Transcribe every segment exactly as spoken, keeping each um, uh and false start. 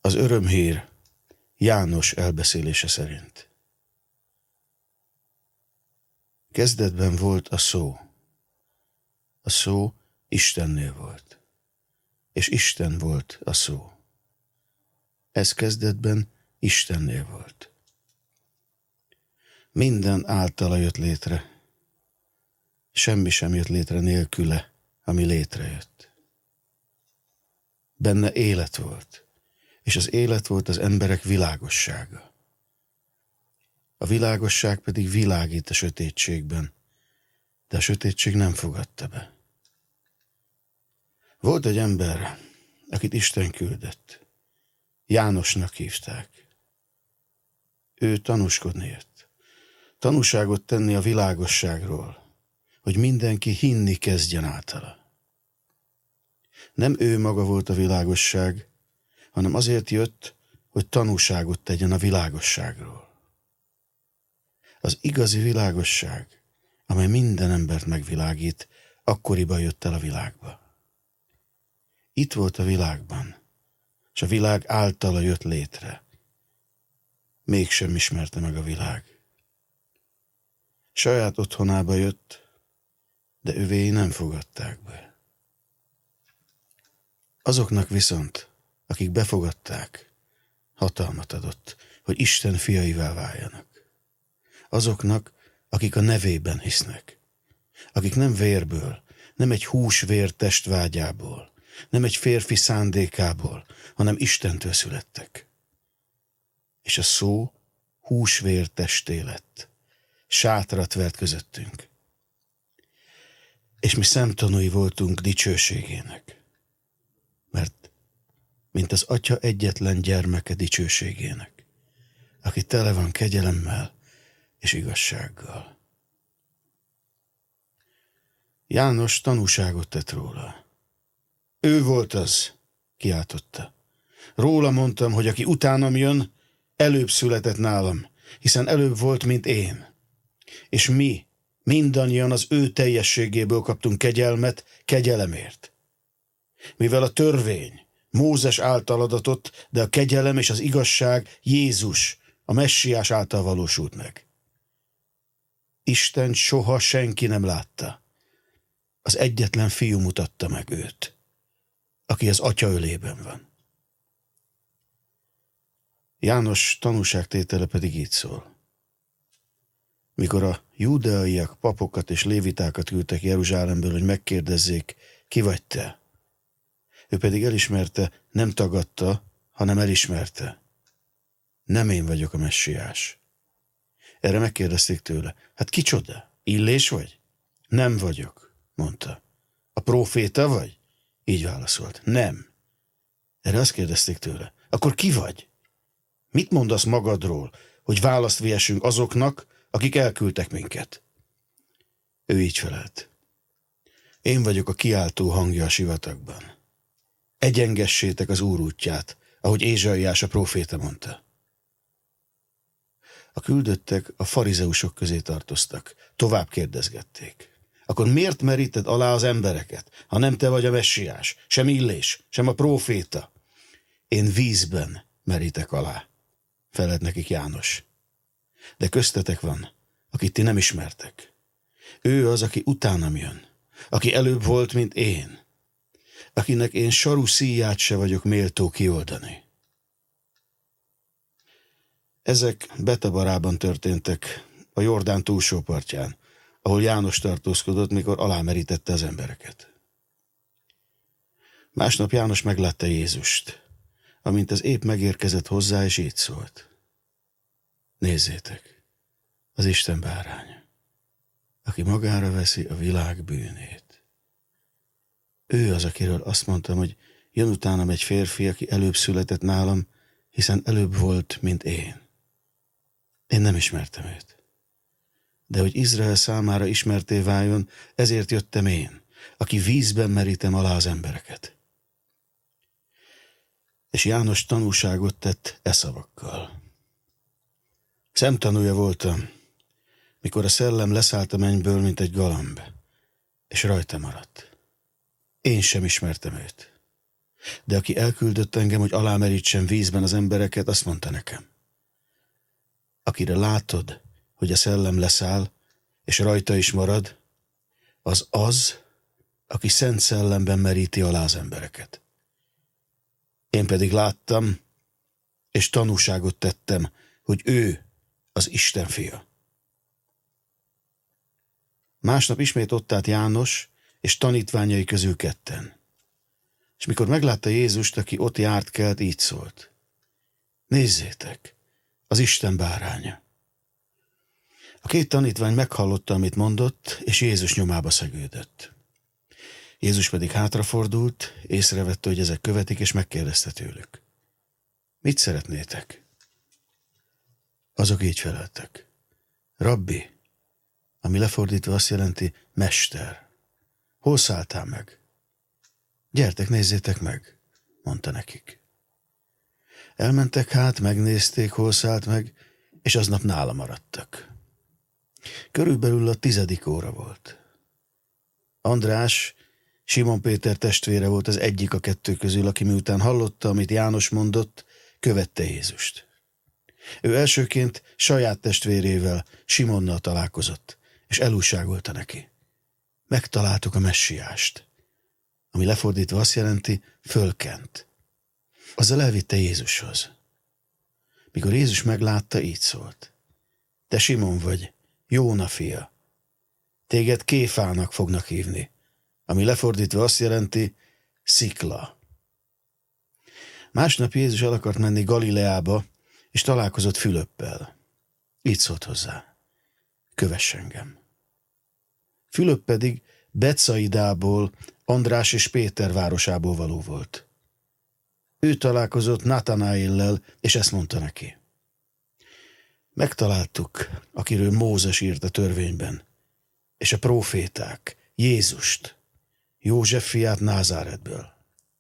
Az örömhír János elbeszélése szerint. Kezdetben volt a szó. A szó Istennél volt, és Isten volt a szó. Ez kezdetben Istennél volt. Minden általa jött létre. Semmi sem jött létre nélküle, ami létrejött. Benne élet volt, és az élet volt az emberek világossága. A világosság pedig világít a sötétségben, de a sötétség nem fogadta be. Volt egy ember, akit Isten küldött. Jánosnak hívták. Ő tanúskodni jött. Tanúságot tenni a világosságról, hogy mindenki hinni kezdjen általa. Nem ő maga volt a világosság, hanem azért jött, hogy tanúságot tegyen a világosságról. Az igazi világosság, amely minden embert megvilágít, akkoriban jött el a világba. Itt volt a világban, és a világ általa jött létre. Mégsem ismerte meg a világ. Saját otthonába jött, de övéi nem fogadták be. Azoknak viszont, akik befogadták, hatalmat adott, hogy Isten fiaivá váljanak. Azoknak, akik a nevében hisznek, akik nem vérből, nem egy hús-vér testvágyából, nem egy férfi szándékából, hanem Istentől születtek. És a szó hús-vér testé lett, sátrat vert közöttünk. És mi szemtanúi voltunk dicsőségének, mert mint az Atya egyetlen gyermeke dicsőségének, aki tele van kegyelemmel és igazsággal. János tanúságot tett róla. Ő volt az, kiáltotta. Róla mondtam, hogy aki utánam jön, előbb született nálam, hiszen előbb volt, mint én. És mi, mindannyian az ő teljességéből kaptunk kegyelmet kegyelemért. Mivel a törvény Mózes által adatott, de a kegyelem és az igazság Jézus, a Messiás által valósult meg. Isten soha senki nem látta. Az egyetlen fiú mutatta meg őt, aki az Atya ölében van. János tanúságtétele pedig így szól. Mikor a júdeaiak papokat és lévitákat küldtek Jeruzsálemből, hogy megkérdezzék, ki vagy te? Ő pedig elismerte, nem tagadta, hanem elismerte. Nem én vagyok a Messiás. Erre megkérdezték tőle, hát kicsoda? Illés vagy? Nem vagyok, mondta. A próféta vagy? Így válaszolt. Nem. Erre azt kérdezték tőle, akkor ki vagy? Mit mondasz magadról, hogy választ vihessünk azoknak, akik elküldtek minket? Ő így felelt. Én vagyok a kiáltó hangja a sivatagban. Egyengessétek az Úr útját, ahogy Ézsaiás a próféta mondta. A küldöttek a farizeusok közé tartoztak, tovább kérdezgették. Akkor miért meríted alá az embereket, ha nem te vagy a Messiás, sem Illés, sem a próféta? Én vízben merítek alá, felelt nekik János. De köztetek van, akit ti nem ismertek. Ő az, aki utánam jön, aki előbb volt, mint én, akinek én saru szíját se vagyok méltó kioldani. Ezek Betabarában történtek, a Jordán túlsó partján, ahol János tartózkodott, mikor alámerítette az embereket. Másnap János meglátta Jézust, amint az épp megérkezett hozzá, és így szólt. Nézzétek, az Isten báránya, aki magára veszi a világ bűnét. Ő az, akiről azt mondtam, hogy jön utánam egy férfi, aki előbb született nálam, hiszen előbb volt, mint én. Én nem ismertem őt. De hogy Izrael számára ismerté váljon, ezért jöttem én, aki vízben merítem alá az embereket. És János tanúságot tett e szavakkal. Szemtanúja voltam, mikor a szellem leszállt a mennyből, mint egy galamb, és rajta maradt. Én sem ismertem őt. De aki elküldött engem, hogy alámerítsem vízben az embereket, azt mondta nekem: akire látod, hogy a szellem leszáll, és rajta is marad, az az, aki szent szellemben meríti alá az embereket. Én pedig láttam, és tanúságot tettem, hogy ő az Isten fia. Másnap ismét ott állt János és tanítványai közül ketten. És mikor meglátta Jézust, aki ott járt kelt, így szólt: nézzétek, az Isten báránya. A két tanítvány meghallotta, amit mondott, és Jézus nyomába szegődött. Jézus pedig hátrafordult, észrevette, hogy ezek követik, és megkérdezte tőlük: mit szeretnétek? Azok így feleltek: Rabbi, ami lefordítva azt jelenti mester. Hol szálltál meg? Gyertek, nézzétek meg, mondta nekik. Elmentek hát, megnézték, hol szállt meg, és aznap nála maradtak. Körülbelül a tizedik óra volt. András, Simon Péter testvére volt az egyik a kettő közül, aki miután hallotta, amit János mondott, követte Jézust. Ő elsőként saját testvérével, Simonnal találkozott, és elújságolta neki: megtaláltuk a messiást, ami lefordítva azt jelenti fölkent. Azzal elvitte Jézushoz. Mikor Jézus meglátta, így szólt: te Simon vagy, Jóna fia. Téged Kéfának fognak hívni, ami lefordítva azt jelenti szikla. Másnap Jézus el akart menni Galileába, és találkozott Fülöppel. Így szólt hozzá: kövess engem. Fülöp pedig Betszaidából, András és Péter városából való volt. Ő találkozott Natanaéllel, és ezt mondta neki: megtaláltuk, akiről Mózes írt a törvényben, és a próféták, Jézust, József fiát Názáretből.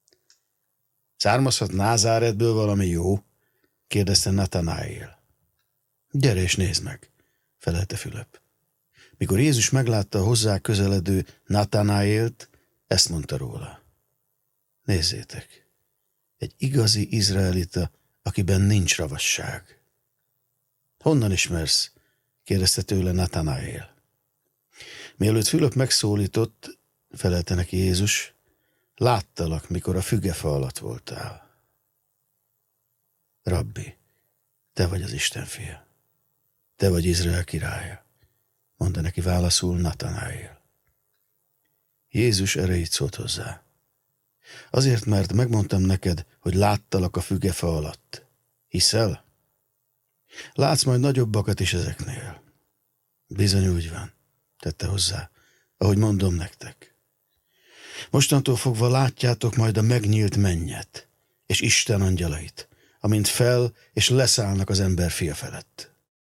Származhat Názáretből valami jó? kérdezte Natanaél. Gyere és nézd meg, felelte Fülöp. Mikor Jézus meglátta a hozzá közeledő Natanaélt, ezt mondta róla: nézzétek, egy igazi izraelita, akiben nincs ravasság. Honnan ismersz? kérdezte tőle Natanaél. Mielőtt Fülöp megszólított, felelte neki Jézus: láttalak, mikor a fügefa alatt voltál. Rabbi, te vagy az Isten fia. Te vagy Izrael királya, mondta neki válaszul Natanaél. Jézus erre így szólt hozzá: azért, mert megmondtam neked, hogy láttalak a fügefa alatt. Hiszel? Látsz majd nagyobbakat is ezeknél. Bizony úgy van, tette hozzá, ahogy mondom nektek. Mostantól fogva látjátok majd a megnyílt mennyet, és Isten angyalait, amint fel és leszállnak az ember fia felett.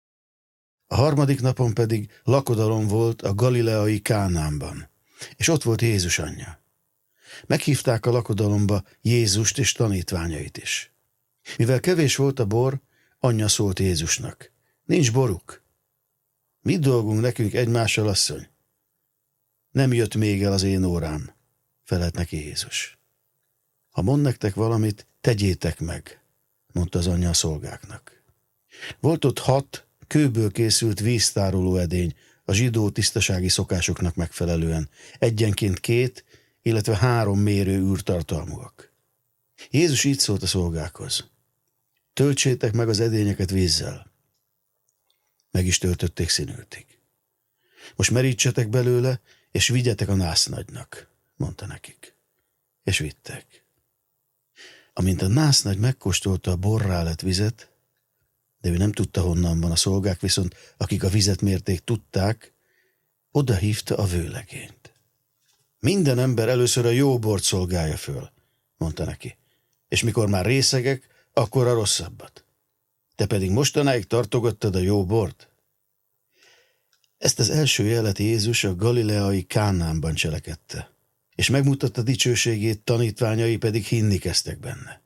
A harmadik napon pedig lakodalom volt a galileai Kánánban, és ott volt Jézus anyja. Meghívták a lakodalomba Jézust és tanítványait is. Mivel kevés volt a bor, anyja szólt Jézusnak: nincs boruk. Mit dolgunk nekünk egymással, asszony? Nem jött még el az én órám, felelt neki Jézus. Ha mond nektek valamit, tegyétek meg, mondta az anyja a szolgáknak. Volt ott hat kőből készült víztároló edény, a zsidó tisztasági szokásoknak megfelelően, egyenként két, illetve három mérő űrtartalmúak. Jézus így szólt a szolgákhoz: töltsétek meg az edényeket vízzel. Meg is töltötték színültig. Most merítsetek belőle, és vigyetek a násznagynak, mondta nekik. És vittek. Amint a násznagy megkóstolta a borrá lett vizet, de ő nem tudta, honnan van, a szolgák viszont, akik a vizet mérték, tudták, oda hívta a vőlegényt. Minden ember először a jó bort szolgálja föl, mondta neki, és mikor már részegek, akkor a rosszabbat. Te pedig mostanáig tartogattad a jó bort? Ezt az első jelet Jézus a galileai Kánánban cselekedte, és megmutatta dicsőségét, tanítványai pedig hinni kezdtek benne.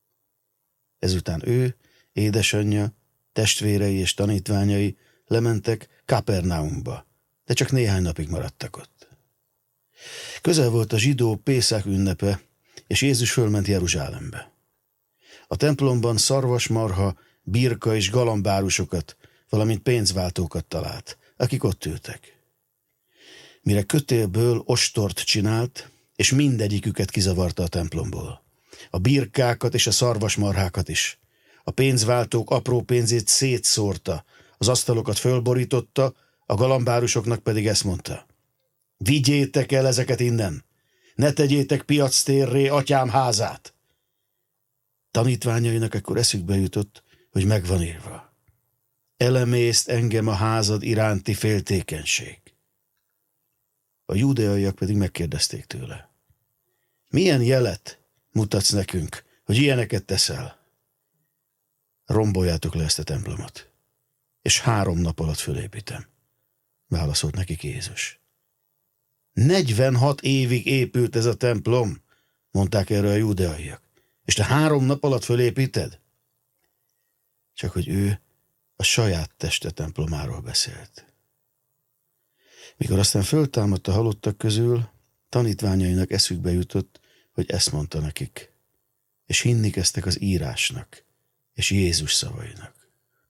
Ezután ő, édesanyja, testvérei és tanítványai lementek Kapernaumba, de csak néhány napig maradtak ott. Közel volt a zsidó Pészak ünnepe, és Jézus fölment Jeruzsálembe. A templomban szarvasmarha, birka és galambárusokat, valamint pénzváltókat talált, akik ott ültek. Mire kötélből ostort csinált, és mindegyiküket kizavarta a templomból. A birkákat és a szarvasmarhákat is. A pénzváltók apró pénzét szétszórta, az asztalokat fölborította, a galambárusoknak pedig ezt mondta: vigyétek el ezeket innen, ne tegyétek piactérré atyám házát. Tanítványainak ekkor eszükbe jutott, hogy megvan írva: elemészt engem a házad iránti féltékenység. A júdeaiak pedig megkérdezték tőle: milyen jelet mutatsz nekünk, hogy ilyeneket teszel? Romboljátok le ezt a templomot, és három nap alatt fölépítem, válaszolt nekik Jézus. Negyvenhat évig épült ez a templom, mondták erre a júdeaiak, és te három nap alatt fölépíted? Csak hogy ő a saját teste templomáról beszélt. Mikor aztán föltámadt a halottak közül, tanítványainak eszükbe jutott, hogy ezt mondta nekik, és hinni kezdtek az írásnak és Jézus szavainak.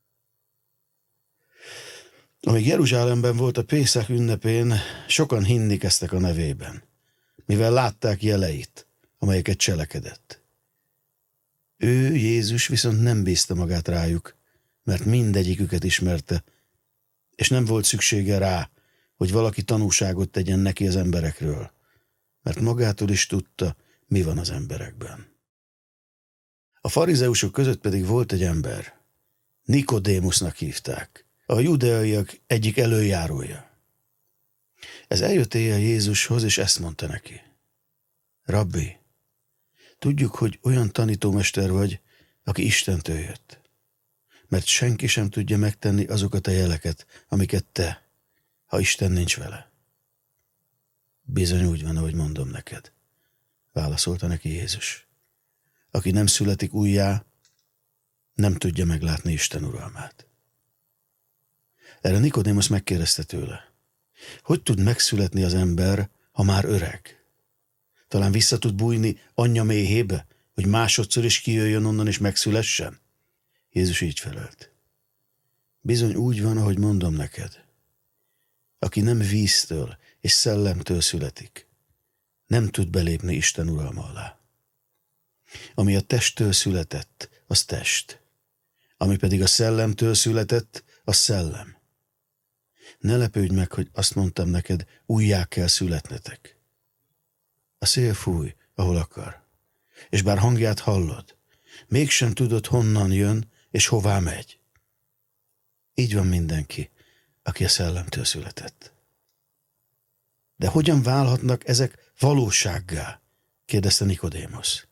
Amíg Jeruzsálemben volt a Pészak ünnepén, sokan hinni kezdtek a nevében, mivel látták jeleit, amelyeket cselekedett. Ő, Jézus viszont nem bízta magát rájuk, mert mindegyiküket ismerte, és nem volt szüksége rá, hogy valaki tanúságot tegyen neki az emberekről, mert magától is tudta, mi van az emberekben. A farizeusok között pedig volt egy ember, Nikodémusnak hívták, a judeaiak egyik előjárója. Ez eljött éjjel Jézushoz, és ezt mondta neki: Rabbi, tudjuk, hogy olyan tanítómester vagy, aki Istentől jött, mert senki sem tudja megtenni azokat a jeleket, amiket te, ha Isten nincs vele. Bizony úgy van, ahogy mondom neked, válaszolta neki Jézus. Aki nem születik újjá, nem tudja meglátni Isten uralmát. Erre Nikodémusz megkérdezte tőle: hogy tud megszületni az ember, ha már öreg? Talán vissza tud bújni anyja méhébe, hogy másodszor is kijöjjön onnan és megszülessen? Jézus így felelt: bizony úgy van, ahogy mondom neked. Aki nem víztől és szellemtől születik, nem tud belépni Isten uralma alá. Ami a testtől született, az test. Ami pedig a szellemtől született, az szellem. Ne lepődj meg, hogy azt mondtam neked, újjá kell születnetek. A szél fúj, ahol akar, és bár hangját hallod, mégsem tudod, honnan jön és hová megy. Így van mindenki, aki a szellemtől született. De hogyan válhatnak ezek valósággá? Kérdezte Nikodémusz.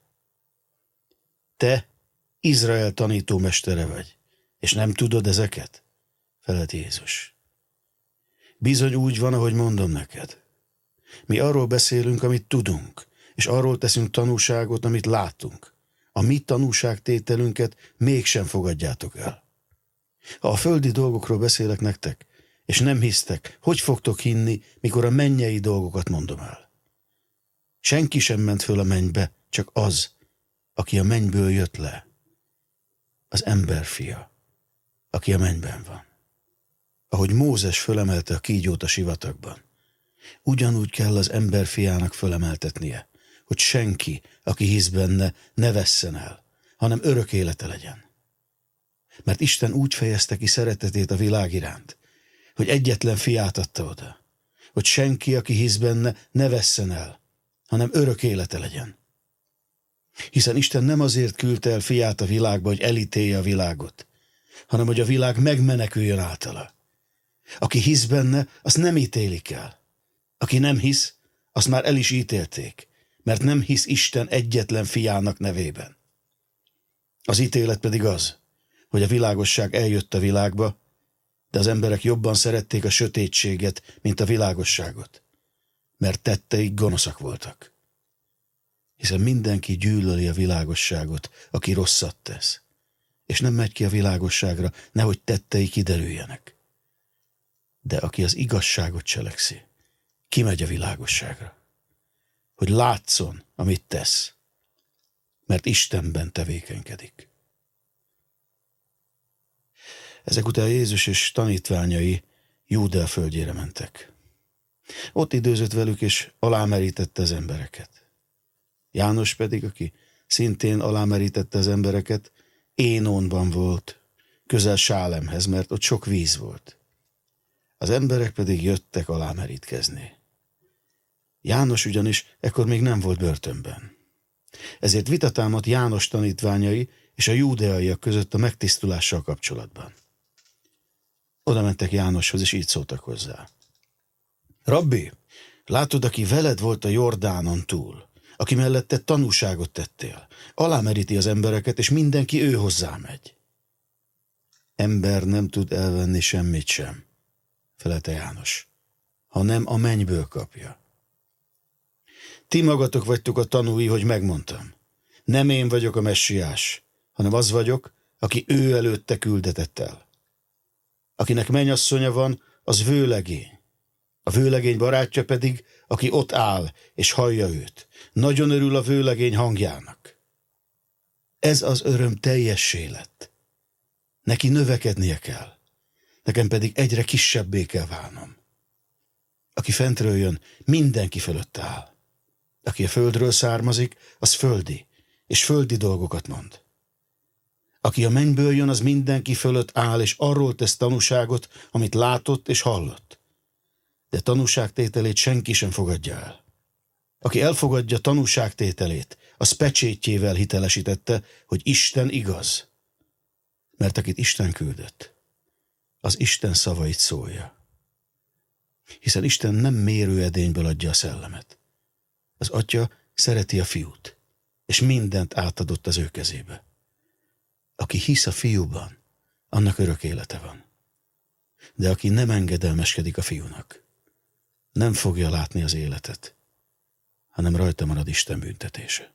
Te Izrael tanítómestere vagy, és nem tudod ezeket? Felelt Jézus. Bizony úgy van, ahogy mondom neked. Mi arról beszélünk, amit tudunk, és arról teszünk tanúságot, amit látunk. A mi tanúságtételünket mégsem fogadjátok el. Ha a földi dolgokról beszélek nektek, és nem hisztek, hogy fogtok hinni, mikor a mennyei dolgokat mondom el? Senki sem ment föl a mennybe, csak az, aki a mennyből jött le. Az emberfia, aki a mennyben van. Ahogy Mózes fölemelte a kígyót a sivatagban, ugyanúgy kell az emberfiának fölemeltetnie, hogy senki, aki hisz benne, ne vesszen el, hanem örök élete legyen. Mert Isten úgy fejezte ki szeretetét a világ iránt, hogy egyetlen fiát adta oda, hogy senki, aki hisz benne, ne vesszen el, hanem örök élete legyen. Hiszen Isten nem azért küldte el fiát a világba, hogy elítélje a világot, hanem hogy a világ megmeneküljön általa. Aki hisz benne, azt nem ítélik el. Aki nem hisz, azt már el is ítélték, mert nem hisz Isten egyetlen fiának nevében. Az ítélet pedig az, hogy a világosság eljött a világba, de az emberek jobban szerették a sötétséget, mint a világosságot, mert tetteik gonoszak voltak. Hiszen mindenki gyűlöli a világosságot, aki rosszat tesz, és nem megy ki a világosságra, nehogy tettei kiderüljenek. De aki az igazságot cselekszi, kimegy a világosságra, hogy látszon, amit tesz, mert Istenben tevékenykedik. Ezek után Jézus és tanítványai Júdea földjére mentek. Ott időzött velük, és alámerítette az embereket. János pedig, aki szintén alámerítette az embereket, Énonban volt, közel Sálemhez, mert ott sok víz volt. Az emberek pedig jöttek alámerítkezni. János ugyanis ekkor még nem volt börtönben. Ezért vita támadt János tanítványai és a júdeaiak között a megtisztulással kapcsolatban. Oda mentek Jánoshoz, és így szóltak hozzá. Rabbi, látod, aki veled volt a Jordánon túl, aki mellette tanúságot tettél, alámeríti az embereket, és mindenki ő hozzá megy. Ember nem tud elvenni semmit sem, felelte János, hanem a mennyből kapja. Ti magatok vagytok a tanúi, hogy megmondtam. Nem én vagyok a messiás, hanem az vagyok, aki ő előtte küldetett el. Akinek mennyasszonya van, az vőlegény. A vőlegény barátja pedig, aki ott áll, és hallja őt. Nagyon örül a vőlegény hangjának. Ez az öröm teljessé lett. Neki növekednie kell, nekem pedig egyre kisebbé kell válnom. Aki fentről jön, mindenki fölött áll. Aki a földről származik, az földi, és földi dolgokat mond. Aki a mennyből jön, az mindenki fölött áll, és arról tesz tanúságot, amit látott és hallott. De tanúságtételét senki sem fogadja el. Aki elfogadja tanúságtételét, az pecsétjével hitelesítette, hogy Isten igaz. Mert akit Isten küldött, az Isten szavait szólja. Hiszen Isten nem mérőedényből adja a szellemet. Az Atya szereti a Fiút, és mindent átadott az ő kezébe. Aki hisz a Fiúban, annak örök élete van. De aki nem engedelmeskedik a Fiúnak, nem fogja látni az életet, hanem rajta marad Isten büntetése.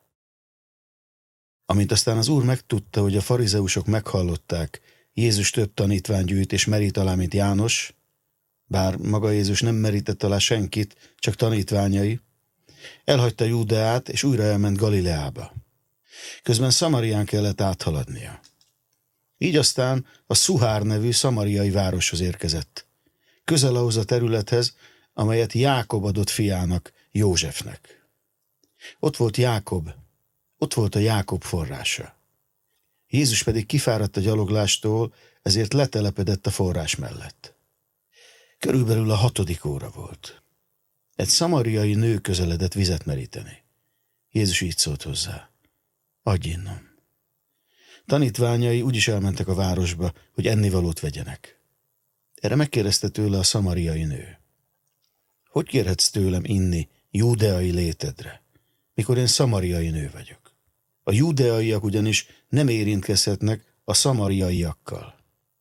Amint aztán az Úr megtudta, hogy a farizeusok meghallották, Jézus több tanítvány gyűjt és merít alá, mint János, bár maga Jézus nem merített alá senkit, csak tanítványai, elhagyta Júdeát, és újra elment Galileába. Közben Szamarián kellett áthaladnia. Így aztán a Szuhár nevű szamariai városhoz érkezett. Közel ahhoz a területhez, amelyet Jákob adott fiának, Józsefnek. Ott volt Jákob, ott volt a Jákob forrása. Jézus pedig kifáradt a gyaloglástól, ezért letelepedett a forrás mellett. Körülbelül a hatodik óra volt. Egy szamariai nő közeledett vizet meríteni. Jézus így szólt hozzá. Adj innom. Tanítványai úgyis elmentek a városba, hogy ennivalót vegyenek. Erre megkérdezte tőle a szamariai nő. Hogy kérhetsz tőlem inni júdeai létedre, mikor én szamariai nő vagyok? A júdeaiak ugyanis nem érintkezhetnek a szamariaiakkal.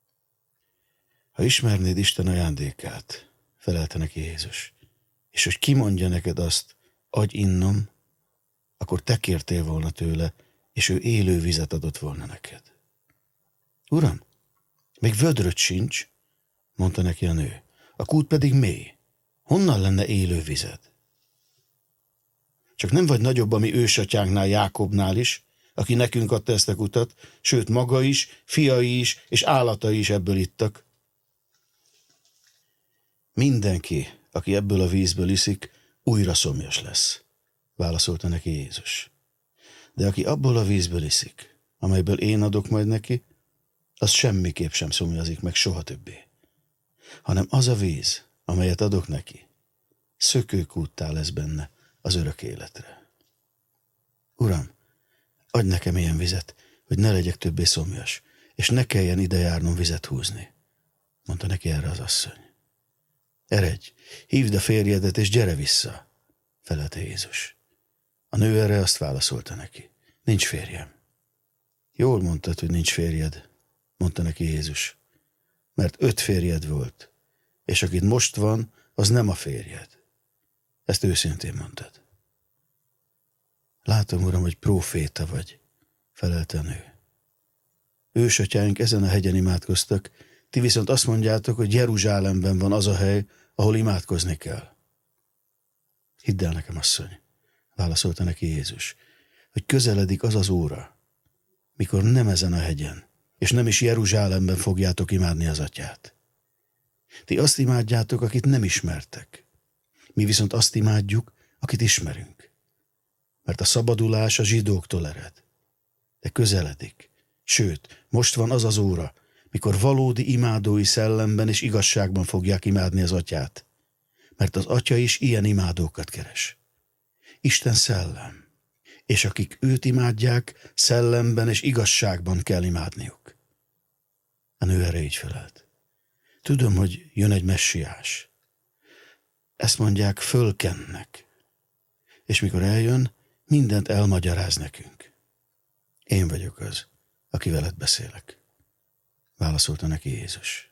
Ha ismernéd Isten ajándékát, felelte neki Jézus, és hogy kimondja neked azt, adj innom, akkor te kértél volna tőle, és ő élő vizet adott volna neked. Uram, még vödröd sincs, mondta neki a nő, a kút pedig mély. Honnan lenne élő vized? Csak nem vagy nagyobb a mi ősatyánknál, Jákobnál is, aki nekünk adta ezt a kutat, sőt maga is, fiai is, és állatai is ebből ittak. Mindenki, aki ebből a vízből iszik, újra szomjas lesz, válaszolta neki Jézus. De aki abból a vízből iszik, amelyből én adok majd neki, az semmiképp sem szomjazik meg soha többé. Hanem az a víz, amelyet adok neki, szökőkúttá lesz benne az örök életre. Uram, adj nekem ilyen vizet, hogy ne legyek többé szomjas, és ne kelljen ide járnom vizet húzni, mondta neki erre az asszony. Eredj, hívd a férjedet, és gyere vissza, felelte Jézus. A nő erre azt válaszolta neki. Nincs férjem. Jól mondtad, hogy nincs férjed, mondta neki Jézus, mert öt férjed volt, és akit most van, az nem a férjed. Ezt őszintén mondtad. Látom, Uram, hogy próféta vagy, felelte a nő. Ősatyáink ezen a hegyen imádkoztak, ti viszont azt mondjátok, hogy Jeruzsálemben van az a hely, ahol imádkozni kell. Hidd el nekem, asszony, válaszolta neki Jézus. hogy közeledik az az óra, mikor nem ezen a hegyen, és nem is Jeruzsálemben fogjátok imádni az Atyát. Ti azt imádjátok, akit nem ismertek. Mi viszont azt imádjuk, akit ismerünk. Mert a szabadulás a zsidóktól ered. De közeledik. Sőt, most van az az óra, mikor valódi imádói szellemben és igazságban fogják imádni az Atyát. Mert az Atya is ilyen imádókat keres. Isten szellem, és akik őt imádják, szellemben és igazságban kell imádniuk. A nő erre így felelt. Tudom, hogy jön egy messiás. Ezt mondják, fölkennek. És mikor eljön, mindent elmagyaráz nekünk. Én vagyok az, aki veled beszélek. Válaszolta neki Jézus.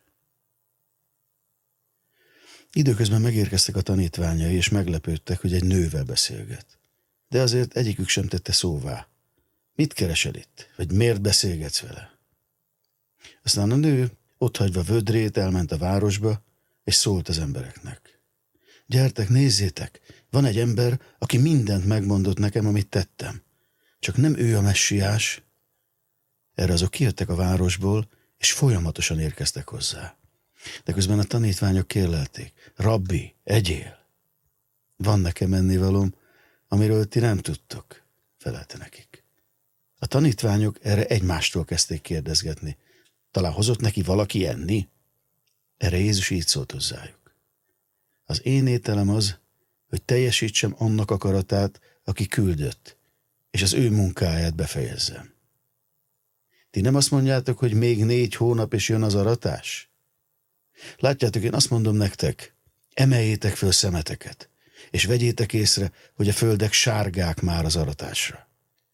Időközben megérkeztek a tanítványai, és meglepődtek, hogy egy nővel beszélget. De azért egyikük sem tette szóvá. Mit keresel itt? Vagy miért beszélgetsz vele? Aztán a nő, otthagyva vödrét, elment a városba, és szólt az embereknek. Gyertek, nézzétek, van egy ember, aki mindent megmondott nekem, amit tettem. Csak nem ő a messiás. Erre azok kijöttek a városból, és folyamatosan érkeztek hozzá. De közben a tanítványok kérlelték, Rabbi, egyél. Van nekem ennivalóm, amiről ti nem tudtok, felelte nekik. A tanítványok erre egymástól kezdték kérdezgetni. Talán hozott neki valaki enni? Erre Jézus így szólt hozzájuk. Az én ételem az, hogy teljesítsem annak akaratát, aki küldött, és az ő munkáját befejezzem. Ti nem azt mondjátok, hogy még négy hónap és jön az aratás? Látjátok, én azt mondom nektek, emeljétek föl szemeteket, és vegyétek észre, hogy a földek sárgák már az aratásra.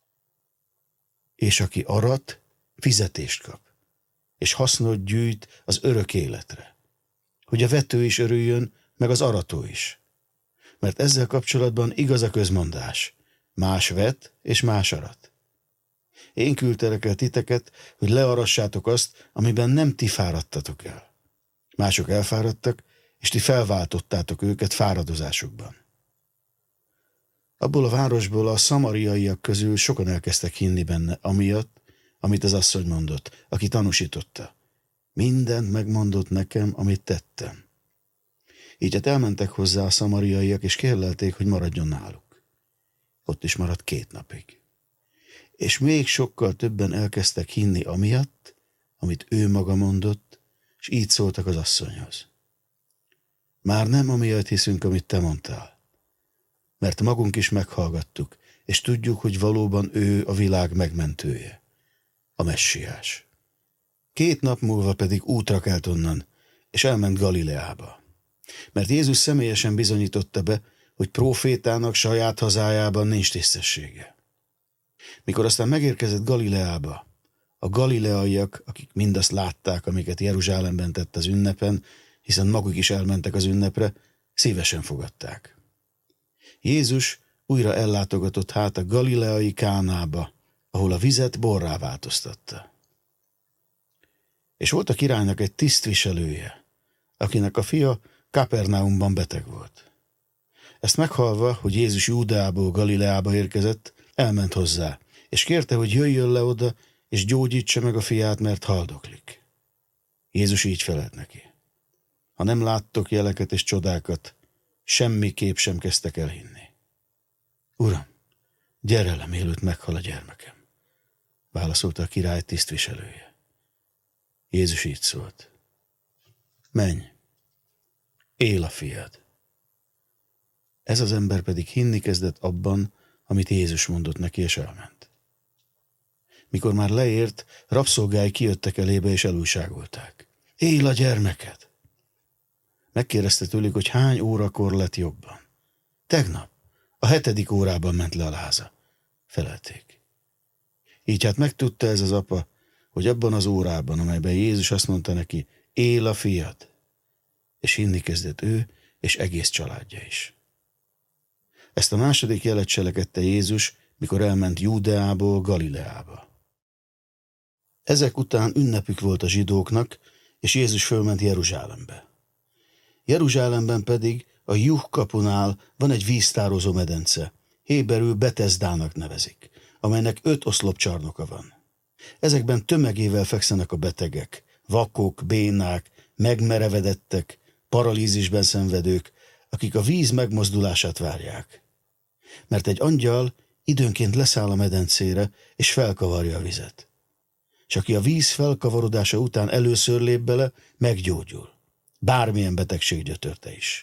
És aki arat, fizetést kap, és hasznot gyűjt az örök életre, hogy a vető is örüljön, meg az arató is. Mert ezzel kapcsolatban igaz a közmondás, más vet és más arat. Én küldtelek el titeket, hogy learassátok azt, amiben nem ti fáradtatok el. Mások elfáradtak, és ti felváltottátok őket fáradozásukban. Abból a városból a szamariaiak közül sokan elkezdtek hinni benne, amiatt, amit az asszony mondott, aki tanúsította. Mindent megmondott nekem, amit tettem. Így hát elmentek hozzá a szamariaiak, és kérlelték, hogy maradjon náluk. Ott is maradt két napig. És még sokkal többen elkezdtek hinni amiatt, amit ő maga mondott, és így szóltak az asszonyhoz. Már nem amiatt hiszünk, amit te mondtál, mert magunk is meghallgattuk, és tudjuk, hogy valóban ő a világ megmentője, a messiás. Két nap múlva pedig útra kelt onnan, és elment Galileába. Mert Jézus személyesen bizonyította be, hogy prófétának saját hazájában nincs tisztessége. Mikor aztán megérkezett Galileába, a galileaiak, akik mindazt látták, amiket Jeruzsálemben tett az ünnepen, hiszen maguk is elmentek az ünnepre, szívesen fogadták. Jézus újra ellátogatott hát a galileai Kánába, ahol a vizet borrá változtatta. És volt a királynak egy tisztviselője, akinek a fia Kapernaumban beteg volt. Ezt meghalva, hogy Jézus Júdeából Galileába érkezett, elment hozzá, és kérte, hogy jöjjön le oda, és gyógyítsa meg a fiát, mert haldoklik. Jézus így felelt neki. Ha nem láttok jeleket és csodákat, semmiképp sem kezdtek el hinni. Uram, gyere le, mielőtt meghal a gyermekem, válaszolta a király tisztviselője. Jézus így szólt. Menj, él a fiad. Ez az ember pedig hinni kezdett abban, amit Jézus mondott neki, és elment. Mikor már leért, rabszolgái kijöttek elébe, és elújságolták. Él a gyermeked! Megkérdezte tőlük, hogy hány órakor lett jobban. Tegnap, a hetedik órában ment le a láza, felelték. Így hát megtudta ez az apa, hogy abban az órában, amelyben Jézus azt mondta neki, él a fiad, és hinni kezdett ő, és egész családja is. Ezt a második jelet cselekedte Jézus, mikor elment Júdeából Galileába. Ezek után ünnepük volt a zsidóknak, és Jézus fölment Jeruzsálembe. Jeruzsálemben pedig a Juh kapunál van egy víztározó medence, héberül Betesdának nevezik, amelynek öt oszlopcsarnoka van. Ezekben tömegével fekszenek a betegek, vakok, bénák, megmerevedettek, paralízisben szenvedők, akik a víz megmozdulását várják. Mert egy angyal időnként leszáll a medencére, és felkavarja a vizet. És aki a víz felkavarodása után először lép bele, meggyógyul. Bármilyen betegség gyötörte is.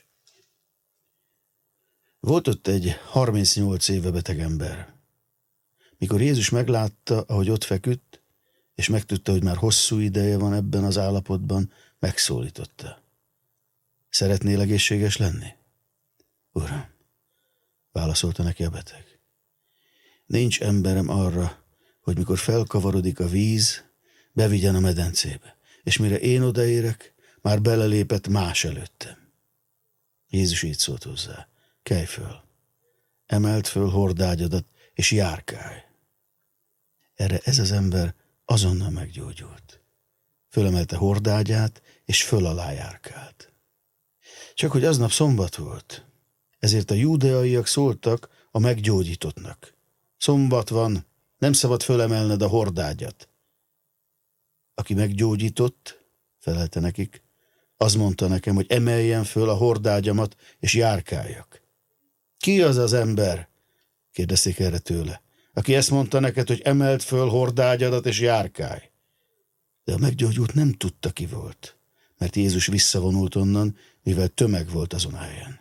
Volt ott egy harmincnyolc éve beteg ember. Mikor Jézus meglátta, ahogy ott feküdt, és megtudta, hogy már hosszú ideje van ebben az állapotban, megszólította. Szeretnél egészséges lenni? Uram, válaszolta neki a beteg. Nincs emberem arra, hogy mikor felkavarodik a víz, bevigyen a medencébe, és mire én odaérek, már belelépett más előttem. Jézus így szólt hozzá. Kelj föl, emeld föl hordágyadat, és járkálj. Erre ez az ember azonnal meggyógyult. Fölemelte hordágyát, és föl alá járkált. Csak hogy aznap szombat volt, ezért a júdeaiak szóltak a meggyógyítottnak. Szombat van, nem szabad fölemelned a hordágyat. Aki meggyógyított, felelte nekik, az mondta nekem, hogy emeljen föl a hordágyamat, és járkáljak. Ki az az ember? Kérdezték erre tőle. Aki ezt mondta neked, hogy emeld föl hordágyadat, és járkálj. De a meggyógyult nem tudta, ki volt, mert Jézus visszavonult onnan, mivel tömeg volt azon a helyen.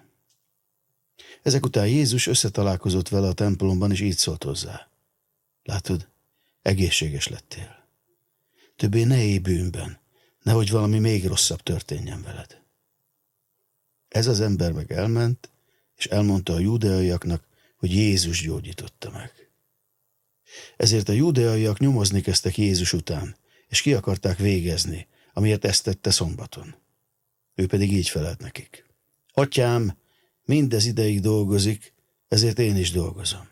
Ezek után Jézus összetalálkozott vele a templomban, és így szólt hozzá. Látod, egészséges lettél. Többé ne élj bűnben, nehogy valami még rosszabb történjen veled. Ez az ember meg elment, és elmondta a júdeaiaknak, hogy Jézus gyógyította meg. Ezért a júdeaiak nyomozni kezdtek Jézus után, és ki akarták végezni, amiért ezt tette szombaton. Ő pedig így felelt nekik. Atyám, mindez ideig dolgozik, ezért én is dolgozom.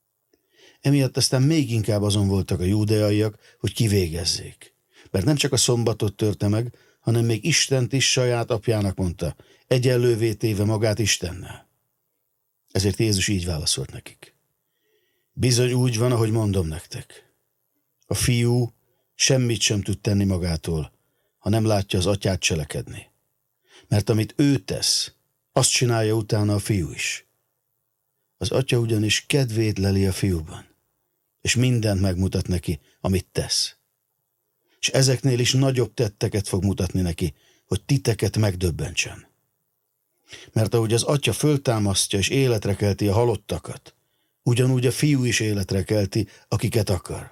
Emiatt aztán még inkább azon voltak a júdeaiak, hogy kivégezzék. Mert nem csak a szombatot törte meg, hanem még Istent is saját apjának mondta, egyenlővé téve magát Istennel. Ezért Jézus így válaszolt nekik. Bizony úgy van, ahogy mondom nektek. A fiú semmit sem tud tenni magától, ha nem látja az atyát cselekedni. Mert amit ő tesz, azt csinálja utána a fiú is. Az atya ugyanis kedvét leli a fiúban, és mindent megmutat neki, amit tesz. És ezeknél is nagyobb tetteket fog mutatni neki, hogy titeket megdöbbentsen. Mert ahogy az atya föltámasztja és életre kelti a halottakat, ugyanúgy a fiú is életre kelti, akiket akar.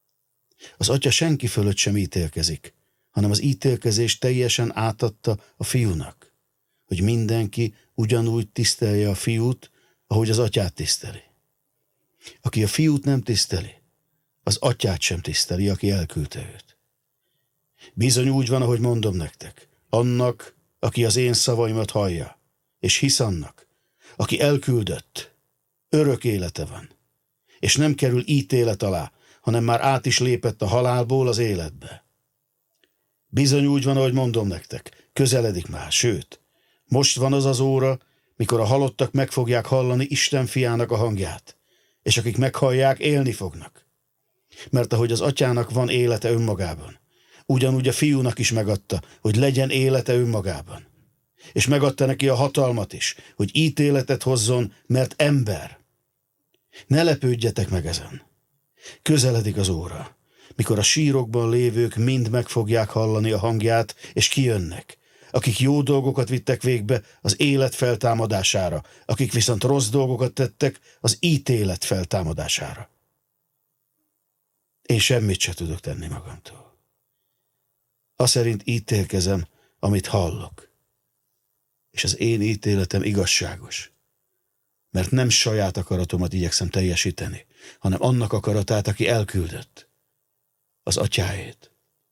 Az atya senki fölött sem ítélkezik, hanem az ítélkezést teljesen átadta a fiúnak, hogy mindenki ugyanúgy tisztelje a fiút, ahogy az atyát tiszteli. Aki a fiút nem tiszteli, az atyát sem tiszteli, aki elküldte őt. Bizony úgy van, ahogy mondom nektek, annak, aki az én szavaimat hallja, és hisz annak, aki elküldött, örök élete van, és nem kerül ítélet alá, hanem már át is lépett a halálból az életbe. Bizony úgy van, ahogy mondom nektek, közeledik már, sőt, most van az az óra, mikor a halottak meg fogják hallani Isten fiának a hangját, és akik meghallják, élni fognak. Mert ahogy az atyának van élete önmagában, ugyanúgy a fiúnak is megadta, hogy legyen élete önmagában. És megadta neki a hatalmat is, hogy ítéletet hozzon, mert ember. Ne lepődjetek meg ezen. Közeledik az óra, mikor a sírokban lévők mind meg fogják hallani a hangját, és kijönnek, akik jó dolgokat vittek végbe az élet feltámadására, akik viszont rossz dolgokat tettek az ítélet feltámadására. Én semmit se tudok tenni magamtól. Aszerint ítélkezem, amit hallok. És az én ítéletem igazságos, mert nem saját akaratomat igyekszem teljesíteni, hanem annak akaratát, aki elküldött, az atyáét.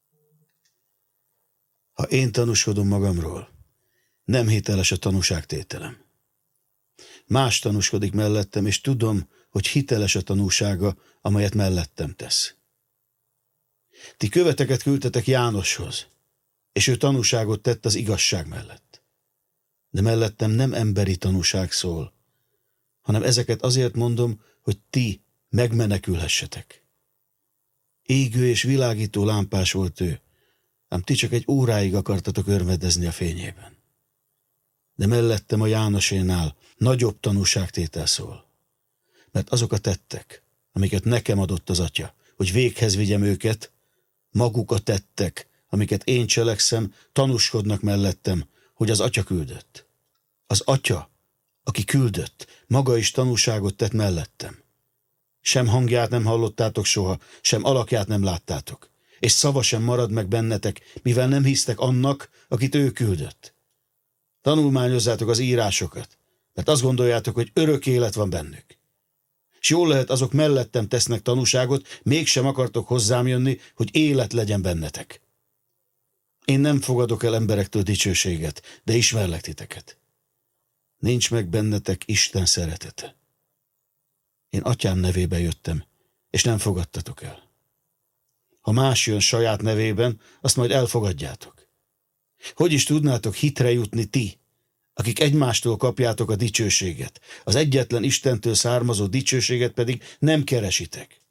Ha én tanúskodom magamról, nem hiteles a tanúságtételem. Más tanúskodik mellettem, és tudom, hogy hiteles a tanúsága, amelyet mellettem tesz. Ti követeket küldtetek Jánoshoz, és ő tanúságot tett az igazság mellett. De mellettem nem emberi tanúság szól, hanem ezeket azért mondom, hogy ti megmenekülhessetek. Égő és világító lámpás volt ő, ám ti csak egy óráig akartatok örvendezni a fényében. De mellettem a Jánosénál nagyobb tanúságtétel szól. Mert azok a tettek, amiket nekem adott az Atya, hogy véghez vigyem őket, maguk a tettek, amiket én cselekszem, tanúskodnak mellettem, hogy az Atya küldött. Az Atya, aki küldött, maga is tanúságot tett mellettem. Sem hangját nem hallottátok soha, sem alakját nem láttátok, és szava sem marad meg bennetek, mivel nem hisztek annak, akit ő küldött. Tanulmányozzátok az írásokat, mert azt gondoljátok, hogy örök élet van bennük. És jól lehet, azok mellettem tesznek tanúságot, mégsem akartok hozzám jönni, hogy élet legyen bennetek. Én nem fogadok el emberektől dicsőséget, de ismerlek titeket. Nincs meg bennetek Isten szeretete. Én Atyám nevébe jöttem, és nem fogadtatok el. Ha más jön saját nevében, azt majd elfogadjátok. Hogy is tudnátok hitre jutni ti, akik egymástól kapjátok a dicsőséget, az egyetlen Istentől származó dicsőséget pedig nem keresitek?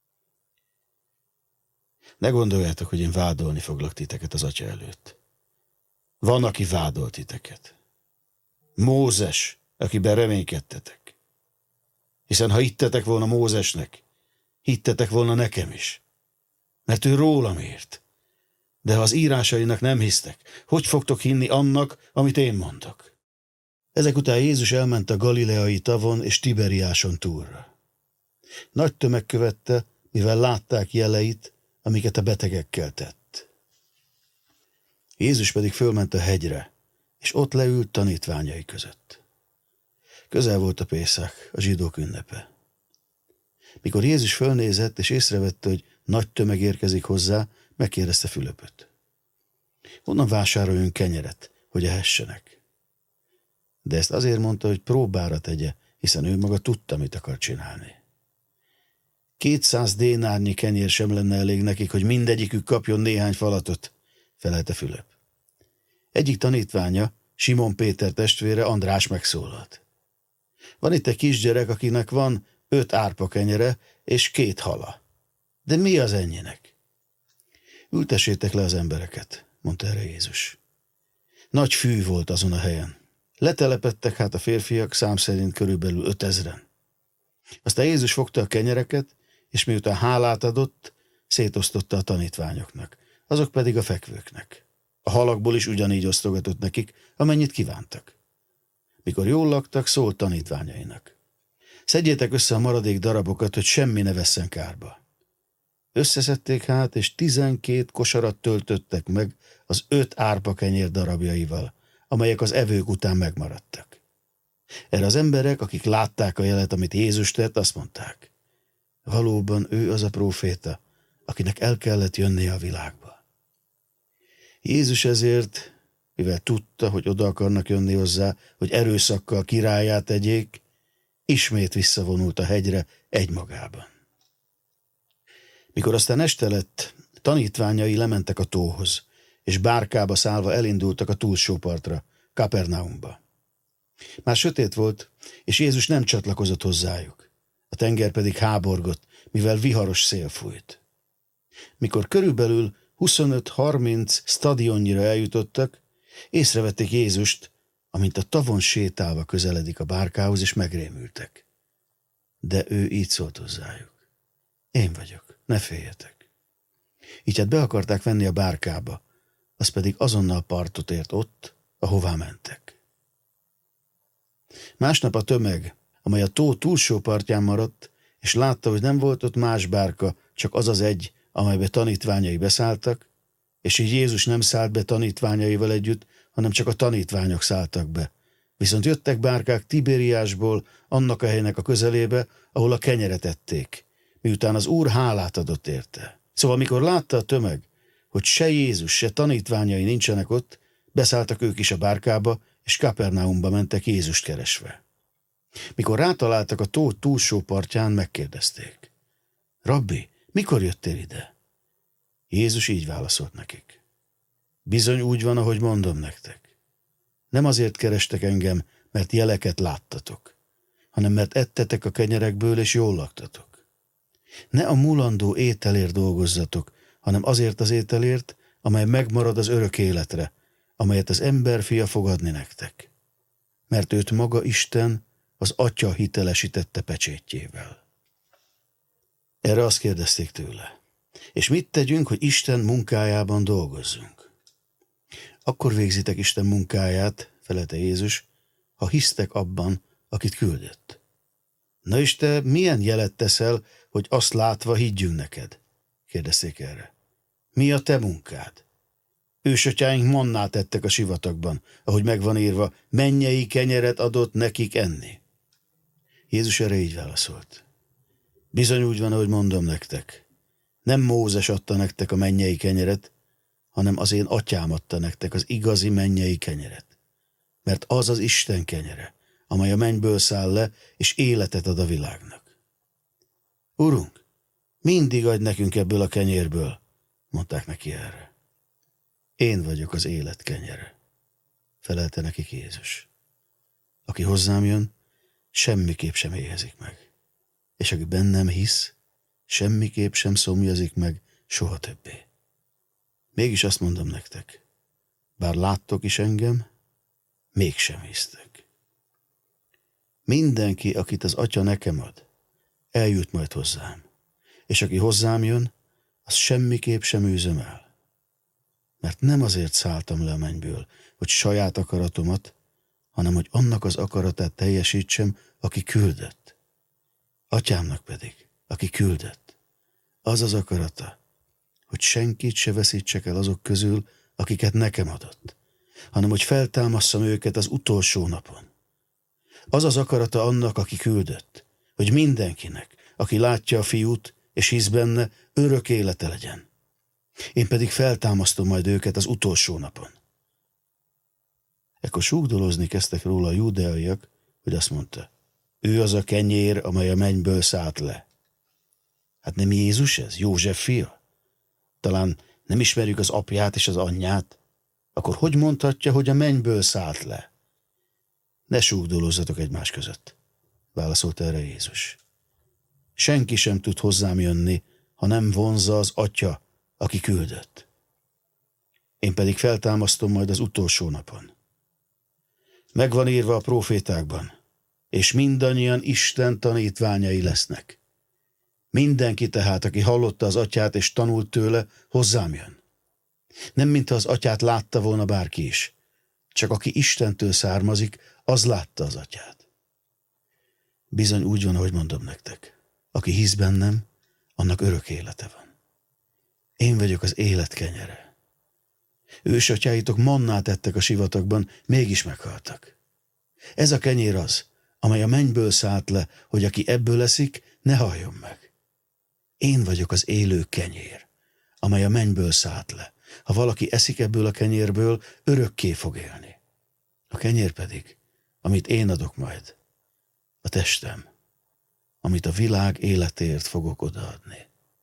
Ne gondoljátok, hogy én vádolni foglak titeket az Atya előtt. Van, aki vádol titeket. Mózes, akiben reménykedtetek. Hiszen ha hittetek volna Mózesnek, hittetek volna nekem is. Mert ő rólam írt. De ha az írásainak nem hisztek, hogy fogtok hinni annak, amit én mondok? Ezek után Jézus elment a galileai tavon és Tiberiáson túlra. Nagy tömeg követte, mivel látták jeleit, amiket a betegekkel tett. Jézus pedig fölment a hegyre, és ott leült tanítványai között. Közel volt a Pészak, a zsidók ünnepe. Mikor Jézus fölnézett, és észrevette, hogy nagy tömeg érkezik hozzá, megkérdezte Fülöpöt. Honnan vásároljunk kenyeret, hogy ehessenek? De ezt azért mondta, hogy próbára tegye, hiszen ő maga tudta, mit akar csinálni. Kétszáz dénárnyi kenyér sem lenne elég nekik, hogy mindegyikük kapjon néhány falatot, felelte Fülöp. Egyik tanítványa, Simon Péter testvére, András megszólalt. Van itt egy kisgyerek, akinek van öt árpa kenyere és két hala. De mi az ennyinek? Ültessétek le az embereket, mondta erre Jézus. Nagy fű volt azon a helyen. Letelepedtek hát a férfiak szám szerint körülbelül ötezren. Aztán Jézus fogta a kenyereket, és miután hálát adott, szétosztotta a tanítványoknak, azok pedig a fekvőknek. A halakból is ugyanígy osztogatott nekik, amennyit kívántak. Mikor jól laktak, szólt tanítványainak. Szedjétek össze a maradék darabokat, hogy semmi ne vesszen kárba. Összeszedték hát, és tizenkét kosarat töltöttek meg az öt árpa kenyér darabjaival, amelyek az evők után megmaradtak. Erre az emberek, akik látták a jelet, amit Jézus tett, azt mondták. Valóban ő az a próféta, akinek el kellett jönnie a világba. Jézus ezért, mivel tudta, hogy oda akarnak jönni hozzá, hogy erőszakkal királlyá tegyék, ismét visszavonult a hegyre egymagában. Mikor aztán este lett, tanítványai lementek a tóhoz, és bárkába szállva elindultak a túlsó partra, Kapernaumba. Már sötét volt, és Jézus nem csatlakozott hozzájuk. A tenger pedig háborgott, mivel viharos szél fújt. Mikor körülbelül huszonöt-harminc stadionnyira eljutottak, észrevették Jézust, amint a tavon sétálva közeledik a bárkához, és megrémültek. De ő így szólt hozzájuk. Én vagyok, ne féljetek. Így hát be akarták venni a bárkába, az pedig azonnal partot ért ott, ahová mentek. Másnap a tömeg, amely a tó túlsó partján maradt, és látta, hogy nem volt ott más bárka, csak az az egy, amelybe tanítványai beszálltak, és így Jézus nem szállt be tanítványaival együtt, hanem csak a tanítványok szálltak be. Viszont jöttek bárkák Tiberiásból, annak a helynek a közelébe, ahol a kenyeret ették, miután az Úr hálát adott érte. Szóval mikor látta a tömeg, hogy se Jézus, se tanítványai nincsenek ott, beszálltak ők is a bárkába, és Kapernaumba mentek Jézust keresve. Mikor rátaláltak a tó túlsó partján, megkérdezték. Rabbi, mikor jöttél ide? Jézus így válaszolt nekik. Bizony úgy van, ahogy mondom nektek. Nem azért kerestek engem, mert jeleket láttatok, hanem mert ettetek a kenyerekből, és jól laktatok. Ne a mulandó ételért dolgozzatok, hanem azért az ételért, amely megmarad az örök életre, amelyet az emberfia fog adni nektek. Mert őt maga Isten, az Atya hitelesítette pecsétjével. Erre azt kérdezték tőle: és mit tegyünk, hogy Isten munkájában dolgozzunk? Akkor végzitek Isten munkáját, felelte Jézus, ha hisztek abban, akit küldött. Na és te milyen jelet teszel, hogy azt látva higgyünk neked? Kérdezték erre. Mi a te munkád? Ősatyáink mannát ettek a sivatagban, ahogy megvan írva, mennyei kenyeret adott nekik enni. Jézus erre így válaszolt. Bizony úgy van, ahogy mondom nektek. Nem Mózes adta nektek a mennyei kenyeret, hanem az én atyám adta nektek az igazi mennyei kenyeret. Mert az az Isten kenyere, amely a mennyből száll le, és életet ad a világnak. Urunk, mindig adj nekünk ebből a kenyérből, mondták neki erre. Én vagyok az élet kenyere, felelte nekik Jézus. Aki hozzám jön, semmiképp sem éhezik meg. És aki bennem hisz, semmiképp sem szomjazik meg soha többé. Mégis azt mondom nektek, bár láttok is engem, mégsem hisztek. Mindenki, akit az Atya nekem ad, eljut majd hozzám, és aki hozzám jön, az semmiképp sem űzöm el. Mert nem azért szálltam le a mennyből, hogy saját akaratomat, hanem hogy annak az akaratát teljesítsem, aki küldött. Atyámnak pedig, aki küldött, az az akarata, hogy senkit se veszítsek el azok közül, akiket nekem adott, hanem hogy feltámasszam őket az utolsó napon. Az az akarata annak, aki küldött, hogy mindenkinek, aki látja a Fiút és hisz benne, örök élete legyen. Én pedig feltámasztom majd őket az utolsó napon. Ekkor súgdolozni kezdtek róla a júdeaiak, hogy azt mondta, ő az a kenyér, amely a mennyből szállt le. Hát nem Jézus ez, József fia? Talán nem ismerjük az apját és az anyját? Akkor hogy mondhatja, hogy a mennyből szállt le? Ne súgdolozzatok egymás között, válaszolt erre Jézus. Senki sem tud hozzám jönni, ha nem vonzza az Atya, aki küldött. Én pedig feltámasztom majd az utolsó napon. Megvan írva a prófétákban, és mindannyian Isten tanítványai lesznek. Mindenki tehát, aki hallotta az Atyát és tanult tőle, hozzám jön. Nem mintha az Atyát látta volna bárki is, csak aki Istentől származik, az látta az Atyát. Bizony úgy van, ahogy mondom nektek. Aki hisz bennem, annak örök élete van. Én vagyok az élet kenyere. Ősatyáitok mannát ettek a sivatagban, mégis meghaltak. Ez a kenyér az, amely a mennyből szállt le, hogy aki ebből eszik, ne halljon meg. Én vagyok az élő kenyér, amely a mennyből szállt le. Ha valaki eszik ebből a kenyérből, örökké fog élni. A kenyér pedig, amit én adok majd, a testem, amit a világ életéért fogok odaadni.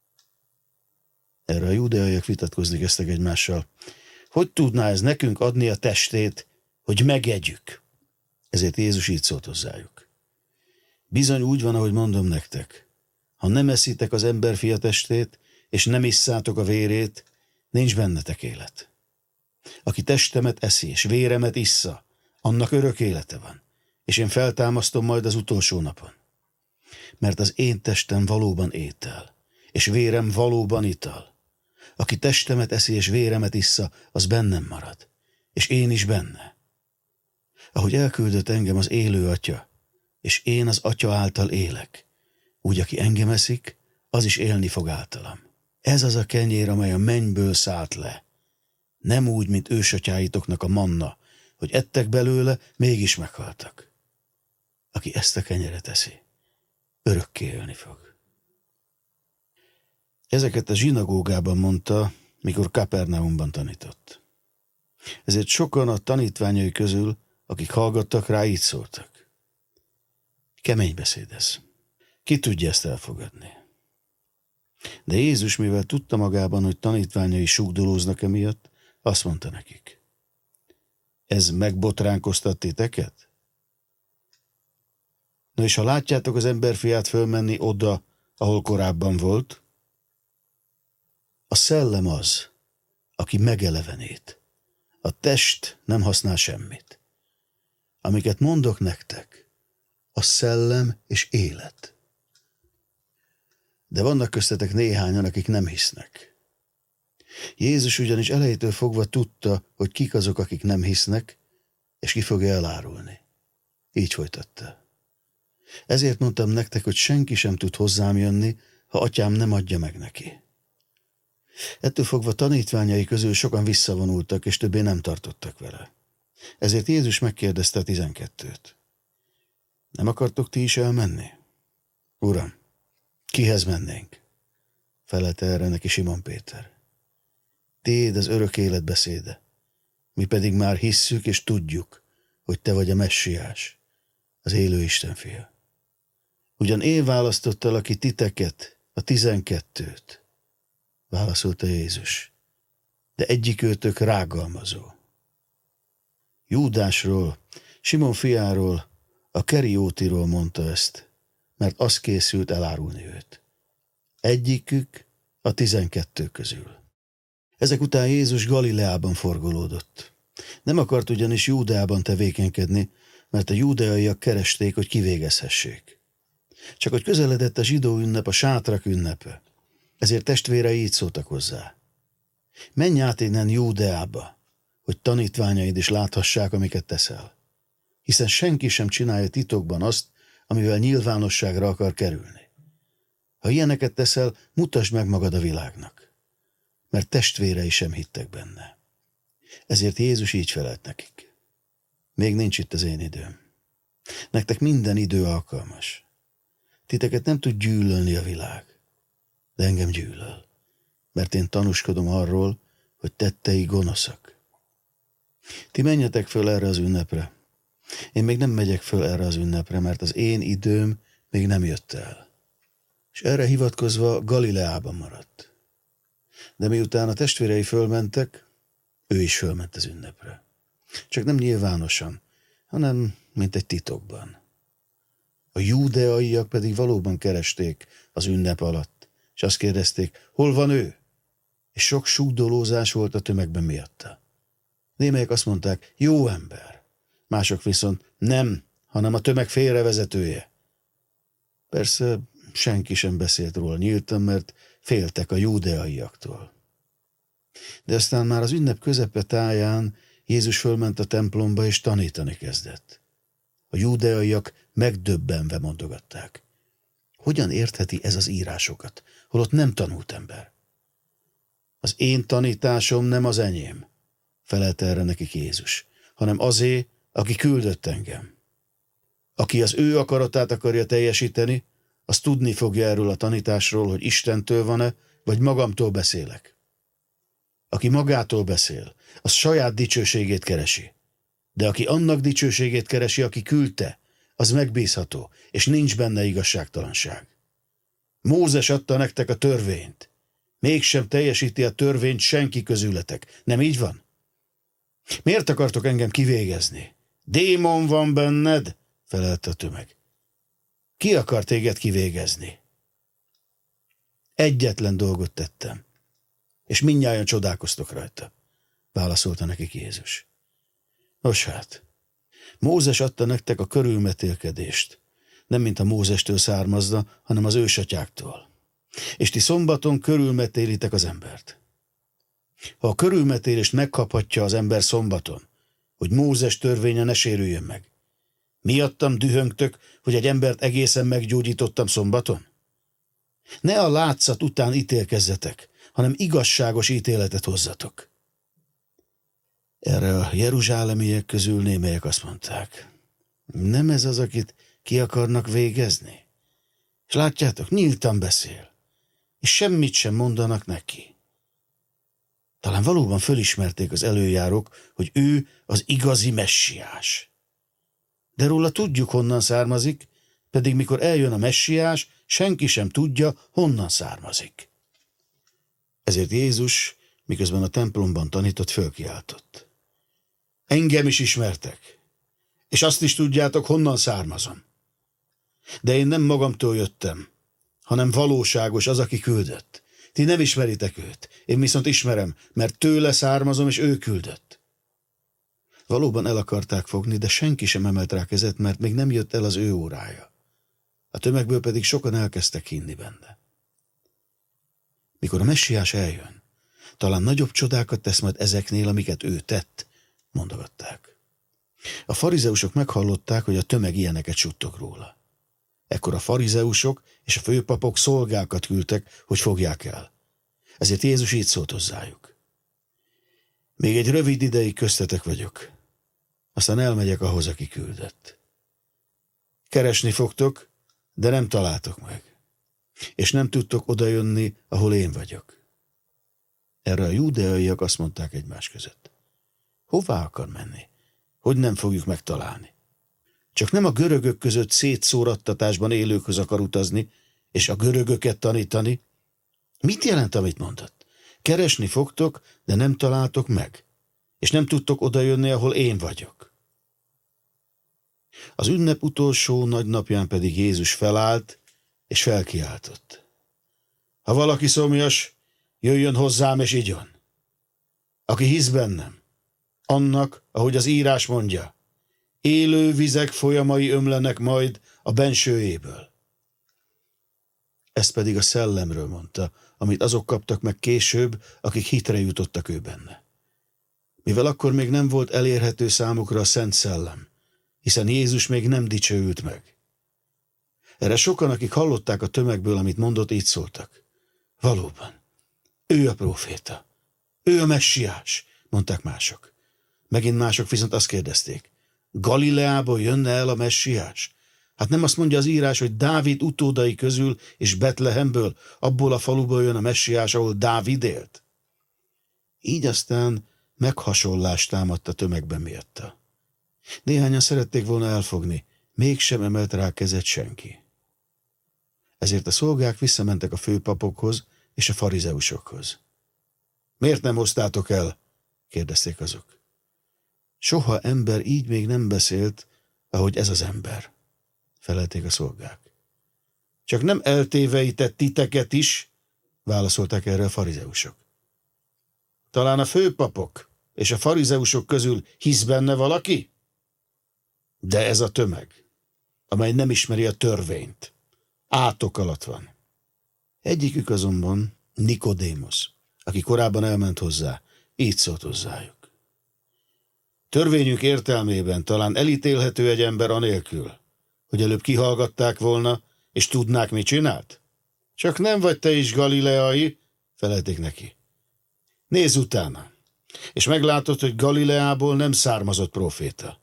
Erre a júdeaiak vitatkozni kezdtek egymással. Hogy tudná ez nekünk adni a testét, hogy megegyük? Ezért Jézus így szólt hozzájuk. Bizony úgy van, ahogy mondom nektek. Ha nem eszitek az emberfia testét, és nem isszátok a vérét, nincs bennetek élet. Aki testemet eszi, és véremet issza, annak örök élete van, és én feltámasztom majd az utolsó napon. Mert az én testem valóban étel, és vérem valóban ital. Aki testemet eszi és véremet issza, az bennem marad, és én is benne. Ahogy elküldött engem az élő Atya, és én az Atya által élek, úgy aki engem eszik, az is élni fog általam. Ez az a kenyér, amely a mennyből szállt le. Nem úgy, mint ősatyáitoknak a manna, hogy ettek belőle, mégis meghaltak. Aki ezt a kenyeret eszi, örökké élni fog. Ezeket a zsinagógában mondta, mikor Kapernaumban tanított. Ezért sokan a tanítványai közül, akik hallgattak rá, így szóltak. Kemény beszéd ez. Ki tudja ezt elfogadni? De Jézus, mivel tudta magában, hogy tanítványai sugdolóznak emiatt, azt mondta nekik. Ez megbotránkoztat titeket? Na és ha látjátok az emberfiát fölmenni oda, ahol korábban volt. A szellem az, aki megelevenít. A test nem használ semmit. Amiket mondok nektek, a szellem és élet. De vannak köztetek néhányan, akik nem hisznek. Jézus ugyanis elejétől fogva tudta, hogy kik azok, akik nem hisznek, és ki fogja elárulni. Így folytatta. Ezért mondtam nektek, hogy senki sem tud hozzám jönni, ha atyám nem adja meg neki. Ettől fogva tanítványai közül sokan visszavonultak, és többé nem tartottak vele. Ezért Jézus megkérdezte a tizenkettőt. Nem akartok ti is elmenni? Uram, kihez mennénk? Felelte erre neki Simon Péter. Téd az örök élet beszéde. Mi pedig már hisszük és tudjuk, hogy te vagy a messiás, az élő Isten fia. Ugyan én választottalak ki titeket, a tizenkettőt, válaszolta Jézus, de egyik őtök rágalmazó. Júdásról, Simon fiáról, a Keriótiról mondta ezt, mert az készült elárulni őt. Egyikük a tizenkettő közül. Ezek után Jézus Galileában forgolódott. Nem akart ugyanis Júdeában tevékenykedni, mert a júdeaiak keresték, hogy kivégezhessék. Csak hogy közeledett a zsidó ünnep, a sátrak ünnepe. Ezért testvérei így szóltak hozzá. Menj át innen Júdeába, hogy tanítványaid is láthassák, amiket teszel. Hiszen senki sem csinálja titokban azt, amivel nyilvánosságra akar kerülni. Ha ilyeneket teszel, mutasd meg magad a világnak. Mert testvérei sem hittek benne. Ezért Jézus így felelt nekik. Még nincs itt az én időm. Nektek minden idő alkalmas. Titeket nem tud gyűlölni a világ, de engem gyűlöl, mert én tanúskodom arról, hogy tettei gonoszak. Ti menjetek föl erre az ünnepre. Én még nem megyek föl erre az ünnepre, mert az én időm még nem jött el. És erre hivatkozva Galileában maradt. De miután a testvérei fölmentek, ő is fölment az ünnepre. Csak nem nyilvánosan, hanem mint egy titokban. A júdeaiak pedig valóban keresték az ünnep alatt, és azt kérdezték, hol van ő? És sok súgdolózás volt a tömegben miatta. Némelyek azt mondták, jó ember, mások viszont nem, hanem a tömeg félrevezetője. Persze senki sem beszélt róla nyíltan, mert féltek a júdeaiaktól. De aztán már az ünnep közepe táján Jézus fölment a templomba és tanítani kezdett. A júdeaiak megdöbbenve mondogatták. Hogyan értheti ez az írásokat, holott nem tanult ember? Az én tanításom nem az enyém, felelte erre nekik Jézus, hanem azé, aki küldött engem. Aki az ő akaratát akarja teljesíteni, az tudni fogja erről a tanításról, hogy Istentől van-e, vagy magamtól beszélek. Aki magától beszél, az saját dicsőségét keresi. De aki annak dicsőségét keresi, aki küldte, az megbízható, és nincs benne igazságtalanság. Mózes adta nektek a törvényt. Mégsem teljesíti a törvényt senki közületek. Nem így van? Miért akartok engem kivégezni? Démon van benned? Felelte a tömeg. Ki akar téged kivégezni? Egyetlen dolgot tettem, és mindnyájan csodálkoztok rajta, válaszolta nekik Jézus. Nos hát, Mózes adta nektek a körülmetélkedést, nem mint a Mózestől származna, hanem az ősatyáktól. És ti szombaton körülmetélitek az embert. Ha a körülmetélést megkaphatja az ember szombaton, hogy Mózes törvénye ne sérüljön meg, miattam dühöngtök, hogy egy embert egészen meggyógyítottam szombaton? Ne a látszat után ítélkezzetek, hanem igazságos ítéletet hozzatok. Erre a jeruzsálemiek közül némelyek azt mondták, nem ez az, akit ki akarnak végezni? És látjátok, nyíltan beszél, és semmit sem mondanak neki. Talán valóban fölismerték az előjárók, hogy ő az igazi messiás. De róla tudjuk, honnan származik, pedig mikor eljön a messiás, senki sem tudja, honnan származik. Ezért Jézus, miközben a templomban tanított, fölkiáltott. Engem is ismertek, és azt is tudjátok, honnan származom. De én nem magamtól jöttem, hanem valóságos az, aki küldött. Ti nem ismeritek őt, én viszont ismerem, mert tőle származom, és ő küldött. Valóban el akarták fogni, de senki sem emelt rá kezet, mert még nem jött el az ő órája. A tömegből pedig sokan elkezdtek hinni benne. Mikor a messiás eljön, talán nagyobb csodákat tesz majd ezeknél, amiket ő tett, mondogatták. A farizeusok meghallották, hogy a tömeg ilyeneket suttog róla. Ekkor a farizeusok és a főpapok szolgákat küldtek, hogy fogják el. Ezért Jézus így szólt hozzájuk. Még egy rövid ideig köztetek vagyok, aztán elmegyek ahhoz, aki küldött. Keresni fogtok, de nem találtok meg, és nem tudtok odajönni, ahol én vagyok. Erre a júdeaiak azt mondták egymás között. Hová akar menni? Hogy nem fogjuk megtalálni? Csak nem a görögök között szétszórattatásban élőkhöz akar utazni, és a görögöket tanítani? Mit jelent, amit mondott? Keresni fogtok, de nem találtok meg, és nem tudtok odajönni, ahol én vagyok. Az ünnep utolsó nagy napján pedig Jézus felállt, és felkiáltott. Ha valaki szomjas, jöjjön hozzám, és igyon. Aki hisz bennem, annak, ahogy az írás mondja, élő vizek folyamai ömlenek majd a bensőjéből. Ezt pedig a szellemről mondta, amit azok kaptak meg később, akik hitre jutottak ő benne. Mivel akkor még nem volt elérhető számukra a Szent Szellem, hiszen Jézus még nem dicsőült meg. Erre sokan, akik hallották a tömegből, amit mondott, így szóltak. Valóban, ő a próféta, ő a messiás, mondták mások. Megint mások viszont azt kérdezték. Galileából jönne el a messiás? Hát nem azt mondja az írás, hogy Dávid utódai közül és Betlehemből, abból a faluból jön a messiás, ahol Dávid élt? Így aztán meghasonlást támadt a tömegben miatta. Néhányan szerették volna elfogni, mégsem emelt rá kezet senki. Ezért a szolgák visszamentek a főpapokhoz és a farizeusokhoz. Miért nem hoztátok el? Kérdezték azok. Soha ember így még nem beszélt, ahogy ez az ember, felelték a szolgák. Csak nem eltéveített titeket is, válaszolták erre a farizeusok. Talán a főpapok és a farizeusok közül hisz benne valaki? De ez a tömeg, amely nem ismeri a törvényt, átok alatt van. Egyikük azonban Nikodémosz, aki korábban elment hozzá, így szólt hozzájuk. Törvényünk értelmében talán elítélhető egy ember anélkül, hogy előbb kihallgatták volna, és tudnák, mit csinált? Csak nem vagy te is galileai, felelték neki. Nézz utána, és meglátod, hogy Galileából nem származott próféta.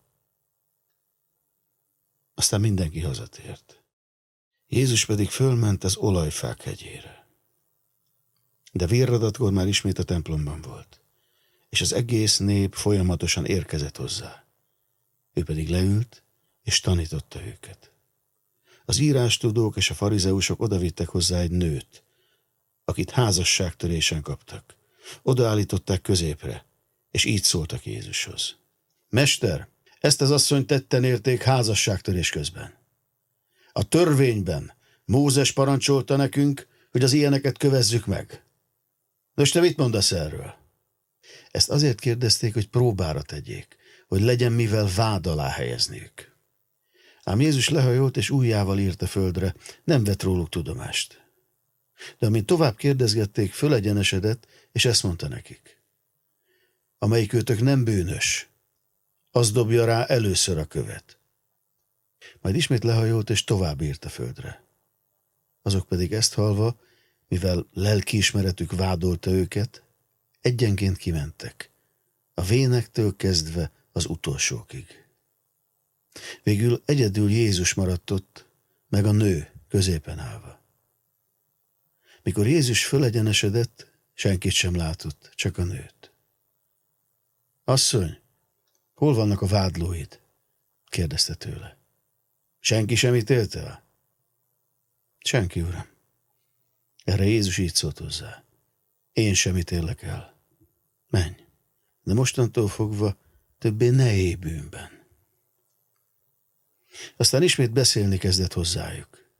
Aztán mindenki hazatért. Jézus pedig fölment az olajfák hegyére. De virradatkor már ismét a templomban volt, és az egész nép folyamatosan érkezett hozzá. Ő pedig leült, és tanította őket. Az írástudók és a farizeusok odavittek hozzá egy nőt, akit házasságtörésen kaptak. Odaállították középre, és így szóltak Jézushoz. Mester, ezt az asszonyt tetten érték házasságtörés közben. A törvényben Mózes parancsolta nekünk, hogy az ilyeneket kövezzük meg. Nos, te mit mondasz erről? Ezt azért kérdezték, hogy próbára tegyék, hogy legyen mivel vád alá helyezniük. Ám Jézus lehajolt, és ujjával írt a földre, nem vett róluk tudomást. De amint tovább kérdezgették, fölegyenesedett, és ezt mondta nekik. Amelyik őtök nem bűnös, az dobja rá először a követ. Majd ismét lehajolt, és tovább írt a földre. Azok pedig ezt hallva, mivel lelkiismeretük vádolta őket, egyenként kimentek, a vénektől kezdve az utolsókig. Végül egyedül Jézus maradt ott, meg a nő középen állva. Mikor Jézus fölegyenesedett, senkit sem látott, csak a nőt. Asszony, hol vannak a vádlóid? Kérdezte tőle. Senki sem ítélte el? Senki, uram. Erre Jézus így szólt hozzá. Én sem ítélek el. Menj, de mostantól fogva többé ne élj bűnben. Aztán ismét beszélni kezdett hozzájuk.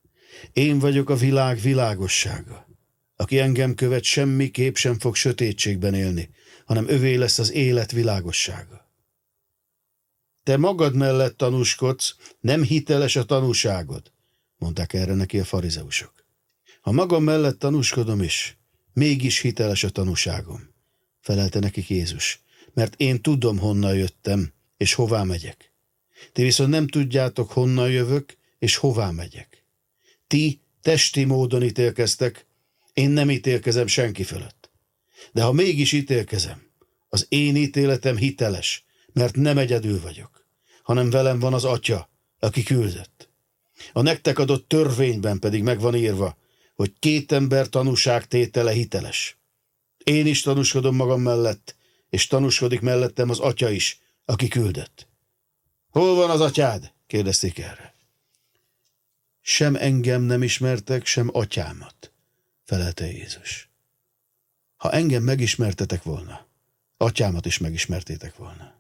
Én vagyok a világ világossága. Aki engem követ, semmiképp sem fog sötétségben élni, hanem övé lesz az élet világossága. Te magad mellett tanúskodsz, nem hiteles a tanúságod, mondták erre neki a farizeusok. Ha magam mellett tanúskodom is, mégis hiteles a tanúságom, felelte nekik Jézus, mert én tudom, honnan jöttem, és hová megyek. Ti viszont nem tudjátok, honnan jövök, és hová megyek. Ti testi módon ítélkeztek, én nem ítélkezem senki fölött. De ha mégis ítélkezem, az én ítéletem hiteles, mert nem egyedül vagyok, hanem velem van az Atya, aki küldött. A nektek adott törvényben pedig meg van írva, hogy két ember tanúságtétele hiteles. Én is tanúskodom magam mellett, és tanúskodik mellettem az Atya is, aki küldött. Hol van az atyád? Kérdezték erre. Sem engem nem ismertek, sem atyámat, felelte Jézus. Ha engem megismertetek volna, atyámat is megismertétek volna.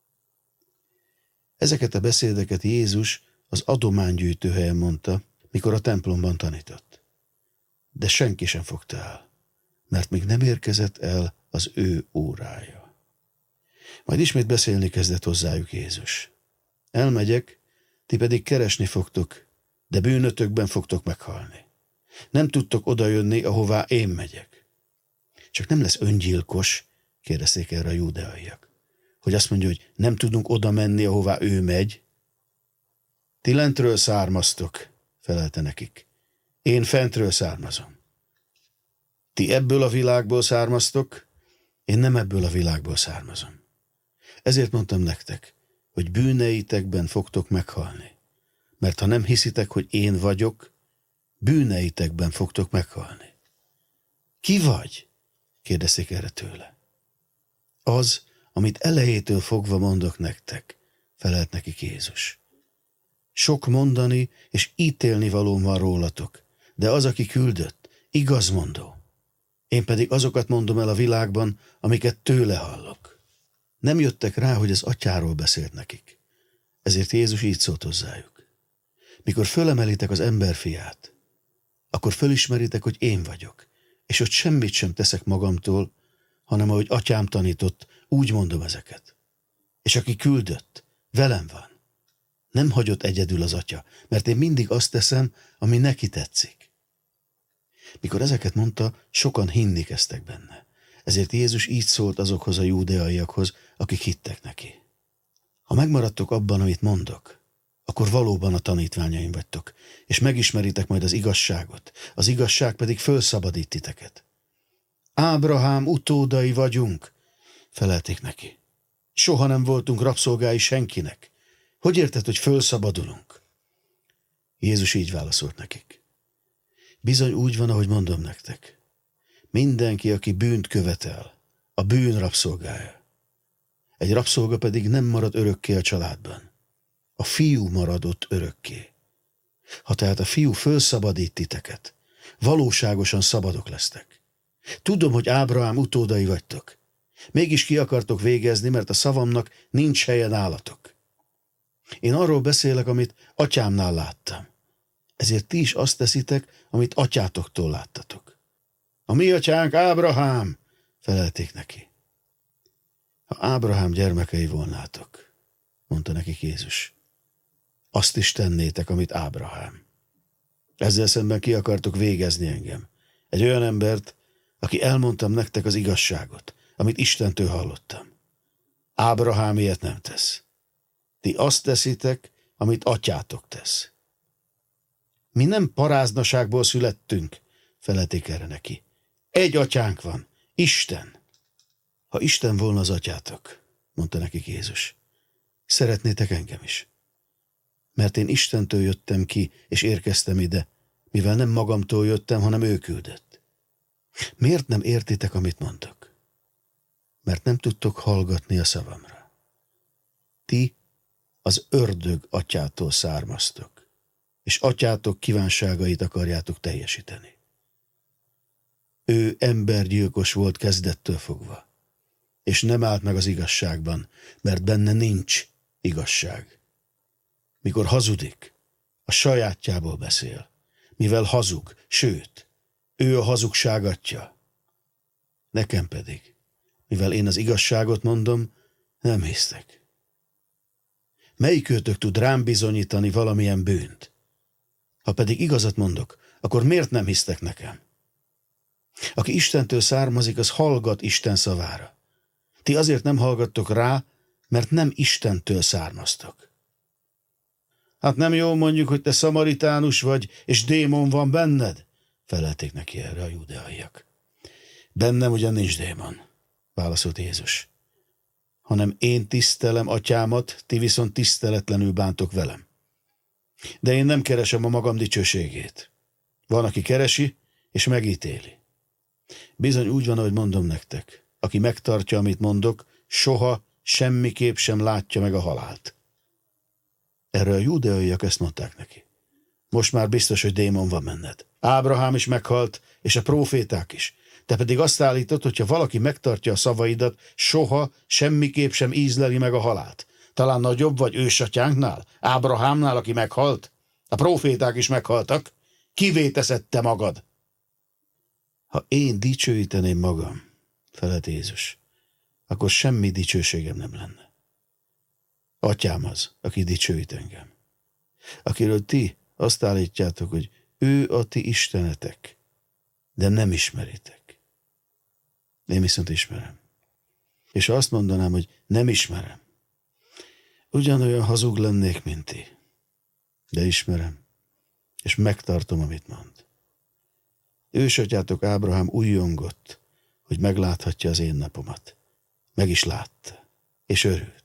Ezeket a beszédeket Jézus az adománygyűjtőhelyen mondta, mikor a templomban tanított. De senki sem fogta el, mert még nem érkezett el az ő órája. Majd ismét beszélni kezdett hozzájuk Jézus. Elmegyek, ti pedig keresni fogtok, de bűnötökben fogtok meghalni. Nem tudtok odajönni, ahová én megyek. Csak nem lesz öngyilkos, kérdezték erre a júdeaiak, hogy azt mondja, hogy nem tudunk oda menni, ahová ő megy. Ti lentről származtok, felelte nekik. Én fentről származom. Ti ebből a világból származtok, én nem ebből a világból származom. Ezért mondtam nektek, hogy bűneitekben fogtok meghalni. Mert ha nem hiszitek, hogy én vagyok, bűneitekben fogtok meghalni. Ki vagy? Kérdezték erre tőle. Az, amit elejétől fogva mondok nektek, felelt nekik Jézus. Sok mondani és ítélni valóm van rólatok, de az, aki küldött, igazmondó. Én pedig azokat mondom el a világban, amiket tőle hallok. Nem jöttek rá, hogy az atyáról beszélt nekik. Ezért Jézus így szólt hozzájuk. Mikor fölemelitek az emberfiát, akkor fölismeritek, hogy én vagyok, és hogy semmit sem teszek magamtól, hanem ahogy atyám tanított, úgy mondom ezeket. És aki küldött, velem van. Nem hagyott egyedül az atya, mert én mindig azt teszem, ami neki tetszik. Mikor ezeket mondta, sokan hinni kezdtek benne. Ezért Jézus így szólt azokhoz a júdeaiakhoz, akik hittek neki. Ha megmaradtok abban, amit mondok, akkor valóban a tanítványaim vagytok, és megismeritek majd az igazságot, az igazság pedig fölszabadít titeket. Ábrahám utódai vagyunk, felelték neki. Soha nem voltunk rabszolgái senkinek. Hogy érted, hogy fölszabadulunk? Jézus így válaszolt nekik. Bizony úgy van, ahogy mondom nektek. Mindenki, aki bűnt követel, a bűn rabszolgája. Egy rabszolga pedig nem marad örökké a családban. A fiú maradott örökké. Ha tehát a fiú fölszabadít titeket, valóságosan szabadok lesztek. Tudom, hogy Ábrahám utódai vagytok. Mégis ki akartok végezni, mert a szavamnak nincs helye nálatok. Én arról beszélek, amit atyámnál láttam. Ezért ti is azt teszitek, amit atyátoktól láttatok. A mi atyánk Ábrahám, felelték neki. Ha Ábrahám gyermekei volnátok, mondta nekik Jézus, azt is tennétek, amit Ábrahám. Ezzel szemben ki akartok végezni engem. Egy olyan embert, aki elmondtam nektek az igazságot, amit Istentől hallottam. Ábrahám ilyet nem tesz. Ti azt teszitek, amit atyátok tesz. Mi nem paráznaságból születtünk, felelték erre neki. Egy atyánk van, Isten. Ha Isten volna az atyátok, mondta nekik Jézus, szeretnétek engem is. Mert én Istentől jöttem ki, és érkeztem ide, mivel nem magamtól jöttem, hanem ő küldött. Miért nem értitek, amit mondok? Mert nem tudtok hallgatni a szavamra. Ti az ördög atyától származtok, és atyátok kívánságait akarjátok teljesíteni. Ő embergyilkos volt kezdettől fogva, és nem állt meg az igazságban, mert benne nincs igazság. Mikor hazudik, a sajátjából beszél, mivel hazug, sőt, ő a hazugság atya. Nekem pedig, mivel én az igazságot mondom, nem hisztek. Melyikőtök tud rám bizonyítani valamilyen bűnt? Ha pedig igazat mondok, akkor miért nem hisztek nekem? Aki Istentől származik, az hallgat Isten szavára. Ti azért nem hallgattok rá, mert nem Istentől származtok. Hát nem jó mondjuk, hogy te szamaritánus vagy, és démon van benned? Felelték neki erre a júdeaiak. Bennem ugyan nincs démon, válaszolt Jézus, hanem én tisztelem atyámat, ti viszont tiszteletlenül bántok velem. De én nem keresem a magam dicsőségét. Van, aki keresi, és megítéli. Bizony úgy van, ahogy mondom nektek. Aki megtartja, amit mondok, soha, semmiképp sem látja meg a halált. Erre a júdeaiak ezt mondták neki. Most már biztos, hogy démon van benned. Ábrahám is meghalt, és a próféták is. Te pedig azt állítod, hogyha valaki megtartja a szavaidat, soha, semmiképp sem ízleli meg a halált. Talán nagyobb vagy ősatyánknál, Ábrahámnál, aki meghalt? A próféták is meghaltak. Kivé teszed te magad? Ha én dicsőíteném magam, felelt Jézus, akkor semmi dicsőségem nem lenne. Atyám az, aki dicsőít engem. Akiről ti azt állítjátok, hogy ő a ti istenetek, de nem ismeritek. Én viszont ismerem. És ha azt mondanám, hogy nem ismerem, ugyanolyan hazug lennék, mint ti. De ismerem, és megtartom, amit mond. Ősatyátok Ábrahám újjongott, hogy megláthatja az én napomat. Meg is látta, és örült.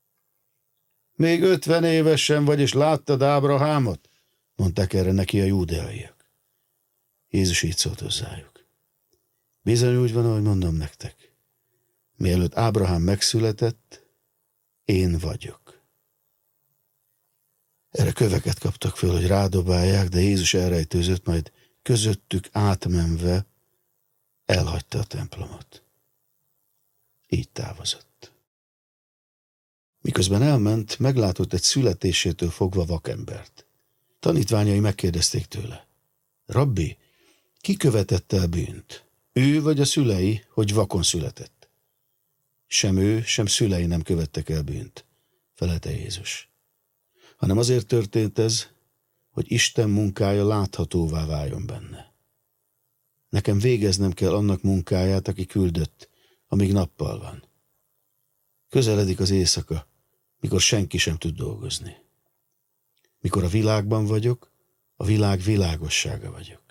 Még ötven évesen vagy, és láttad Ábrahámot? Mondták erre neki a júdeaiak. Jézus így szólt hozzájuk. Bizony úgy van, ahogy mondom nektek. Mielőtt Ábrahám megszületett, én vagyok. Erre köveket kaptak föl, hogy rádobálják, de Jézus elrejtőzött, majd közöttük átmenve elhagyta a templomot. Így távozott. Miközben elment, meglátott egy születésétől fogva vakembert. Tanítványai megkérdezték tőle. Rabbi, ki követette el bűnt? Ő vagy a szülei, hogy vakon született? Sem ő, sem szülei nem követtek el bűnt, felelte Jézus. Hanem azért történt ez, hogy Isten munkája láthatóvá váljon benne. Nekem végeznem kell annak munkáját, aki küldött, amíg nappal van. Közeledik az éjszaka, mikor senki sem tud dolgozni. Mikor a világban vagyok, a világ világossága vagyok.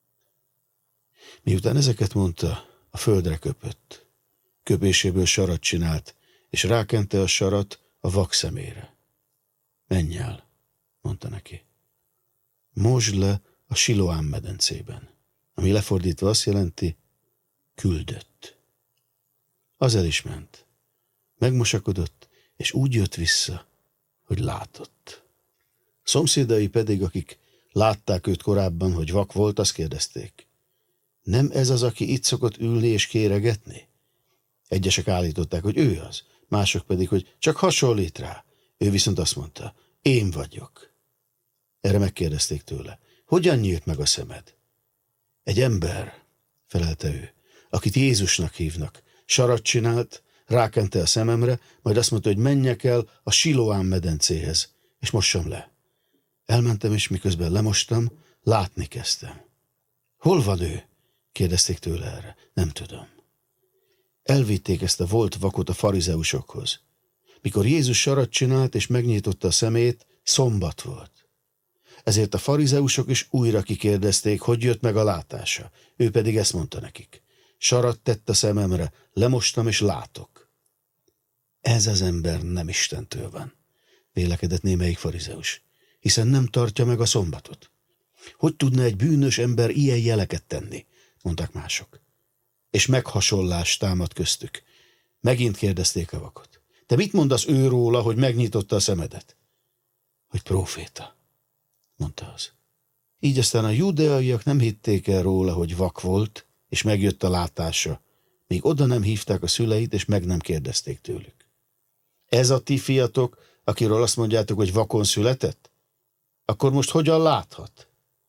Miután ezeket mondta, a földre köpött. Köpéséből sarat csinált, és rákente a sarat a vak szemére. Menj el, mondta neki. Mosd le a Siloám medencében, ami lefordítva azt jelenti, küldött. Az el is ment. Megmosakodott, és úgy jött vissza, hogy látott. Szomszédai pedig, akik látták őt korábban, hogy vak volt, azt kérdezték. Nem ez az, aki itt szokott ülni és kéregetni? Egyesek állították, hogy ő az, mások pedig, hogy csak hasonlít rá. Ő viszont azt mondta, én vagyok. Erre megkérdezték tőle, hogyan nyílt meg a szemed? Egy ember, felelte ő, akit Jézusnak hívnak, sarat csinált, rákente a szememre, majd azt mondta, hogy menjek el a Siloám medencéhez, és mossam le. Elmentem, és miközben lemostam, látni kezdtem. Hol van ő? Kérdezték tőle erre. Nem tudom. Elvitték ezt a volt vakot a farizeusokhoz. Mikor Jézus sarat csinált, és megnyitotta a szemét, szombat volt. Ezért a farizeusok is újra kikérdezték, hogy jött meg a látása. Ő pedig ezt mondta nekik. Sarat tett a szememre, lemostam és látok. Ez az ember nem Istentől van, vélekedett némelyik farizeus, hiszen nem tartja meg a szombatot. Hogy tudna egy bűnös ember ilyen jeleket tenni, mondták mások. És meghasonlás támad köztük. Megint kérdezték a vakot. Te mit mondasz ő róla, hogy megnyitotta a szemedet? Hogy próféta, mondta az. Így aztán a júdeaiak nem hitték el róla, hogy vak volt, és megjött a látása, míg oda nem hívták a szüleit, és meg nem kérdezték tőlük. Ez a ti fiatok, akiről azt mondjátok, hogy vakon született? Akkor most hogyan láthat?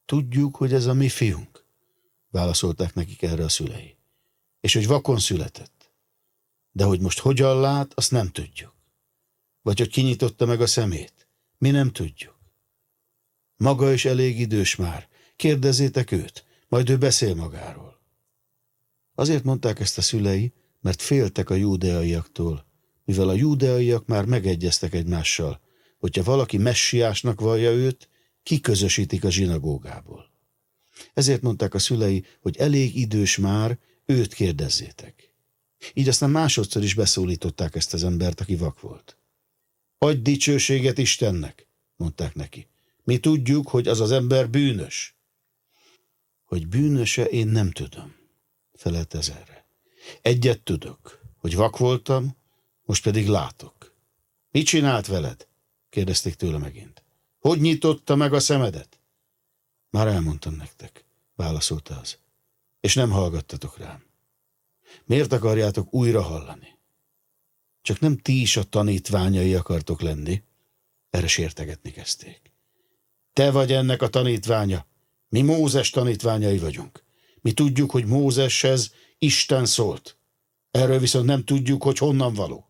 Tudjuk, hogy ez a mi fiunk, válaszolták nekik erre a szülei, és hogy vakon született. De hogy most hogyan lát, azt nem tudjuk. Vagy hogy kinyitotta meg a szemét, mi nem tudjuk. Maga is elég idős már, kérdezzétek őt, majd ő beszél magáról. Azért mondták ezt a szülei, mert féltek a júdeaiaktól, mivel a júdeaiak már megegyeztek egymással, hogyha valaki messiásnak vallja őt, kiközösítik a zsinagógából. Ezért mondták a szülei, hogy elég idős már, őt kérdezzétek. Így aztán másodszor is beszólították ezt az embert, aki vak volt. Adj dicsőséget Istennek, mondták neki. Mi tudjuk, hogy az az ember bűnös. Hogy bűnöse, én nem tudom, felelt ez erre. Egyet tudok, hogy vak voltam, most pedig látok. Mit csinált veled? Kérdezték tőle megint. Hogy nyitotta meg a szemedet? Már elmondtam nektek, válaszolta az. És nem hallgattatok rám. Miért akarjátok újra hallani? Csak nem ti is a tanítványai akartok lenni? Erre sértegetni kezdték. Te vagy ennek a tanítványa. Mi Mózes tanítványai vagyunk. Mi tudjuk, hogy Mózeshez Isten szólt. Erről viszont nem tudjuk, hogy honnan való.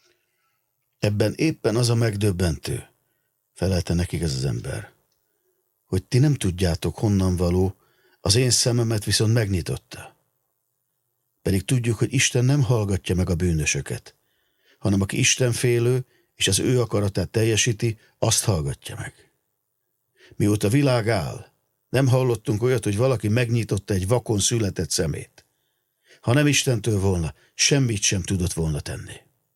Ebben éppen az a megdöbbentő, felelte nekik ez az ember, hogy ti nem tudjátok, honnan való, az én szememet viszont megnyitotta. Pedig tudjuk, hogy Isten nem hallgatja meg a bűnösöket, hanem aki Istenfélő és az ő akaratát teljesíti, azt hallgatja meg. Mióta világ áll, nem hallottunk olyat, hogy valaki megnyitotta egy vakon született szemét. Ha nem Istentől volna, semmit sem tudott volna tenni.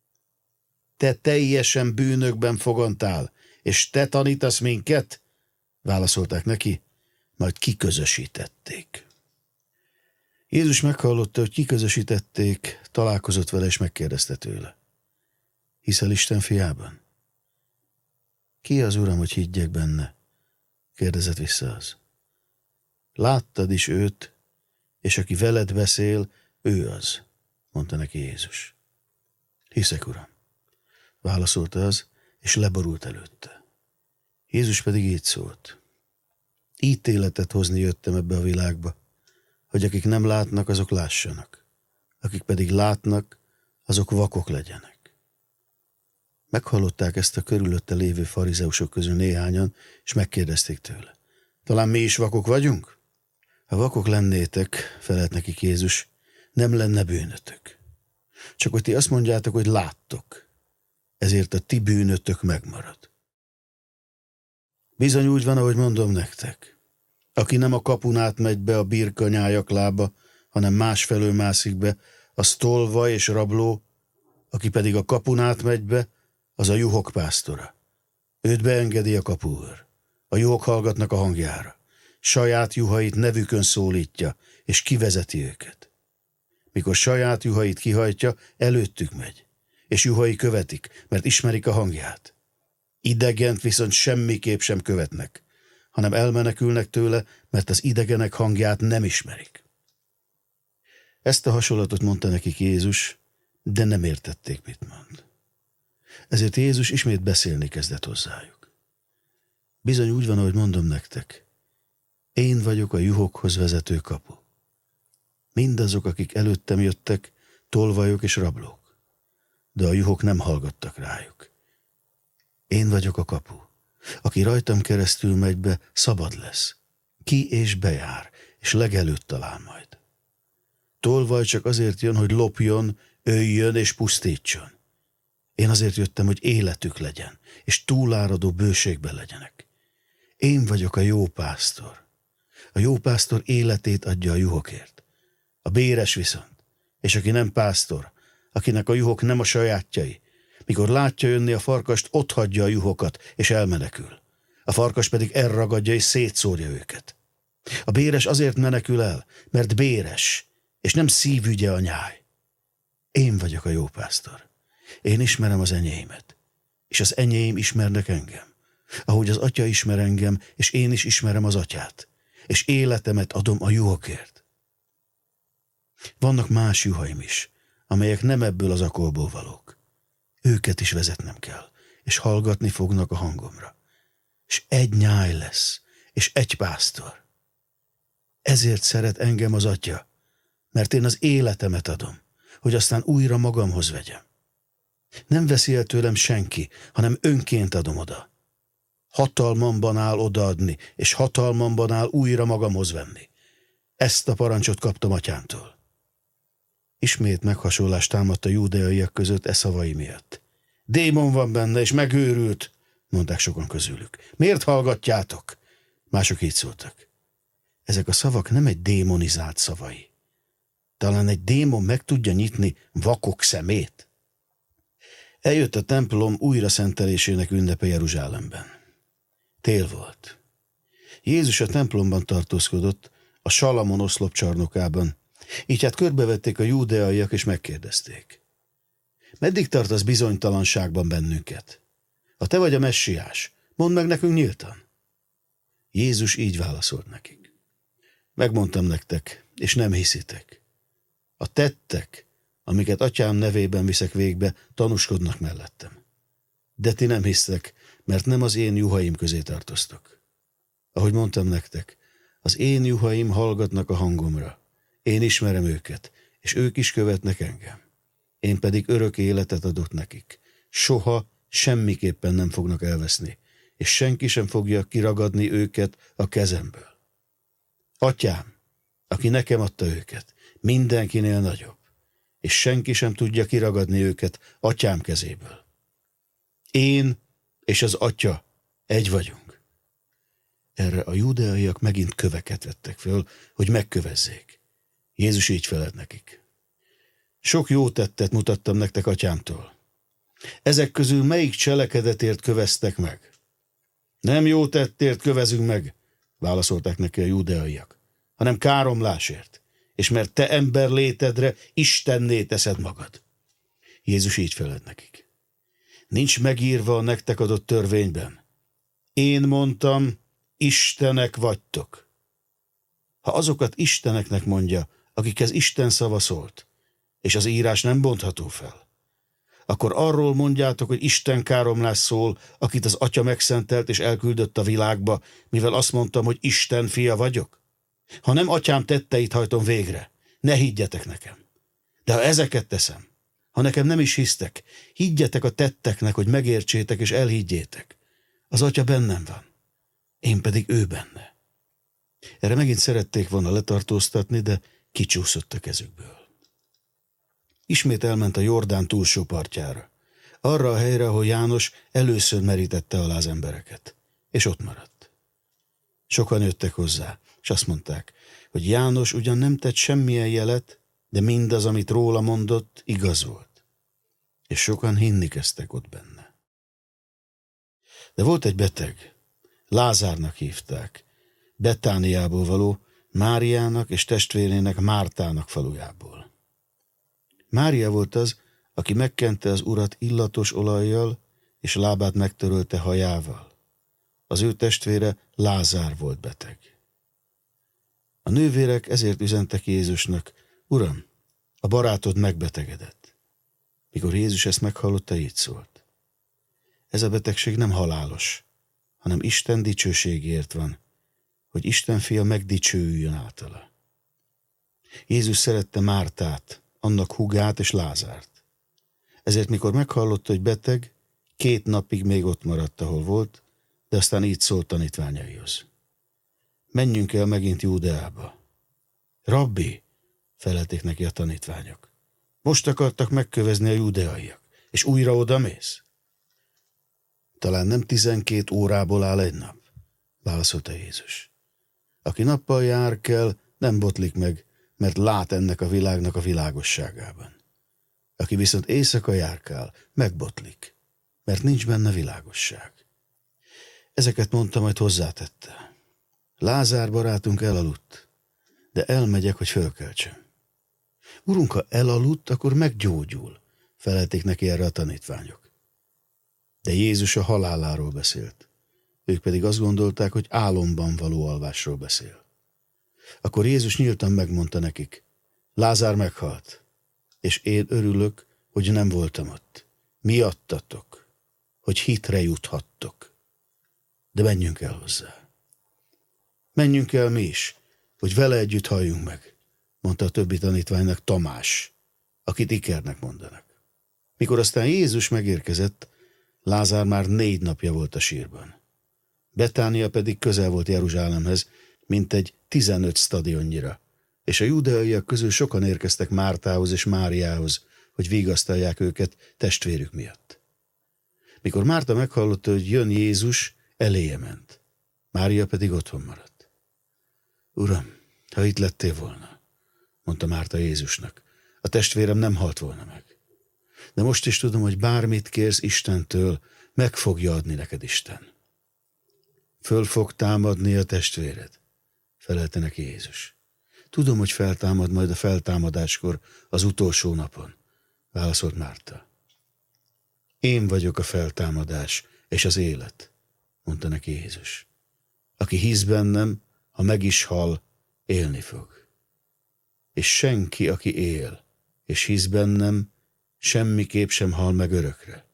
Te teljesen bűnökben fogantál, és te tanítasz minket? Válaszolták neki, majd kiközösítették. Jézus meghallotta, hogy kiközösítették, találkozott vele, és megkérdezte tőle. Hiszel Isten fiában? Ki az Uram, hogy higgyek benne? Kérdezett vissza az. Láttad is őt, és aki veled beszél, ő az, mondta neki Jézus. Hiszek, Uram, válaszolta az, és leborult előtte. Jézus pedig így szólt. Ítéletet hozni jöttem ebbe a világba, hogy akik nem látnak, azok lássanak, akik pedig látnak, azok vakok legyenek. Meghallották ezt a körülötte lévő farizeusok közül néhányan, és megkérdezték tőle. Talán mi is vakok vagyunk? Ha vakok lennétek, felelt nekik Jézus, nem lenne bűnötök. Csak hogy ti azt mondjátok, hogy láttok, ezért a ti bűnötök megmarad. Bizony úgy van, ahogy mondom nektek. Aki nem a kapun át megy be a birkanyájak lába, hanem másfelől mászik be, az tolvaj és rabló, aki pedig a kapun át megy be, az a juhok pásztora. Őt beengedi a kapuőr. A juhok hallgatnak a hangjára. Saját juhait nevükön szólítja, és kivezeti őket. Mikor saját juhait kihajtja, előttük megy, és juhai követik, mert ismerik a hangját. Idegent viszont semmiképp sem követnek, hanem elmenekülnek tőle, mert az idegenek hangját nem ismerik. Ezt a hasonlatot mondta nekik Jézus, de nem értették, mit mond. Ezért Jézus ismét beszélni kezdett hozzájuk. Bizony úgy van, ahogy mondom nektek, én vagyok a juhokhoz vezető kapu. Mindazok, akik előttem jöttek, tolvajok és rablók, de a juhok nem hallgattak rájuk. Én vagyok a kapu. Aki rajtam keresztül megy be, szabad lesz. Ki és bejár, és legelőtt talál majd. Tolvaj csak azért jön, hogy lopjon, öljön és pusztítson. Én azért jöttem, hogy életük legyen, és túláradó bőségben legyenek. Én vagyok a jó pásztor. A jó pásztor életét adja a juhokért. A béres viszont, és aki nem pásztor, akinek a juhok nem a sajátjai, mikor látja jönni a farkast, otthagyja a juhokat, és elmenekül. A farkas pedig elragadja, és szétszórja őket. A béres azért menekül el, mert béres, és nem szívügye a nyáj. Én vagyok a jó pásztor. Én ismerem az enyémet, és az enyém ismernek engem. Ahogy az atya ismer engem, és én is ismerem az atyát, és életemet adom a juhokért. Vannak más juhaim is, amelyek nem ebből az akolból valók. Őket is vezetnem kell, és hallgatni fognak a hangomra. És egy nyáj lesz, és egy pásztor. Ezért szeret engem az Atya, mert én az életemet adom, hogy aztán újra magamhoz vegyem. Nem veszi el tőlem senki, hanem önként adom oda. Hatalmamban áll odaadni, és hatalmamban áll újra magamhoz venni. Ezt a parancsot kaptam Atyámtól. Ismét meghasonlás támadt a júdeaiak között e szavai miatt. Démon van benne, és megőrült, mondták sokan közülük. Miért hallgatjátok? Mások így szóltak. Ezek a szavak nem egy démonizált szavai. Talán egy démon meg tudja nyitni vakok szemét? Eljött a templom újra szentelésének ünnepe Jeruzsálemben. Tél volt. Jézus a templomban tartózkodott, a Salamon oszlop csarnokában. Így hát körbevették a júdeaiak, és megkérdezték. Meddig tartasz bizonytalanságban bennünket? Ha te vagy a messiás, mondd meg nekünk nyíltan. Jézus így válaszolt nekik. Megmondtam nektek, és nem hiszitek. A tettek, amiket Atyám nevében viszek végbe, tanúskodnak mellettem. De ti nem hisztek, mert nem az én juhaim közé tartoztok. Ahogy mondtam nektek, az én juhaim hallgatnak a hangomra. Én ismerem őket, és ők is követnek engem. Én pedig örök életet adok nekik. Soha, semmiképpen nem fognak elveszni, és senki sem fogja kiragadni őket a kezemből. Atyám, aki nekem adta őket, mindenkinél nagyobb, és senki sem tudja kiragadni őket Atyám kezéből. Én és az Atya egy vagyunk. Erre a júdeaiak megint köveket vettek föl, hogy megkövezzék. Jézus így felelt nekik. Sok jó tettet mutattam nektek Atyámtól. Ezek közül melyik cselekedetért köveztek meg? Nem jó tettért kövezünk meg, válaszolták neki a júdeaiak, hanem káromlásért, és mert te ember létedre Istenné teszed magad. Jézus így felelt nekik. Nincs megírva a nektek adott törvényben. Én mondtam, istenek vagytok. Ha azokat isteneknek mondja, akikhez Isten szava szólt, és az írás nem bontható fel, akkor arról mondjátok, hogy Isten káromlás szól, akit az Atya megszentelt és elküldött a világba, mivel azt mondtam, hogy Isten fia vagyok? Ha nem Atyám tetteit hajtom végre, ne higgyetek nekem. De ha ezeket teszem, ha nekem nem is hisztek, higgyetek a tetteknek, hogy megértsétek és elhiggyétek. Az Atya bennem van, én pedig ő benne. Erre megint szerették volna letartóztatni, de kicsúszott a kezükből. Ismét elment a Jordán túlsó partjára, arra a helyre, ahol János először merítette alá az embereket, és ott maradt. Sokan jöttek hozzá, és azt mondták, hogy János ugyan nem tett semmilyen jelet, de mindaz, amit róla mondott, igaz volt. És sokan hinni kezdtek ott benne. De volt egy beteg, Lázárnak hívták, Betániából való, Máriának és testvérének Mártának falujából. Mária volt az, aki megkente az Urat illatos olajjal, és lábát megtörölte hajával. Az ő testvére Lázár volt beteg. A nővérek ezért üzentek Jézusnak, Uram, a barátod megbetegedett. Mikor Jézus ezt meghallotta, így szólt. Ez a betegség nem halálos, hanem Isten dicsőségért van, hogy Isten fia megdicsőüljön általa. Jézus szerette Mártát, annak húgát és Lázárt. Ezért mikor meghallotta, hogy beteg, két napig még ott maradt, ahol volt, de aztán így szólt tanítványaihoz. Menjünk el megint Júdeába. Rabbi, felelték neki a tanítványok. Most akartak megkövezni a júdeaiak, és újra odamész? Talán nem tizenkét órából áll egy nap, válaszolta Jézus. Aki nappal jár kell, nem botlik meg, mert lát ennek a világnak a világosságában. Aki viszont éjszaka járkál, megbotlik, mert nincs benne világosság. Ezeket mondta, majd hozzátette. Lázár barátunk elaludt, de elmegyek, hogy fölkeltsem. Urunk, ha elaludt, akkor meggyógyul, felelték neki erre a tanítványok. De Jézus a haláláról beszélt. Ők pedig azt gondolták, hogy álomban való alvásról beszél. Akkor Jézus nyíltan megmondta nekik, Lázár meghalt, és én örülök, hogy nem voltam ott. Miattatok, hogy hitre juthattok. De menjünk el hozzá. Menjünk el mi is, hogy vele együtt halljunk meg, mondta a többi tanítványnak Tamás, akit Ikernek mondanak. Mikor aztán Jézus megérkezett, Lázár már négy napja volt a sírban. Betánia pedig közel volt Jeruzsálemhez, mintegy tizenöt stadionnyira, és a júdeaiak közül sokan érkeztek Mártához és Máriához, hogy vigasztalják őket testvérük miatt. Mikor Márta meghallotta, hogy jön Jézus, eléje ment. Mária pedig otthon maradt. Uram, ha itt lettél volna, mondta Márta Jézusnak, a testvérem nem halt volna meg. De most is tudom, hogy bármit kérsz Istentől, meg fogja adni neked Isten. Föl fog támadni a testvéred, felelte neki Jézus. Tudom, hogy feltámad majd a feltámadáskor, az utolsó napon, válaszolt Márta. Én vagyok a feltámadás és az élet, mondta neki Jézus. Aki hisz bennem, ha meg is hal, élni fog. És senki, aki él, és hisz bennem, semmiképp sem hal meg örökre.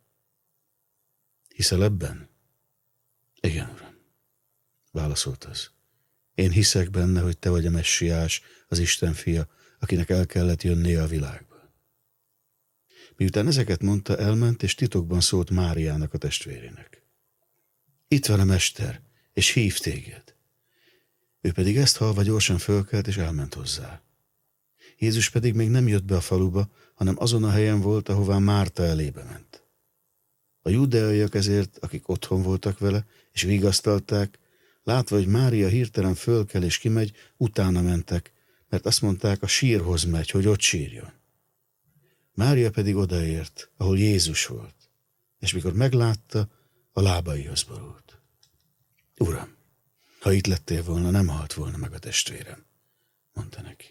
Hiszel ebben? Igen, Uram, válaszolt az. Én hiszek benne, hogy te vagy a Messiás, az Isten fia, akinek el kellett jönnie a világba. Miután ezeket mondta, elment, és titokban szólt Máriának, a testvérének. Itt van a Mester, és hív téged. Ő pedig ezt hallva gyorsan fölkelt, és elment hozzá. Jézus pedig még nem jött be a faluba, hanem azon a helyen volt, ahová Márta elébe ment. A júdeaiak ezért, akik otthon voltak vele, és vigasztalták, látva, hogy Mária hirtelen fölkel és kimegy, utána mentek, mert azt mondták, a sírhoz megy, hogy ott sírjon. Mária pedig odaért, ahol Jézus volt, és mikor meglátta, a lábaihoz borult. Uram, ha itt lettél volna, nem halt volna meg a testvérem, mondta neki.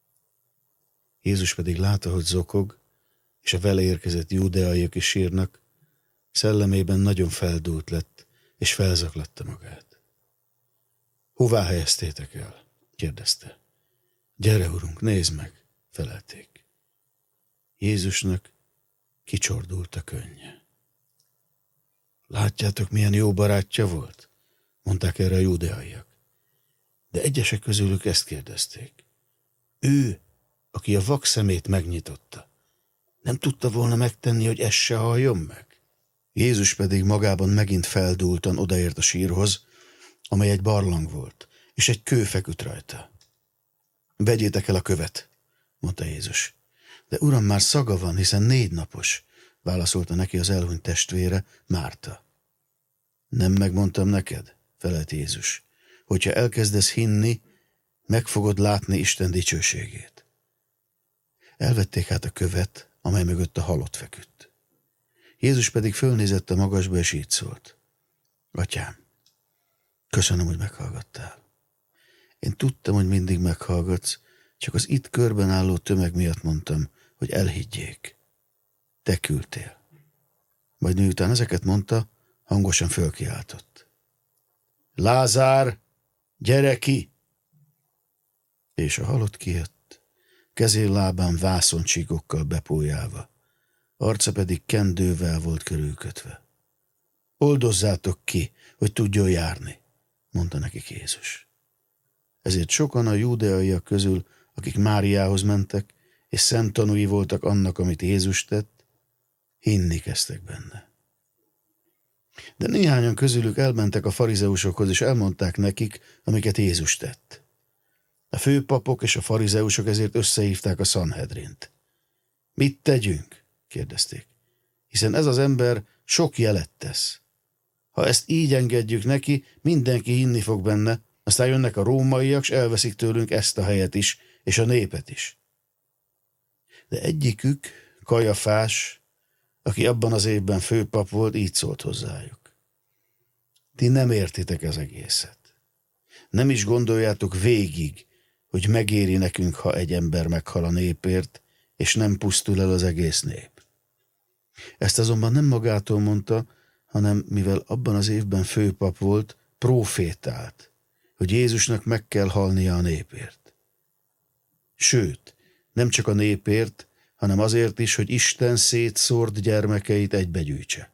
Jézus pedig látta, hogy zokog, és a vele érkezett júdeaiak is sírnak, szellemében nagyon feldúlt lett, és felzaklatta magát. Hová helyeztétek el? kérdezte. Gyere, Urunk, nézd meg, felelték. Jézusnak kicsordult a könnye. Látjátok, milyen jó barátja volt? Mondták erre a júdeaiak. De egyesek közülük ezt kérdezték. Ő, aki a vak szemét megnyitotta, nem tudta volna megtenni, hogy ez se halljon meg? Jézus pedig magában megint feldúltan odaért a sírhoz, amely egy barlang volt, és egy kő feküdt rajta. Vegyétek el a követ, mondta Jézus. De Uram, már szaga van, hiszen négy napos, válaszolta neki az elhunyt testvére, Márta. Nem megmondtam neked, felelt Jézus, hogyha elkezdesz hinni, meg fogod látni Isten dicsőségét. Elvették hát a követ, amely mögött a halott feküdt. Jézus pedig fölnézett a magasba, és így szólt. Atyám, köszönöm, hogy meghallgattál. Én tudtam, hogy mindig meghallgatsz, csak az itt körben álló tömeg miatt mondtam, hogy elhiggyék. Te küldtél. Majd miután ezeket mondta, hangosan fölkiáltott. Lázár, gyere ki! És a halott kijött, kezén lábán vászoncsíkokkal bepójálva, arca pedig kendővel volt körülkötve. Oldozzátok ki, hogy tudjon járni, mondta nekik Jézus. Ezért sokan a júdeaiak közül, akik Máriához mentek, és szemtanúi voltak annak, amit Jézus tett, hinni kezdtek benne. De néhányan közülük elmentek a farizeusokhoz, és elmondták nekik, amiket Jézus tett. A főpapok és a farizeusok ezért összehívták a Szanhedrint. Mit tegyünk? kérdezték. Hiszen ez az ember sok jelet tesz. Ha ezt így engedjük neki, mindenki hinni fog benne, aztán jönnek a rómaiak, s elveszik tőlünk ezt a helyet is, és a népet is. De egyikük, Kajafás, aki abban az évben főpap volt, így szólt hozzájuk. Ti nem értitek az egészet. Nem is gondoljátok végig, hogy megéri nekünk, ha egy ember meghal a népért, és nem pusztul el az egész nép. Ezt azonban nem magától mondta, hanem mivel abban az évben főpap volt, prófétált, hogy Jézusnak meg kell halnia a népért. Sőt, nem csak a népért, hanem azért is, hogy Isten szétszórt gyermekeit egybegyűjtse.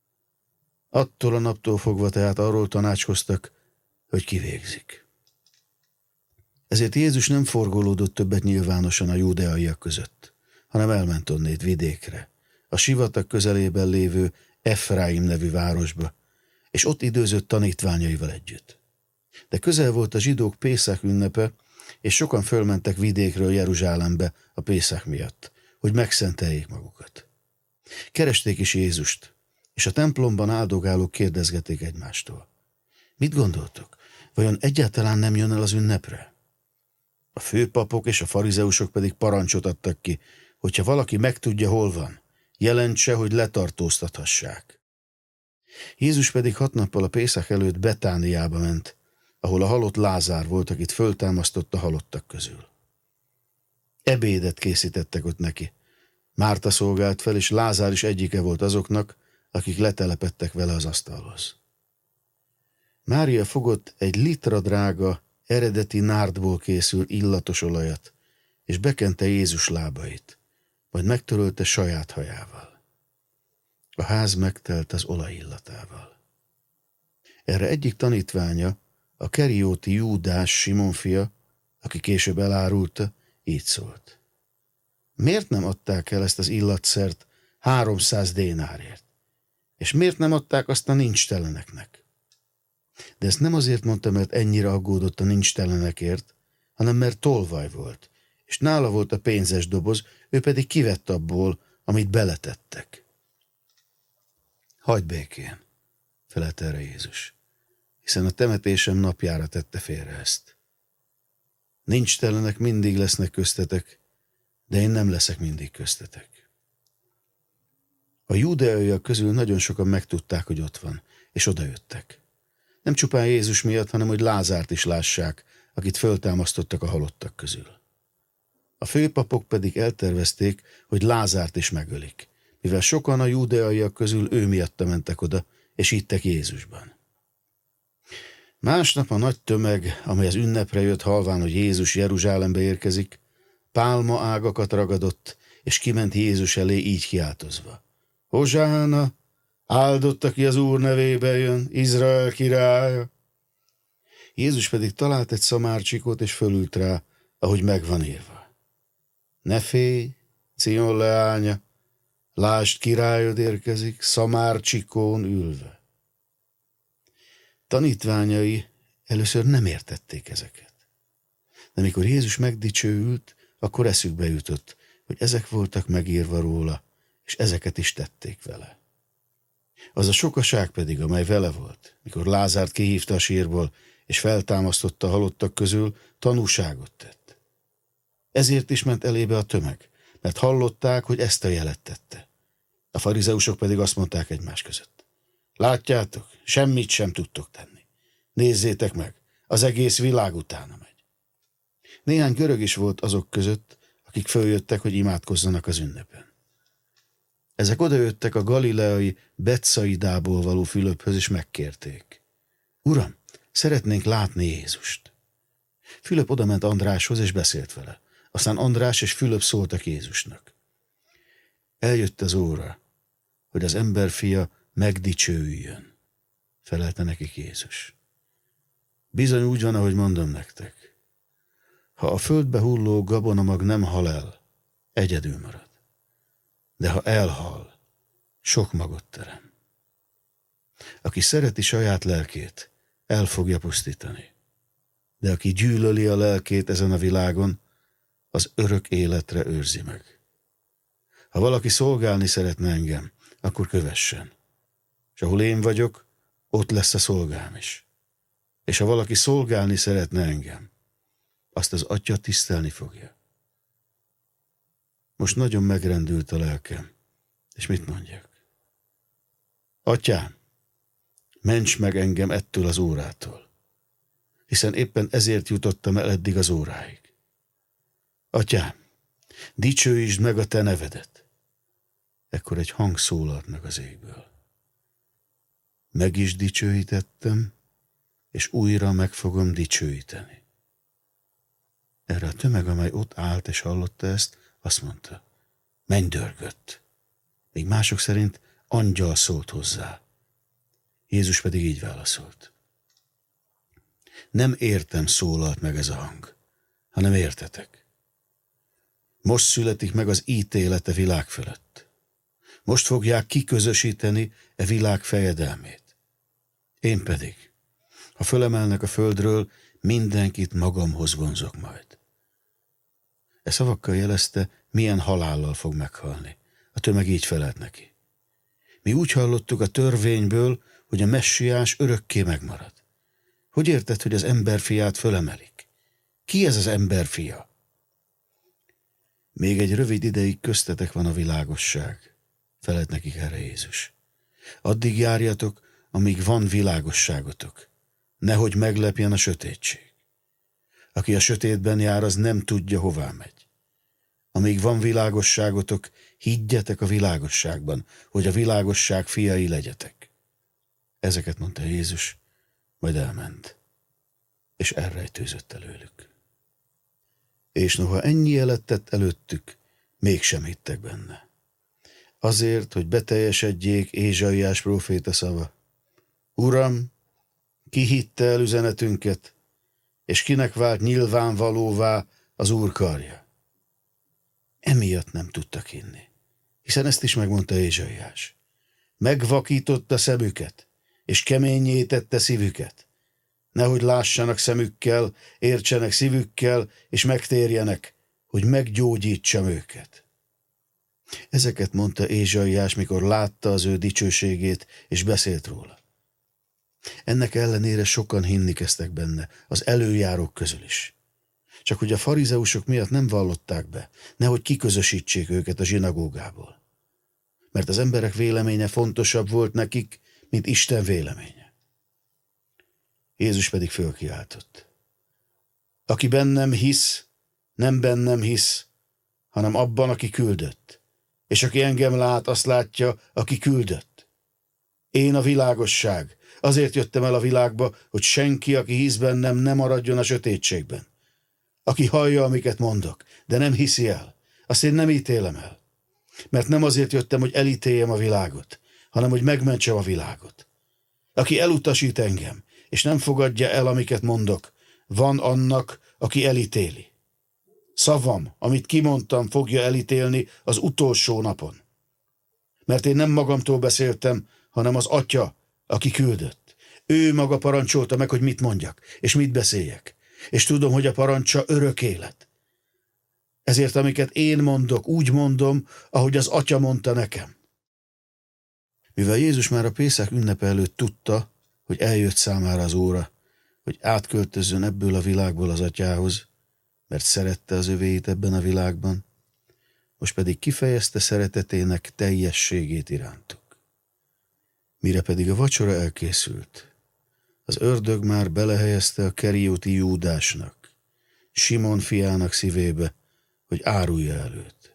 Attól a naptól fogva tehát arról tanácskoztak, hogy kivégzik. Ezért Jézus nem forgolódott többet nyilvánosan a júdeaiak között, hanem elment onnét vidékre, a sivatag közelében lévő Efraim nevű városba, és ott időzött tanítványaival együtt. De közel volt a zsidók Pészak ünnepe, és sokan fölmentek vidékről Jeruzsálembe a Pészak miatt, hogy megszenteljék magukat. Keresték is Jézust, és a templomban áldogálók kérdezgették egymástól. Mit gondoltok? Vajon egyáltalán nem jön el az ünnepre? A főpapok és a farizeusok pedig parancsot adtak ki, hogyha valaki megtudja, hol van, jelentse, hogy letartóztathassák. Jézus pedig hat nappal a Pészak előtt Betániába ment, ahol a halott Lázár volt, akit föltámasztott a halottak közül. Ebédet készítettek ott neki. Márta szolgált fel, és Lázár is egyike volt azoknak, akik letelepedtek vele az asztalhoz. Mária fogott egy litra drága, eredeti nárdból készült illatos olajat, és bekente Jézus lábait, majd megtörölte saját hajával. A ház megtelt az olaj illatával. Erre egyik tanítványa, a kerióti Júdás, Simon fia, aki később elárulta, így szólt. Miért nem adták el ezt az illatszert háromszáz dénárért? És miért nem adták azt a nincsteleneknek? De ezt nem azért mondta, mert ennyire aggódott a nincstelenekért, hanem mert tolvaj volt, és nála volt a pénzes doboz, ő pedig kivett abból, amit beletettek. Hagyd békén, felelt erre Jézus, hiszen a temetésem napjára tette félre ezt. Nincstelenek mindig lesznek köztetek, de én nem leszek mindig köztetek. A júdeaiak közül nagyon sokan megtudták, hogy ott van, és odajöttek. Nem csupán Jézus miatt, hanem hogy Lázárt is lássák, akit föltámasztottak a halottak közül. A főpapok pedig eltervezték, hogy Lázárt is megölik, mivel sokan a júdeaiak közül ő miatta mentek oda, és hittek Jézusban. Másnap a nagy tömeg, amely az ünnepre jött halván, hogy Jézus Jeruzsálembe érkezik, pálma ágakat ragadott, és kiment Jézus elé így kiáltozva. Hozsána, áldott, aki az Úr nevébe jön, Izrael királya. Jézus pedig talált egy szamárcsikót, és fölült rá, ahogy megvan írva. Ne félj, Cion leánya, lásd, királyod érkezik, szamárcsikón ülve. Tanítványai először nem értették ezeket. De mikor Jézus megdicsőült, akkor eszükbe jutott, hogy ezek voltak megírva róla, és ezeket is tették vele. Az a sokaság pedig, amely vele volt, mikor Lázárt kihívta a sírból, és feltámasztotta a halottak közül, tanúságot tett. Ezért is ment elébe a tömeg, mert hallották, hogy ezt a jelet tette. A farizeusok pedig azt mondták egymás között. Látjátok, semmit sem tudtok tenni. Nézzétek meg, az egész világ utána megy. Néhány görög is volt azok között, akik följöttek, hogy imádkozzanak az ünnepen. Ezek odajöttek a galileai Betszaidából való Fülöphöz, és megkérték. Uram, szeretnénk látni Jézust. Fülöp odament Andráshoz, és beszélt vele. Aztán András és Fülöp szóltak Jézusnak. Eljött az óra, hogy az emberfia megdicsőüljön, felelte nekik Jézus. Bizony úgy van, ahogy mondom nektek. Ha a földbe hulló gabonamag nem hal el, egyedül marad. De ha elhal, sok magot terem. Aki szereti saját lelkét, el fogja pusztítani. De aki gyűlöli a lelkét ezen a világon, az örök életre őrzi meg. Ha valaki szolgálni szeretne engem, akkor kövessen. És ahol én vagyok, ott lesz a szolgám is. És ha valaki szolgálni szeretne engem, azt az Atya tisztelni fogja. Most nagyon megrendült a lelkem, és mit mondjak? Atyám, ments meg engem ettől az órától, hiszen éppen ezért jutottam el eddig az óráig. Atyám, dicsőítsd meg a te nevedet. Ekkor egy hang szólalt meg az égből. Meg is dicsőítettem, és újra meg fogom dicsőíteni. Erre a tömeg, amely ott állt és hallotta ezt, azt mondta, menj dörgött. Még mások szerint angyal szólt hozzá. Jézus pedig így válaszolt. Nem értem, szólalt meg ez a hang. hanem értetek. Most születik meg az ítélete világ fölött. Most fogják kiközösíteni e világ fejedelmét. Én pedig, ha fölemelnek a földről, mindenkit magamhoz vonzok majd. E szavakkal jelezte, milyen halállal fog meghalni. A tömeg így felelt neki. Mi úgy hallottuk a törvényből, hogy a messiás örökké megmarad. Hogy érted, hogy az emberfiát fölemelik? Ki ez az emberfia? Még egy rövid ideig köztetek van a világosság, felelt nekik erre Jézus. Addig járjatok, amíg van világosságotok. Nehogy meglepjen a sötétség. Aki a sötétben jár, az nem tudja, hová megy. Amíg van világosságotok, higgyetek a világosságban, hogy a világosság fiai legyetek. Ezeket mondta Jézus, majd elment, és elrejtőzött előlük. És noha ennyi jelet tett előttük, mégsem hittek benne. Azért, hogy beteljesedjék Ézsaiás próféta szava. Uram, ki hitte el üzenetünket, és kinek vált nyilvánvalóvá az Úr karja? Emiatt nem tudtak hinni, hiszen ezt is megmondta Ézsaiás. Megvakította szemüket, és keménnyé tette szívüket, nehogy lássanak szemükkel, értsenek szívükkel, és megtérjenek, hogy meggyógyítsam őket. Ezeket mondta Ézsaiás, mikor látta az ő dicsőségét, és beszélt róla. Ennek ellenére sokan hinni kezdtek benne, az előjárók közül is. Csak hogy a farizeusok miatt nem vallották be, nehogy kiközösítsék őket a zsinagógából. Mert az emberek véleménye fontosabb volt nekik, mint Isten véleménye. Jézus pedig fölkiáltott. Aki bennem hisz, nem bennem hisz, hanem abban, aki küldött. És aki engem lát, azt látja, aki küldött. Én a világosság. Azért jöttem el a világba, hogy senki, aki hisz bennem, ne maradjon a sötétségben. Aki hallja, amiket mondok, de nem hiszi el, azt én nem ítélem el. Mert nem azért jöttem, hogy elítéljem a világot, hanem hogy megmentsem a világot. Aki elutasít engem, és nem fogadja el, amiket mondok, van annak, aki elítéli. Szavam, amit kimondtam, fogja elítélni az utolsó napon. Mert én nem magamtól beszéltem, hanem az Atya, aki küldött. Ő maga parancsolta meg, hogy mit mondjak, és mit beszéljek. És tudom, hogy a parancsa örök élet. Ezért, amiket én mondok, úgy mondom, ahogy az Atya mondta nekem. Mivel Jézus már a Pészák ünnepe előtt tudta, hogy eljött számára az óra, hogy átköltözzön ebből a világból az Atyához, mert szerette az övéit ebben a világban, most pedig kifejezte szeretetének teljességét irántuk. Mire pedig a vacsora elkészült, az ördög már belehelyezte a kerióti Júdásnak, Simon fiának szívébe, hogy árulja el őt.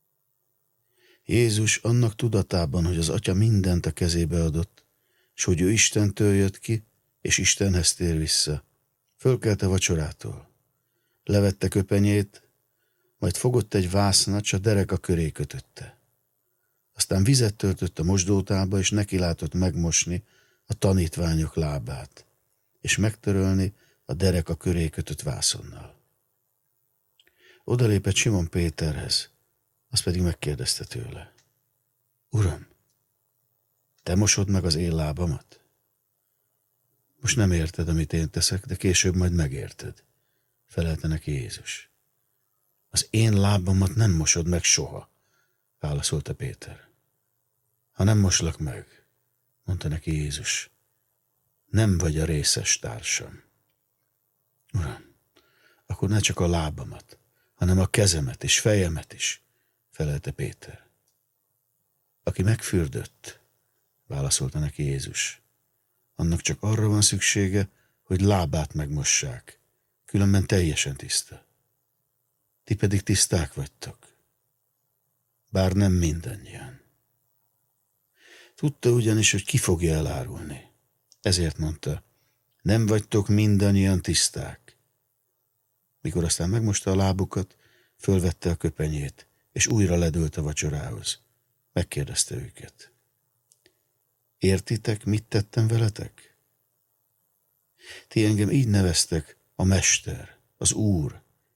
Jézus annak tudatában, hogy az Atya mindent a kezébe adott, s hogy ő Istentől jött ki, és Istenhez tér vissza, fölkelt a vacsorától, levette köpenyét, majd fogott egy vásznat, s a dereka köré kötötte. Aztán vizet töltött a mosdótába, és nekilátott megmosni a tanítványok lábát, és megtörölni a dereka köré kötött vászonnal. Odalépett Simon Péterhez, azt pedig megkérdezte tőle. Uram, te mosod meg az én lábamat? Most nem érted, amit én teszek, de később majd megérted, felelte neki Jézus. Az én lábamat nem mosod meg soha, válaszolta Péter. Ha nem moslak meg, mondta neki Jézus, nem vagy a részes társam. Uram, akkor ne csak a lábamat, hanem a kezemet és fejemet is, felelte Péter. Aki megfürdött, válaszolta neki Jézus, annak csak arra van szüksége, hogy lábát megmossák, különben teljesen tiszta. Ti pedig tiszták vagytok, bár nem mindannyian. Tudta ugyanis, hogy ki fogja elárulni. Ezért mondta, nem vagytok mindannyian tiszták. Mikor aztán megmosta a lábukat, fölvette a köpenyét, és újra ledőlt a vacsorához. Megkérdezte őket. Értitek, mit tettem veletek? Ti engem így neveztek, a Mester, az Úr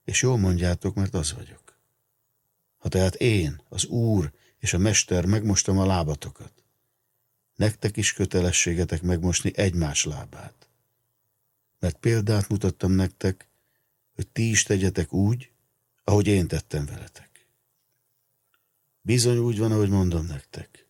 és jól mondjátok, mert az vagyok. Ha tehát én, az Úr és a Mester megmostam a lábatokat, nektek is kötelességetek megmosni egymás lábát. Mert példát mutattam nektek, hogy ti is tegyetek úgy, ahogy én tettem veletek. Bizony úgy van, ahogy mondom nektek.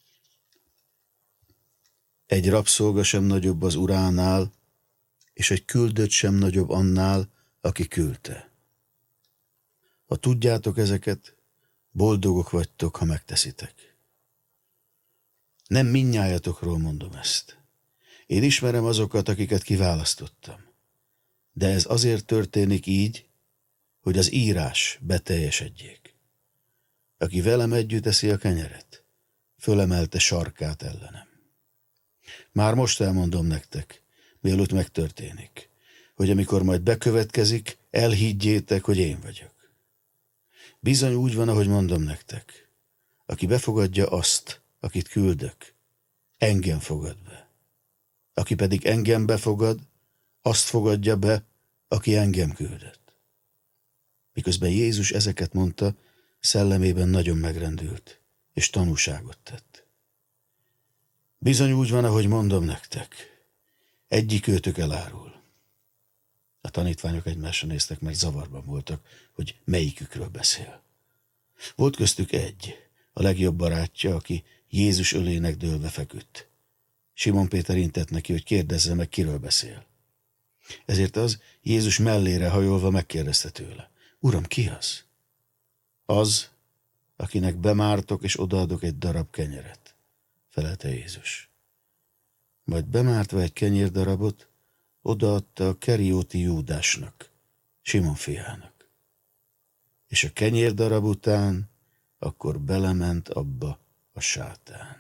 Egy rabszolga sem nagyobb az uránál, és egy küldött sem nagyobb annál, aki küldte. Ha tudjátok ezeket, boldogok vagytok, ha megteszitek. Nem mindnyájatokról mondom ezt. Én ismerem azokat, akiket kiválasztottam. De ez azért történik így, hogy az írás beteljesedjék. Aki velem együtt eszi a kenyeret, fölemelte sarkát ellenem. Már most elmondom nektek, mielőtt megtörténik, hogy amikor majd bekövetkezik, elhiggyétek, hogy én vagyok. Bizony úgy van, ahogy mondom nektek. Aki befogadja azt, akit küldök, engem fogad be. Aki pedig engem befogad, azt fogadja be, aki engem küldött. Miközben Jézus ezeket mondta, szellemében nagyon megrendült, és tanúságot tett. Bizony úgy van, ahogy mondom nektek, egyik őtök elárul. A tanítványok egymásra néztek, mert zavarban voltak, hogy melyikükről beszél. Volt köztük egy, a legjobb barátja, aki Jézus ölének dőlve feküdt. Simon Péter intett neki, hogy kérdezze meg, kiről beszél. Ezért az Jézus mellére hajolva megkérdezte tőle: Uram, ki az? Az, akinek bemártok és odaadok egy darab kenyeret, felelte Jézus. Majd bemártva egy kenyérdarabot, odaadta a Kerióti Júdásnak, Simon fiának. És a kenyérdarab után akkor belement abba a sátán.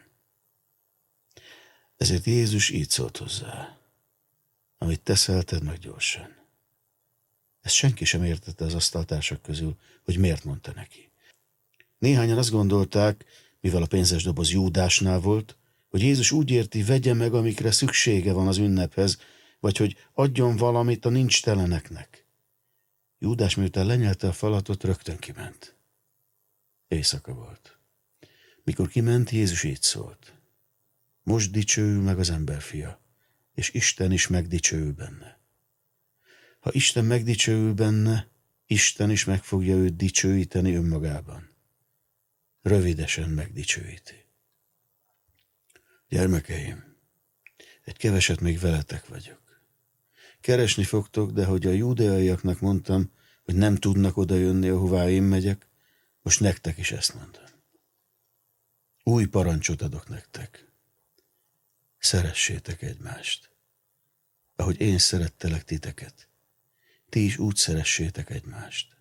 Ezért Jézus így szólt hozzá: amit teszel, tedd meg gyorsan. Ezt senki sem értette az asztaltársak közül, hogy miért mondta neki. Néhányan azt gondolták, mivel a pénzes doboz Júdásnál volt, hogy Jézus úgy érti, vegye meg, amikre szüksége van az ünnephez, vagy hogy adjon valamit a nincs teleneknek. Júdás miután lenyelte a falatot, rögtön kiment. Éjszaka volt. Mikor kiment, Jézus így szólt: most dicsőül meg az emberfia, és Isten is megdicsőül benne. Ha Isten megdicsőül benne, Isten is meg fogja őt dicsőíteni önmagában. Rövidesen megdicsőíti. Gyermekeim, egy keveset még veletek vagyok. Keresni fogtok, de hogy a júdeaiaknak mondtam, hogy nem tudnak odajönni, ahová én megyek, most nektek is ezt mondom. Új parancsot adok nektek. Szeressétek egymást. Ahogy én szerettelek titeket, ti is úgy szeressétek egymást.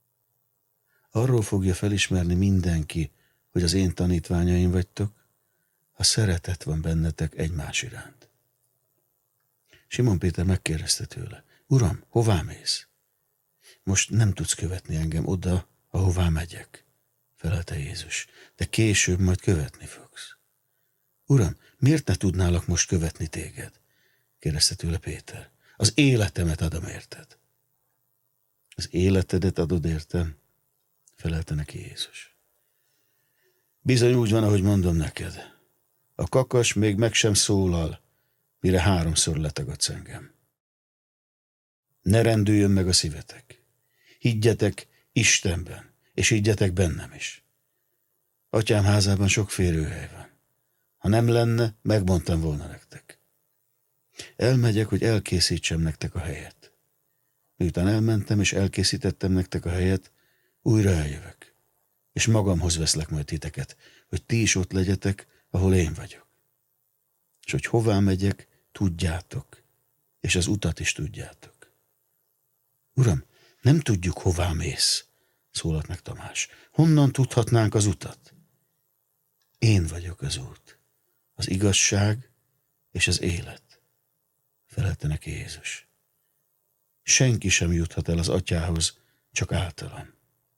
Arról fogja felismerni mindenki, hogy az én tanítványaim vagytok, ha szeretet van bennetek egymás iránt. Simon Péter megkérdezte tőle: Uram, hová mész? Most nem tudsz követni engem oda, ahová megyek, felelte Jézus, de később majd követni fogsz. Uram, miért ne tudnálak most követni téged? Kérdezte tőle Péter. Az életemet adom érted. Az életedet adod értem? Felelte neki Jézus. Bizony úgy van, ahogy mondom neked. A kakas még meg sem szólal, mire háromszor letagadsz engem. Ne rendüljön meg a szívetek. Higgyetek Istenben, és higgyetek bennem is. Atyám házában sok férőhely van. Ha nem lenne, megmondtam volna nektek. Elmegyek, hogy elkészítsem nektek a helyet. Miután elmentem és elkészítettem nektek a helyet, újra eljövök, és magamhoz veszlek majd titeket, hogy ti is ott legyetek, ahol én vagyok. És hogy hová megyek, tudjátok, és az utat is tudjátok. Uram, nem tudjuk, hová mész, szólalt meg Tamás. Honnan tudhatnánk az utat? Én vagyok az út, az igazság és az élet, felelte neki Jézus. Senki sem juthat el az atyához, csak általam.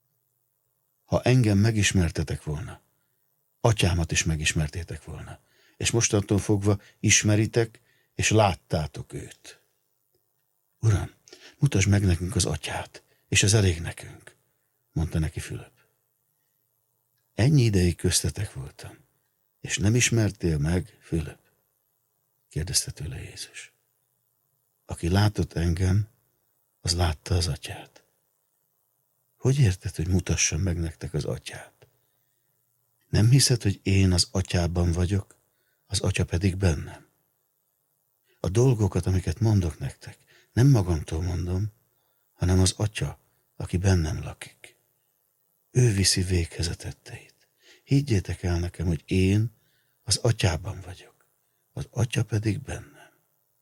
Ha engem megismertetek volna, atyámat is megismertétek volna, és mostantól fogva ismeritek, és láttátok őt. Uram, mutasd meg nekünk az atyát, és ez elég nekünk, mondta neki Fülöp. Ennyi ideig köztetek voltam, és nem ismertél meg, Fülöp? Kérdezte tőle Jézus. Aki látott engem, az látta az atyát. Hogy érted, hogy mutassam meg nektek az atyát? Nem hiszed, hogy én az atyában vagyok, az atya pedig bennem? A dolgokat, amiket mondok nektek, nem magamtól mondom, hanem az atya, aki bennem lakik. Ő viszi véghez a tetteit. Higgyétek el nekem, hogy én az atyában vagyok, az atya pedig bennem.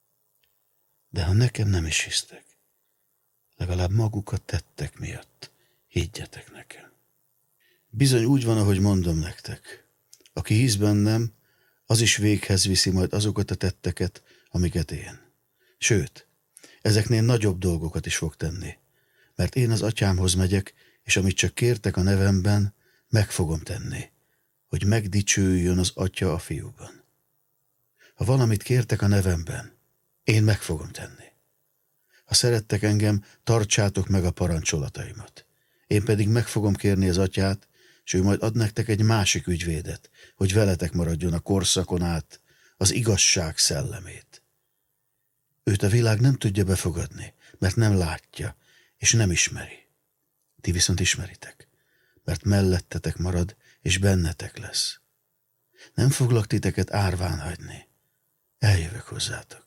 De ha nekem nem is hisztek, legalább magukat tettek miatt higgyetek nekem. Bizony úgy van, ahogy mondom nektek. Aki hisz bennem, az is véghez viszi majd azokat a tetteket, amiket én. Sőt, ezeknél nagyobb dolgokat is fog tenni, mert én az atyámhoz megyek, és amit csak kértek a nevemben, meg fogom tenni, hogy megdicsőjön az atya a fiúban. Ha valamit kértek a nevemben, én meg fogom tenni. Ha szerettek engem, tartsátok meg a parancsolataimat. Én pedig meg fogom kérni az atyát, és ő majd ad nektek egy másik ügyvédet, hogy veletek maradjon a korszakon át az igazság szellemét. Őt a világ nem tudja befogadni, mert nem látja, és nem ismeri. Ti viszont ismeritek, mert mellettetek marad, és bennetek lesz. Nem foglak titeket árván hagyni. Eljövök hozzátok.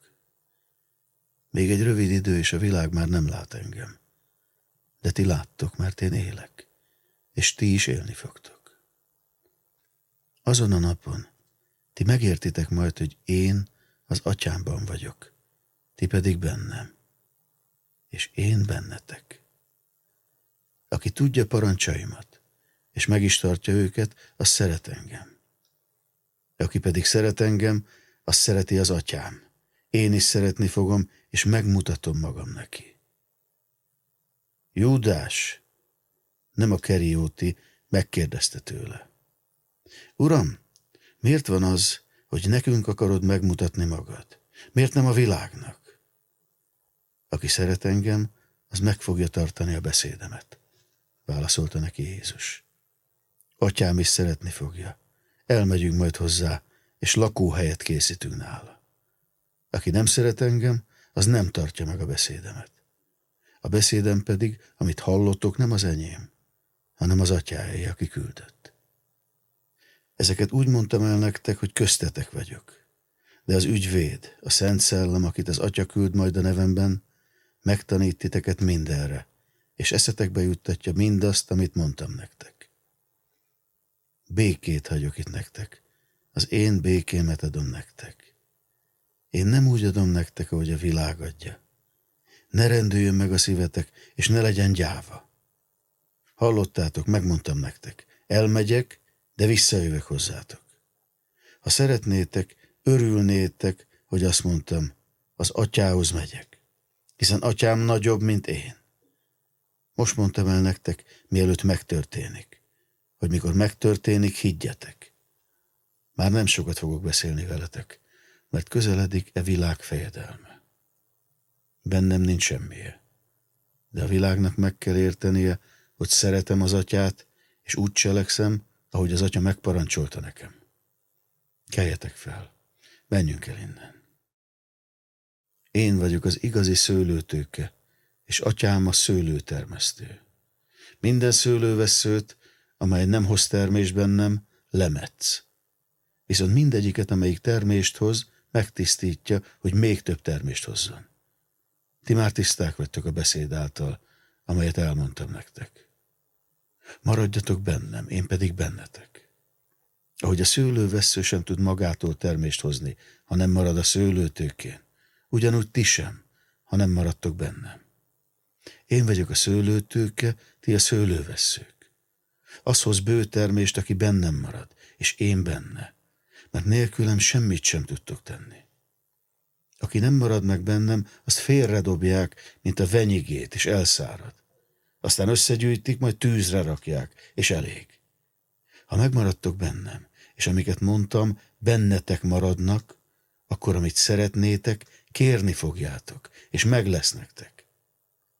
Még egy rövid idő, és a világ már nem lát engem. De ti láttok, mert én élek, és ti is élni fogtok. Azon a napon ti megértitek majd, hogy én az atyámban vagyok, ti pedig bennem, és én bennetek. Aki tudja parancsaimat, és meg is tartja őket, az szeret engem. Aki pedig szeret engem, az szereti az atyám. Én is szeretni fogom, és megmutatom magam neki. Júdás, nem a Kerióti, megkérdezte tőle. Uram, miért van az, hogy nekünk akarod megmutatni magad? Miért nem a világnak? Aki szeret engem, az meg fogja tartani a beszédemet, válaszolta neki Jézus. Atyám is szeretni fogja. Elmegyünk majd hozzá, és lakóhelyet készítünk nála. Aki nem szeret engem, az nem tartja meg a beszédemet. A beszédem pedig, amit hallottok, nem az enyém, hanem az atyáé, aki küldött. Ezeket úgy mondtam el nektek, hogy köztetek vagyok. De az ügyvéd, a Szent Szellem, akit az atya küld majd a nevemben, megtanít titeket mindenre, és eszetekbe juttatja mindazt, amit mondtam nektek. Békét hagyok itt nektek, az én békémet adom nektek. Én nem úgy adom nektek, ahogy a világ adja. Ne rendüljön meg a szívetek, és ne legyen gyáva. Hallottátok, megmondtam nektek, elmegyek, de visszajövök hozzátok. Ha szeretnétek, örülnétek, hogy azt mondtam, az atyához megyek, hiszen atyám nagyobb, mint én. Most mondtam el nektek, mielőtt megtörténik, hogy mikor megtörténik, higgyetek. Már nem sokat fogok beszélni veletek, mert közeledik e világ fejedelme. Bennem nincs semmije, de a világnak meg kell értenie, hogy szeretem az atyát, és úgy cselekszem, ahogy az atya megparancsolta nekem. Keljetek fel, menjünk el innen. Én vagyok az igazi szőlőtőke, és atyám a szőlőtermesztő. Minden szőlővesszőt, amely nem hoz termést bennem, lemetsz. Viszont mindegyiket, amelyik termést hoz, megtisztítja, hogy még több termést hozzon. Ti már tiszták vagytok a beszéd által, amelyet elmondtam nektek. Maradjatok bennem, én pedig bennetek. Ahogy a szőlővessző sem tud magától termést hozni, ha nem marad a szőlőtőkén, ugyanúgy ti sem, ha nem maradtok bennem. Én vagyok a szőlőtőke, ti a szőlővesszők. Az hoz bő termést, aki bennem marad, és én benne, mert nélkülem semmit sem tudtok tenni. Aki nem marad meg bennem, azt félredobják, mint a venyigét, és elszárad. Aztán összegyűjtik, majd tűzre rakják, és elég. Ha megmaradtok bennem, és amiket mondtam, bennetek maradnak, akkor amit szeretnétek, kérni fogjátok, és meg lesz nektek.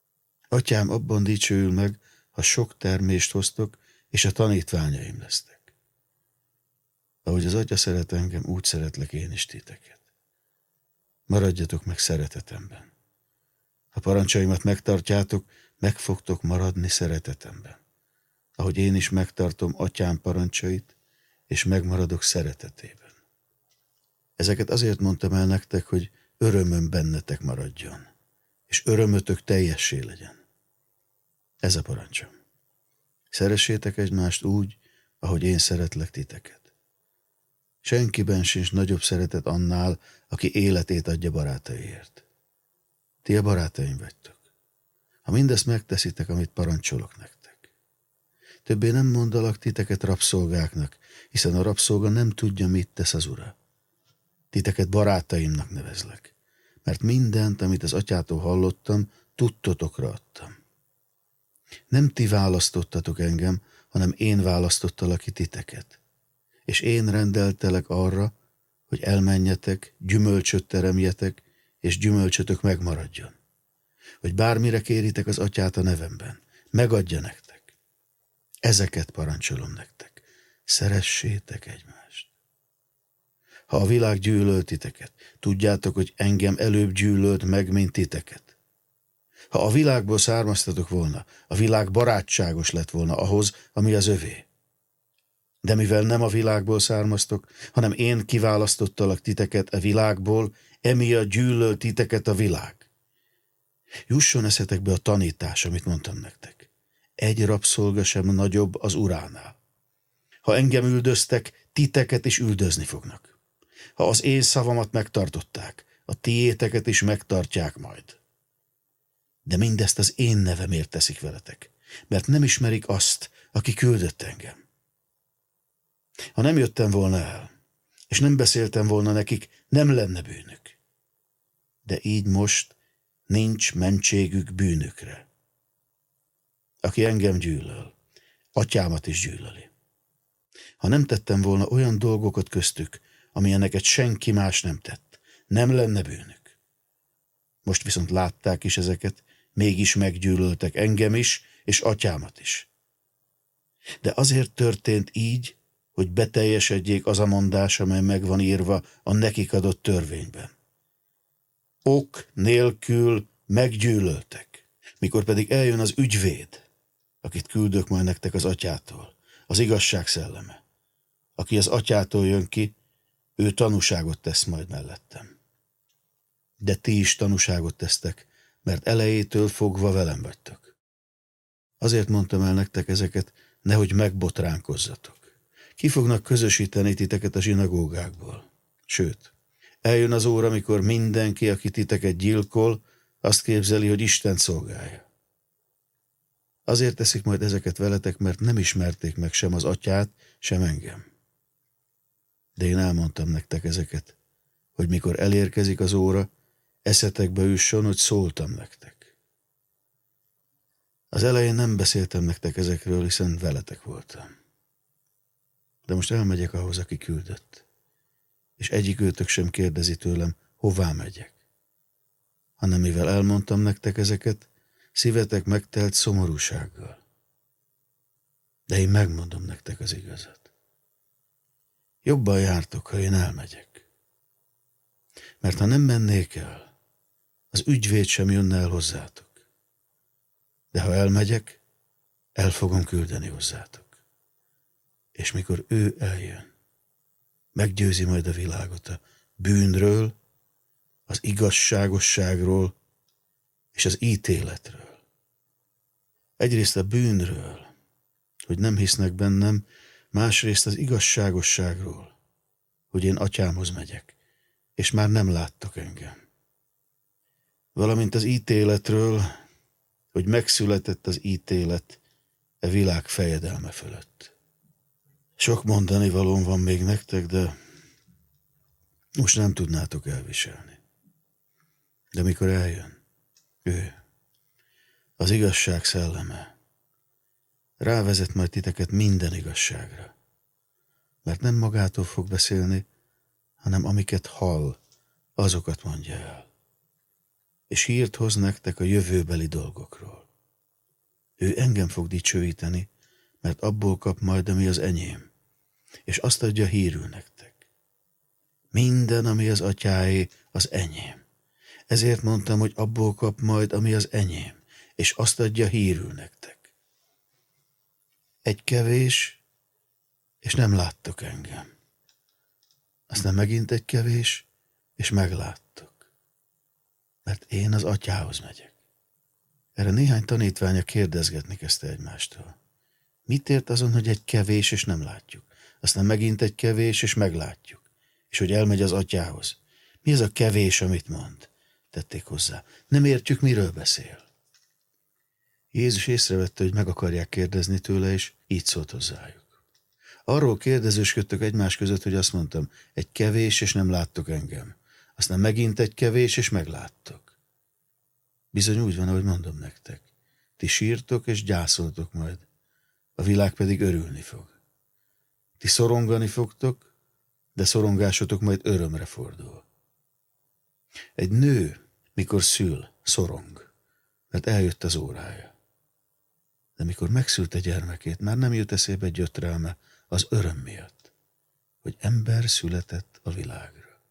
Atyám abban dicsőül meg, ha sok termést hoztok, és a tanítványaim lesztek. Ahogy az Atya szeret engem, úgy szeretlek én is titeket. Maradjatok meg szeretetemben. Ha parancsaimat megtartjátok, meg fogtok maradni szeretetemben. Ahogy én is megtartom Atyám parancsait, és megmaradok szeretetében. Ezeket azért mondtam el nektek, hogy örömöm bennetek maradjon, és örömötök teljessé legyen. Ez a parancsom. Szeressétek egymást úgy, ahogy én szeretlek titeket. Senkiben sincs nagyobb szeretet annál, aki életét adja barátaiért. Ti a barátaim vagytok, ha mindezt megteszitek, amit parancsolok nektek. Többé nem mondalak titeket rabszolgáknak, hiszen a rabszolga nem tudja, mit tesz az ura. Titeket barátaimnak nevezlek, mert mindent, amit az Atyától hallottam, tudtotokra adtam. Nem ti választottatok engem, hanem én választottalak ki titeket. És én rendeltelek arra, hogy elmenjetek, gyümölcsöt teremjetek, és gyümölcsötök megmaradjon. Hogy bármire kéritek az Atyát a nevemben, megadja nektek. Ezeket parancsolom nektek. Szeressétek egymást. Ha a világ gyűlöl titeket, tudjátok, hogy engem előbb gyűlölt meg, mint titeket. Ha a világból származtatok volna, a világ barátságos lett volna ahhoz, ami az övé. De mivel nem a világból származtok, hanem én kiválasztottalak titeket a világból, emiatt gyűlöl titeket a világ. Jusson eszetekbe a tanítás, amit mondtam nektek. Egy rabszolga sem nagyobb az uránál. Ha engem üldöztek, titeket is üldözni fognak. Ha az én szavamat megtartották, a tiéteket is megtartják majd. De mindezt az én nevemért teszik veletek, mert nem ismerik azt, aki küldött engem. Ha nem jöttem volna el, és nem beszéltem volna nekik, nem lenne bűnük. De így most nincs mentségük bűnükre. Aki engem gyűlöl, Atyámat is gyűlöli. Ha nem tettem volna olyan dolgokat köztük, amilyeneket senki más nem tett, nem lenne bűnük. Most viszont látták is ezeket, mégis meggyűlöltek engem is, és Atyámat is. De azért történt így, hogy beteljesedjék az a mondás, amely meg van írva a nekik adott törvényben. Ok nélkül meggyűlöltek, mikor pedig eljön az ügyvéd, akit küldök majd nektek az Atyától, az igazság szelleme. Aki az Atyától jön ki, ő tanúságot tesz majd mellettem. De ti is tanúságot tesztek, mert elejétől fogva velem vagytok. Azért mondtam el nektek ezeket, nehogy megbotránkozzatok. Ki fognak közösíteni titeket a zsinagógákból. Sőt, eljön az óra, amikor mindenki, aki titeket gyilkol, azt képzeli, hogy Istent szolgálja. Azért teszik majd ezeket veletek, mert nem ismerték meg sem az Atyát, sem engem. De én elmondtam nektek ezeket, hogy mikor elérkezik az óra, eszetekbe üssön, hogy szóltam nektek. Az elején nem beszéltem nektek ezekről, hiszen veletek voltam. De most elmegyek ahhoz, aki küldött, és egyik őtök sem kérdezi tőlem, hová megyek. Hanem mivel elmondtam nektek ezeket, szívetek megtelt szomorúsággal. De én megmondom nektek az igazat. Jobban jártok, ha én elmegyek. Mert ha nem mennék el, az ügyvéd sem jönne el hozzátok. De ha elmegyek, el fogom küldeni hozzátok. És mikor ő eljön, meggyőzi majd a világot a bűnről, az igazságosságról és az ítéletről. Egyrészt a bűnről, hogy nem hisznek bennem, másrészt az igazságosságról, hogy én Atyámhoz megyek, és már nem láttok engem. Valamint az ítéletről, hogy megszületett az ítélet e világ fejedelme fölött. Sok mondani valóm van még nektek, de most nem tudnátok elviselni. De mikor eljön, ő, az igazság szelleme, rávezet majd titeket minden igazságra, mert nem magától fog beszélni, hanem amiket hall, azokat mondja el. És hírt hoz nektek a jövőbeli dolgokról. Ő engem fog dicsőíteni, mert abból kap majd, ami az enyém, és azt adja hírül nektek. Minden, ami az atyáé, az enyém. Ezért mondtam, hogy abból kap majd, ami az enyém, és azt adja hírül nektek. Egy kevés, és nem láttok engem. Aztán megint egy kevés, és megláttok. Mert én az atyához megyek. Erre néhány tanítványa kérdezgetni kezdte egymástól. Mit ért azon, hogy egy kevés, és nem látjuk? Aztán megint egy kevés, és meglátjuk. És hogy elmegy az atyához. Mi ez a kevés, amit mond? Tették hozzá. Nem értjük, miről beszél. Jézus észrevette, hogy meg akarják kérdezni tőle, és így szólt hozzájuk. Arról kérdezősködtök egymás között, hogy azt mondtam, egy kevés, és nem láttok engem. Aztán megint egy kevés, és megláttok. Bizony úgy van, ahogy mondom nektek. Ti sírtok, és gyászoltok majd. A világ pedig örülni fog. Ti szorongani fogtok, de szorongásotok majd örömre fordul. Egy nő, mikor szül, szorong, mert eljött az órája. De mikor megszülte gyermekét, már nem jut eszébe gyötrelme az öröm miatt, hogy ember született a világra.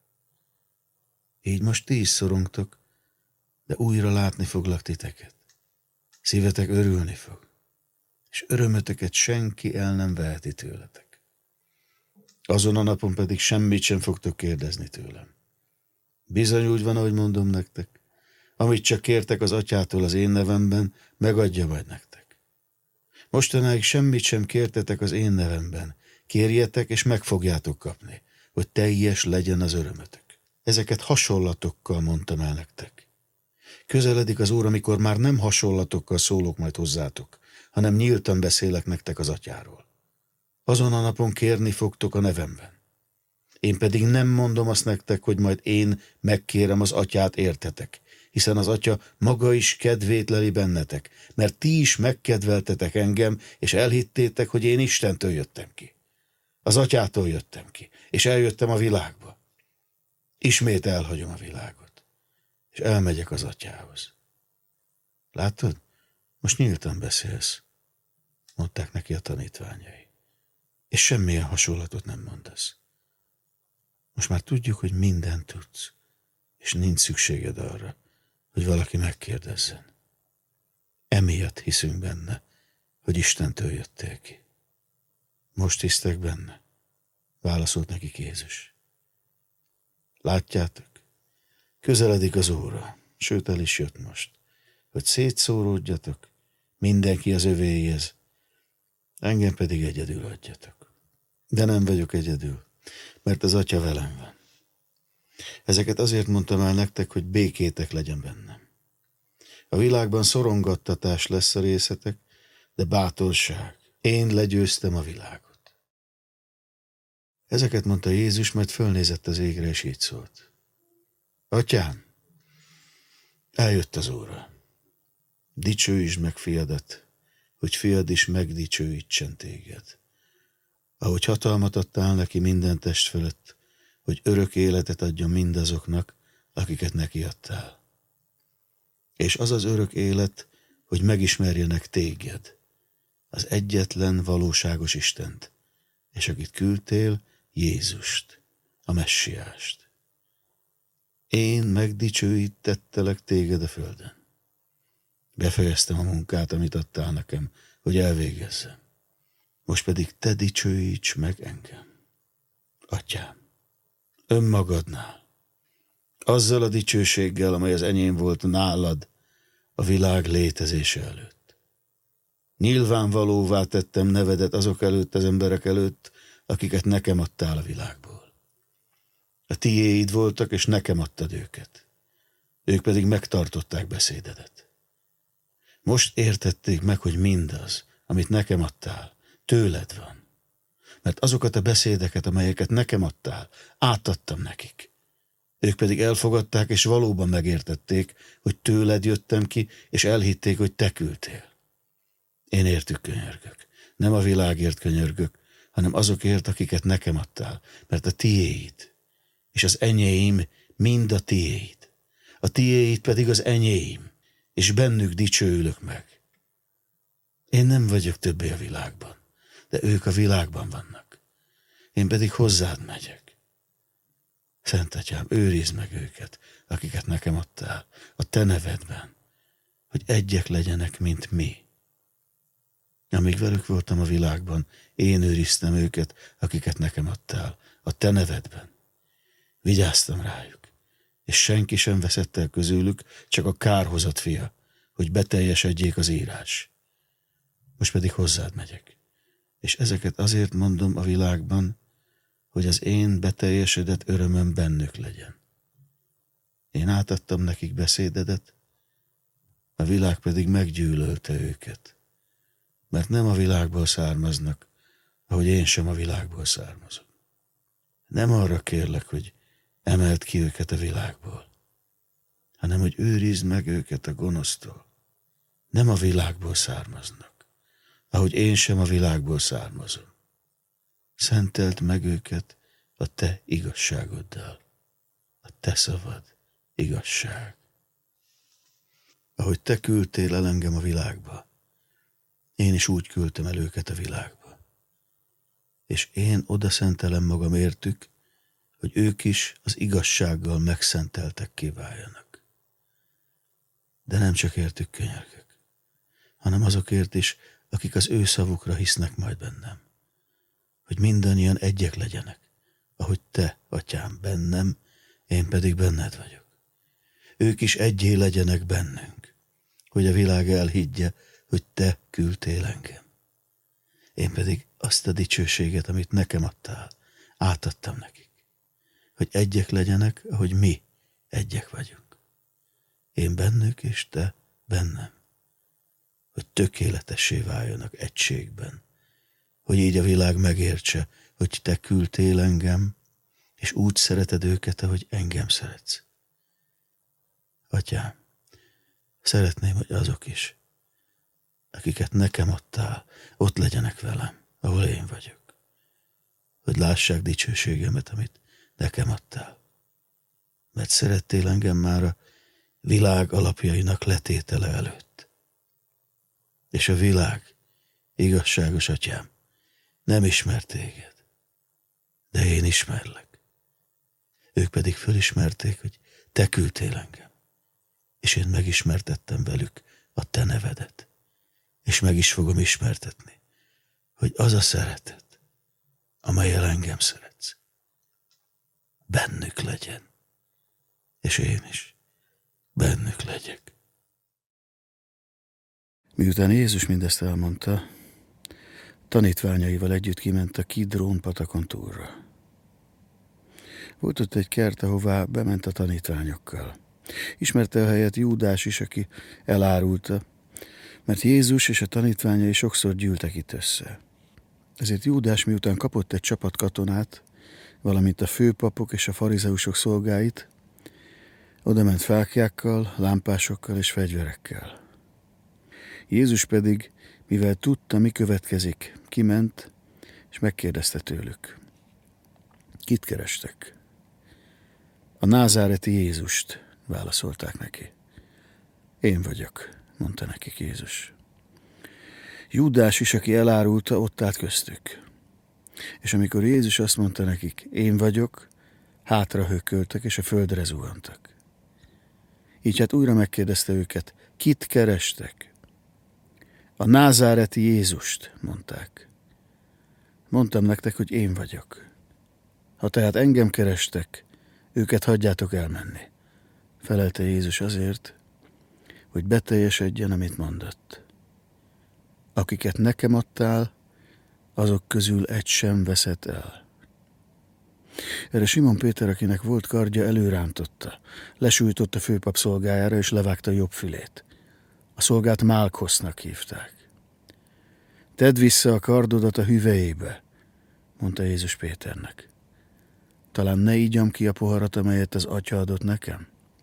Így most ti is szorongtok, de újra látni foglak titeket. Szívetek örülni fog, és örömötöket senki el nem veheti tőletek. Azon a napon pedig semmit sem fogtok kérdezni tőlem. Bizony úgy van, ahogy mondom nektek, amit csak kértek az atyától az én nevemben, megadja majd nektek. Mostanáig semmit sem kértetek az én nevemben, kérjetek és meg fogjátok kapni, hogy teljes legyen az örömötök. Ezeket hasonlatokkal mondtam el nektek. Közeledik az óra, amikor már nem hasonlatokkal szólok majd hozzátok, hanem nyíltan beszélek nektek az atyáról. Azon a napon kérni fogtok a nevemben. Én pedig nem mondom azt nektek, hogy majd én megkérem az atyát értetek, hiszen az atya maga is kedvét leli bennetek, mert ti is megkedveltetek engem, és elhittétek, hogy én Istentől jöttem ki. Az atyától jöttem ki, és eljöttem a világba. Ismét elhagyom a világot, és elmegyek az atyához. Látod? Most nyíltan beszélsz, mondták neki a tanítványai, és semmilyen hasonlatot nem mondasz. Most már tudjuk, hogy mindent tudsz, és nincs szükséged arra, hogy valaki megkérdezzen. Emiatt hiszünk benne, hogy Istentől jöttél ki. Most hisztek benne, válaszolt nekik Jézus. Látjátok, közeledik az óra, sőt el is jött most, hogy szétszóródjatok, mindenki az övéihez, engem pedig egyedül adjatok. De nem vagyok egyedül, mert az atya velem van. Ezeket azért mondtam el nektek, hogy békétek legyen bennem. A világban szorongattatás lesz a részetek, de bátorság. Én legyőztem a világot. Ezeket mondta Jézus, majd fölnézett az égre, és így szólt. Atyám, eljött az óra. Dicsőítsd meg fiadat, hogy fiad is megdicsőítsen téged. Ahogy hatalmat adtál neki minden test fölött, hogy örök életet adjon mindazoknak, akiket neki adtál. És az az örök élet, hogy megismerjenek téged, az egyetlen valóságos Istent, és akit küldtél, Jézust, a Messiást. Én megdicsőítettelek téged a földön. Befejeztem a munkát, amit adtál nekem, hogy elvégezzem. Most pedig te dicsőíts meg engem, Atyám, önmagadnál, azzal a dicsőséggel, amely az enyém volt nálad a világ létezése előtt. Nyilvánvalóvá tettem nevedet azok előtt, az emberek előtt, akiket nekem adtál a világból. A tiéid voltak, és nekem adtad őket. Ők pedig megtartották beszédedet. Most értették meg, hogy mindaz, amit nekem adtál, tőled van. Mert azokat a beszédeket, amelyeket nekem adtál, átadtam nekik. Ők pedig elfogadták, és valóban megértették, hogy tőled jöttem ki, és elhitték, hogy te küldtél. Én értük könyörgök. Nem a világért könyörgök, hanem azokért, akiket nekem adtál, mert a tiéid, és az enyéim mind a tiéd. A tiéid pedig az enyéim, és bennük dicsőülök meg. Én nem vagyok többé a világban, de ők a világban vannak. Én pedig hozzád megyek. Szent Atyám, őrizd meg őket, akiket nekem adtál, a te nevedben, hogy egyek legyenek, mint mi. Amíg velük voltam a világban, én őriztem őket, akiket nekem adtál, a te nevedben. Vigyáztam rájuk, és senki sem veszett el közülük, csak a kárhozott fia, hogy beteljesedjék az írás. Most pedig hozzád megyek, és ezeket azért mondom a világban, hogy az én beteljesedett örömöm bennük legyen. Én átadtam nekik beszédedet, a világ pedig meggyűlölte őket, mert nem a világból származnak, ahogy én sem a világból származom. Nem arra kérlek, hogy emeld ki őket a világból, hanem hogy őrizd meg őket a gonosztól. Nem a világból származnak, ahogy én sem a világból származom. Szenteld meg őket a te igazságoddal. A te szavad igazság. Ahogy te küldtél el engem a világba, én is úgy küldtem el őket a világba. És én oda szentelem magam értük, hogy ők is az igazsággal megszenteltek kiváljanak. De nem csak értük könyörgök, hanem azokért is, akik az ő szavukra hisznek majd bennem. Hogy mindannyian egyek legyenek, ahogy te, Atyám, bennem, én pedig benned vagyok. Ők is egyé legyenek bennünk, hogy a világ elhiggye, hogy te küldtél engem. Én pedig azt a dicsőséget, amit nekem adtál, átadtam nekik, hogy egyek legyenek, ahogy mi egyek vagyunk. Én bennük, és te bennem, hogy tökéletessé váljanak egységben, hogy így a világ megértse, hogy te küldtél engem, és úgy szereted őket, ahogy engem szeretsz. Atyám, szeretném, hogy azok is, akiket nekem adtál, ott legyenek velem, ahol én vagyok, hogy lássák dicsőségemet, amit nekem adtál. Mert szerettél engem már a világ alapjainak letétele előtt. És a világ, igazságos Atyám, nem ismert téged, de én ismerlek. Ők pedig fölismerték, hogy te küldtél engem, és én megismertettem velük a te nevedet, és meg is fogom ismertetni, hogy az a szeretet, amellyel engem szeretsz, bennük legyen, és én is bennük legyek. Miután Jézus mindezt elmondta, tanítványaival együtt kiment a Kidrón patakon túlra. Volt ott egy kert, ahová bement a tanítványokkal. Ismerte a helyet Júdás is, aki elárulta, mert Jézus és a tanítványai sokszor gyűltek itt össze. Ezért Júdás, miután kapott egy csapat katonát, valamint a főpapok és a farizeusok szolgáit, oda ment fáklyákkal, lámpásokkal és fegyverekkel. Jézus pedig, mivel tudta, mi következik, kiment, és megkérdezte tőlük. Kit kerestek? A názáreti Jézust, válaszolták neki. Én vagyok, mondta nekik Jézus. Júdás is, aki elárulta, ott állt köztük. És amikor Jézus azt mondta nekik, én vagyok, hátra hökköltek, és a földre zuhantak. Így hát újra megkérdezte őket, kit kerestek? A názáreti Jézust, mondták. Mondtam nektek, hogy én vagyok. Ha tehát engem kerestek, őket hagyjátok elmenni. Felelte Jézus azért, hogy beteljesedjen, amit mondott. Akiket nekem adtál, azok közül egy sem veszett el. Erre Simon Péter, akinek volt kardja, előrántotta, lesújtott a főpap szolgájára, és levágta jobb fülét. A szolgát Málkosznak hívták. Tedd vissza a kardodat a hüvelyébe, mondta Jézus Péternek. Talán ne ígyam ki a poharat, amelyet az Atya adott nekem?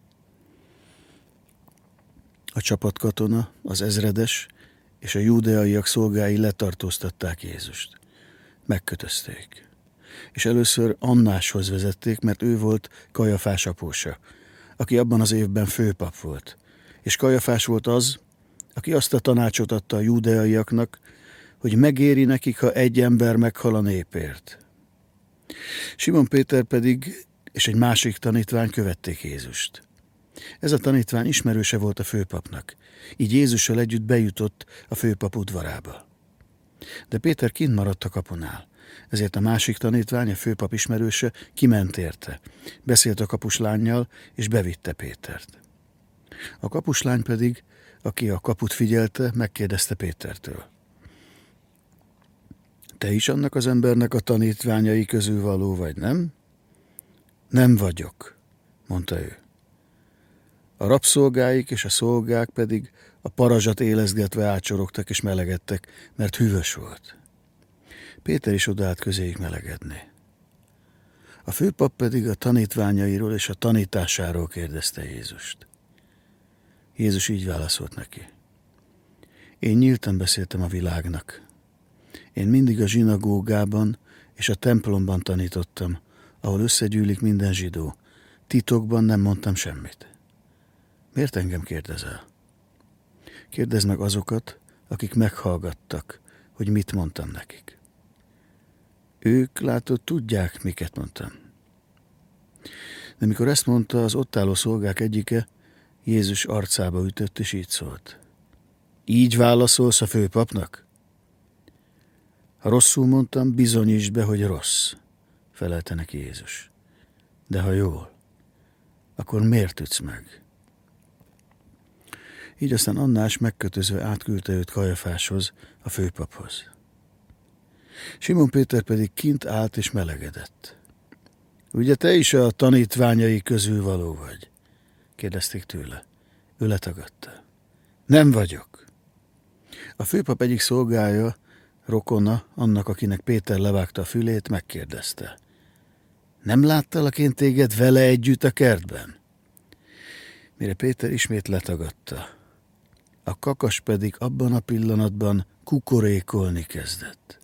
A csapatkatona, az ezredes és a júdeaiak szolgái letartóztatták Jézust. Megkötözték. És először Annáshoz vezették, mert ő volt Kajafás apósa, aki abban az évben főpap volt. És Kajafás volt az, aki azt a tanácsot adta a júdeaiaknak, hogy megéri nekik, ha egy ember meghal a népért. Simon Péter pedig és egy másik tanítvány követték Jézust. Ez a tanítvány ismerőse volt a főpapnak, így Jézussal együtt bejutott a főpap udvarába. De Péter kint maradt a kapunál, ezért a másik tanítvány, a főpap ismerőse kiment érte, beszélt a kapuslánnyal, és bevitte Pétert. A kapuslány pedig, aki a kaput figyelte, megkérdezte Pétertől: te is annak az embernek a tanítványai közül való vagy, nem? Nem vagyok, mondta ő. A rabszolgáik és a szolgák pedig a parazsat élezgetve átsorogtak és melegedtek, mert hűvös volt. Péter is odállt közéjük melegedni. A főpap pedig a tanítványairól és a tanításáról kérdezte Jézust. Jézus így válaszolt neki: én nyíltan beszéltem a világnak. Én mindig a zsinagógában és a templomban tanítottam, ahol összegyűlik minden zsidó. Titokban nem mondtam semmit. Miért engem kérdezel? Kérdezd meg azokat, akik meghallgattak, hogy mit mondtam nekik. Ők, látod, tudják, miket mondtam. De mikor ezt mondta, az ott álló szolgák egyike Jézus arcába ütött, és így szólt: így válaszolsz a főpapnak? Ha rosszul mondtam, bizonyítsd be, hogy rossz, felelte neki Jézus. De ha jól, akkor miért ütsz meg? Így aztán Annás megkötözve átküldte őt Kajafáshoz, a főpaphoz. Simon Péter pedig kint állt és melegedett. Ugye te is a tanítványai közül való vagy? Kérdezték tőle. Ő letagadta. Nem vagyok. A főpap egyik szolgája, rokona, annak, akinek Péter levágta a fülét, megkérdezte: nem láttalak én téged vele együtt a kertben? Mire Péter ismét letagadta. A kakas pedig abban a pillanatban kukorékolni kezdett.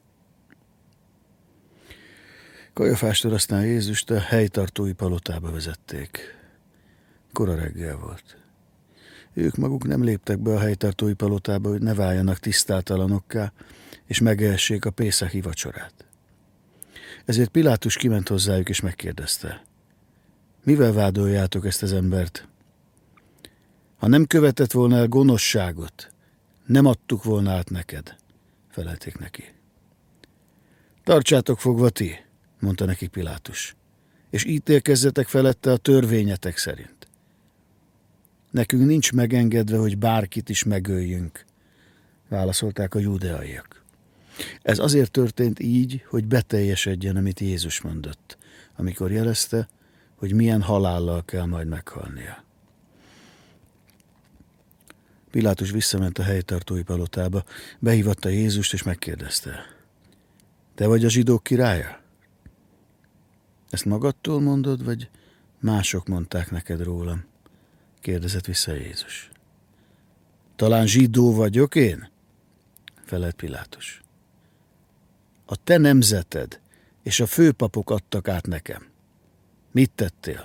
Kajafástól aztán Jézust a helytartói palotába vezették. Kora reggel volt. Ők maguk nem léptek be a helytartói palotába, hogy ne váljanak tisztátalanokká, és megehessék a pészachi vacsorát. Ezért Pilátus kiment hozzájuk, és megkérdezte: mivel vádoljátok ezt az embert? Ha nem követett volna el gonoszságot, nem adtuk volna át neked, felelték neki. Tartsátok fogva ti, mondta nekik Pilátus, és ítélkezzetek felette a törvényetek szerint. Nekünk nincs megengedve, hogy bárkit is megöljünk, válaszolták a júdeaiak. Ez azért történt így, hogy beteljesedjen, amit Jézus mondott, amikor jelezte, hogy milyen halállal kell majd meghalnia. Pilátus visszament a helytartói palotába, behívatta Jézust, és megkérdezte: te vagy a zsidók királya? Ezt magadtól mondod, vagy mások mondták neked rólam? Kérdezett vissza Jézus. Talán zsidó vagyok én? Felelt Pilátus. A te nemzeted és a főpapok adtak át nekem. Mit tettél?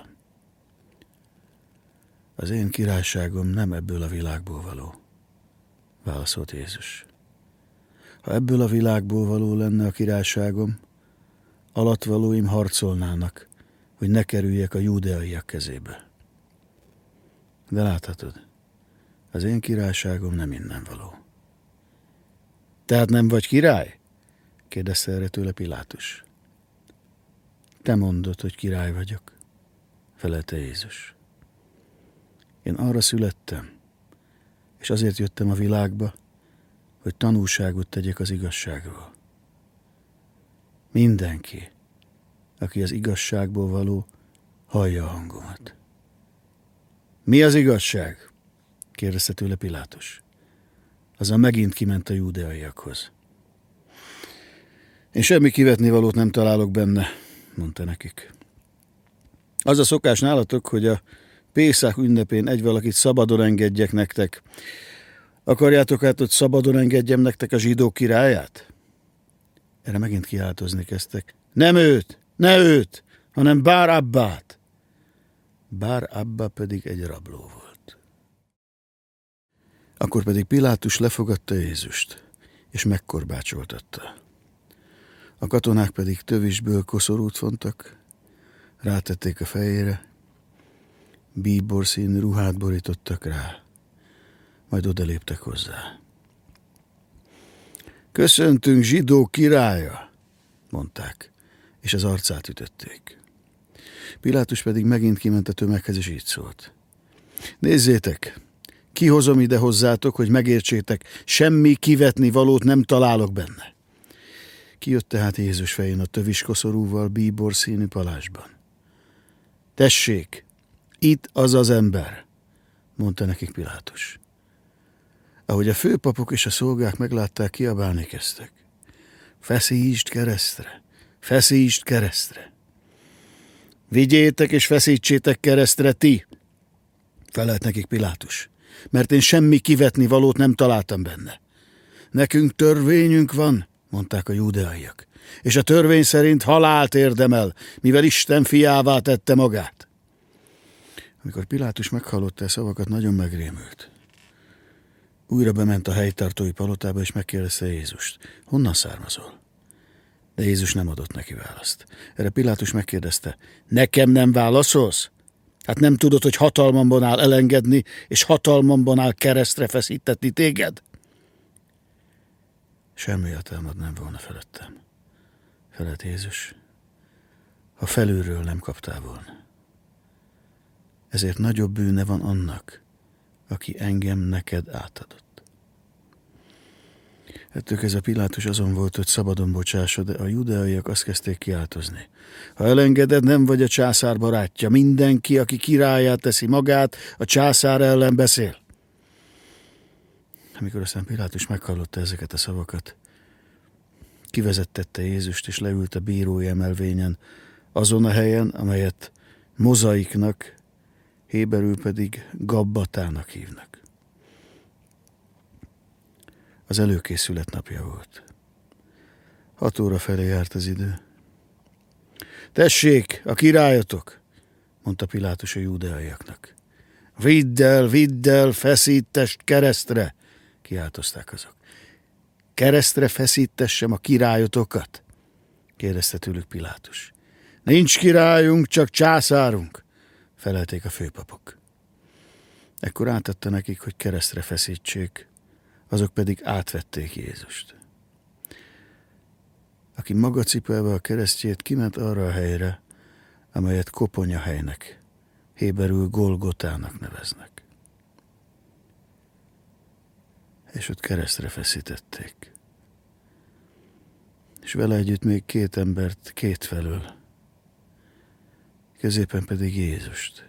Az én királyságom nem ebből a világból való, válaszolt Jézus. Ha ebből a világból való lenne a királyságom, alattvalóim harcolnának, hogy ne kerüljek a júdeaiak kezébe. De láthatod, az én királyságom nem innen való. Tehát nem vagy király? Kérdezte erre tőle Pilátus. Te mondod, hogy király vagyok, felelte Jézus. Én arra születtem, és azért jöttem a világba, hogy tanúságot tegyek az igazságról. Mindenki, aki az igazságból való, hallja a hangomat. Mi az igazság? Kérdezte tőle Pilátus. Azzal megint kiment a júdeaiakhoz. Én semmi kivetnivalót nem találok benne, mondta nekik. Az a szokás nálatok, hogy a Pészák ünnepén egy valakit szabadon engedjek nektek. Akarjátok hát, hogy szabadon engedjem nektek a zsidók királyát? Erre megint kiáltozni kezdtek. Nem őt, ne őt, hanem Bár Abbát. Bár Abba pedig egy rabló volt. Akkor pedig Pilátus lefogadta Jézust, és megkorbácsoltatta. A katonák pedig tövisből koszorút fontak, rátették a fejére, bíborszínű ruhát borítottak rá, majd odaléptek hozzá. Köszöntünk, zsidó királya, mondták, és az arcát ütötték. Pilátus pedig megint kiment a tömeghez, és így szólt. Nézzétek, kihozom ide hozzátok, hogy megértsétek, semmi kivetni valót nem találok benne. Kijött tehát Jézus fején a töviskoszorúval, bíborszínű palásban. Tessék, itt az az ember, mondta nekik Pilátus. Ahogy a főpapok és a szolgák meglátták, kiabálni kezdtek. Feszítsd keresztre, feszítsd keresztre. Vigyétek és feszítsétek keresztre ti, felelt nekik Pilátus, mert én semmi kivetni valót nem találtam benne. Nekünk törvényünk van, mondták a júdeaiak, és a törvény szerint halált érdemel, mivel Isten fiává tette magát. Amikor Pilátus meghallotta a szavakat, nagyon megrémült. Újra bement a helytartói palotába, és megkérdezte Jézust, honnan származol? De Jézus nem adott neki választ. Erre Pilátus megkérdezte, nekem nem válaszolsz? Hát nem tudod, hogy hatalmamban áll elengedni, és hatalmamban áll keresztre feszítetni téged? Semmi hatalmad nem volna felettem, felelt Jézus, ha felülről nem kaptál volna. Ezért nagyobb bűne van annak, aki engem neked átadott. Ettől ez a Pilátus azon volt, hogy szabadon bocsássa, de a judeaiak azt kezdték kiáltozni. Ha elengeded, nem vagy a császár barátja. Mindenki, aki királlyá teszi magát, a császár ellen beszél. Amikor aztán Pilátus meghallotta ezeket a szavakat, kivezettette Jézust, és leült a bírói emelvényen, azon a helyen, amelyet mozaiknak, héberül pedig Gabbatának hívnak. Az előkészület napja volt. Hat óra felé járt az idő. Tessék, a királyotok, mondta Pilátus a júdeaiaknak. Vidd el, vidd el, feszítest keresztre, kiáltozták azok. Keresztre feszítessem a királyotokat? kérdezte tőlük Pilátus. Nincs királyunk, csak császárunk, felelték a főpapok. Ekkor átadta nekik, hogy keresztre feszítsék, azok pedig átvették Jézust. Aki maga cipelve a keresztjét, kiment arra a helyre, amelyet koponyahelynek, héberül Golgotának neveznek. És ott keresztre feszítették. És vele együtt még két embert kétfelől, középen pedig Jézust.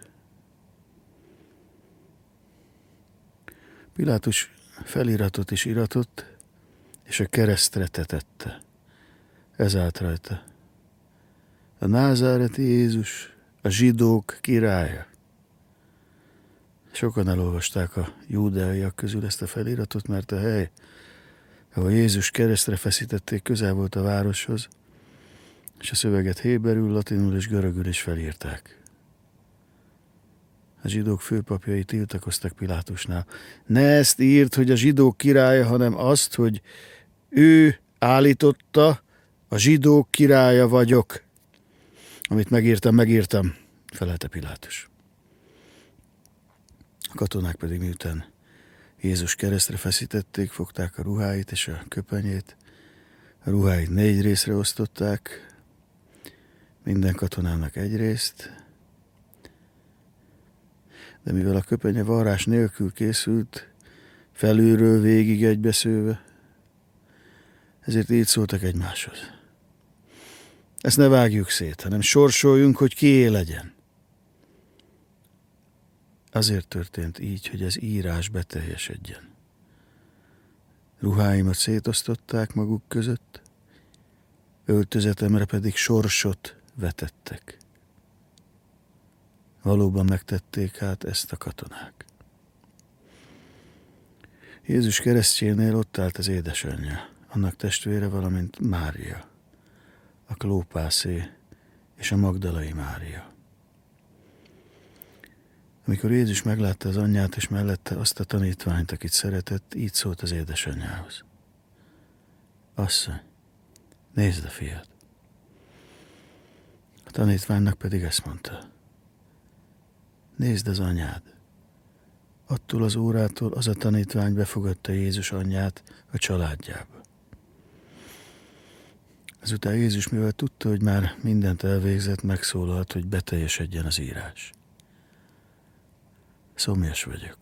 Pilátus feliratot is iratott, és a keresztre tetette. Ez állt rajta. A názáreti Jézus, a zsidók királya. Sokan elolvasták a júdeaiak közül ezt a feliratot, mert a hely, ahol Jézus keresztre feszítették, közel volt a városhoz, és a szöveget héberül, latinul és görögül is felírták. A zsidók főpapjai tiltakoztak Pilátusnál. Ne ezt írt, hogy a zsidók királya, hanem azt, hogy ő állította, a zsidók királya vagyok. Amit megírtam, megírtam, felelte Pilátus. A katonák pedig miután Jézus keresztre feszítették, fogták a ruháit és a köpenyét. A ruháit négy részre osztották, minden katonának egy részt, de mivel a köpenye varrás nélkül készült, felülről végig egybeszőve, ezért így szóltak egymáshoz. Ezt ne vágjuk szét, hanem sorsoljunk, hogy kié legyen. Azért történt így, hogy az írás beteljesedjen. Ruháimat szétosztották maguk között, öltözetemre pedig sorsot vetettek. Valóban megtették hát ezt a katonák. Jézus keresztjénél ott állt az édesanyja, annak testvére, valamint Mária, a Klópászé és a Magdalai Mária. Amikor Jézus meglátta az anyját és mellette azt a tanítványt, akit szeretett, így szólt az édesanyjához. Asszony, nézd a fiad. A tanítványnak pedig ezt mondta. Nézd az anyád. Attól az órától az a tanítvány befogadta Jézus anyját a családjába. Ezután Jézus, mivel tudta, hogy már mindent elvégzett, megszólalt, hogy beteljesedjen az írás. Szomjas vagyok.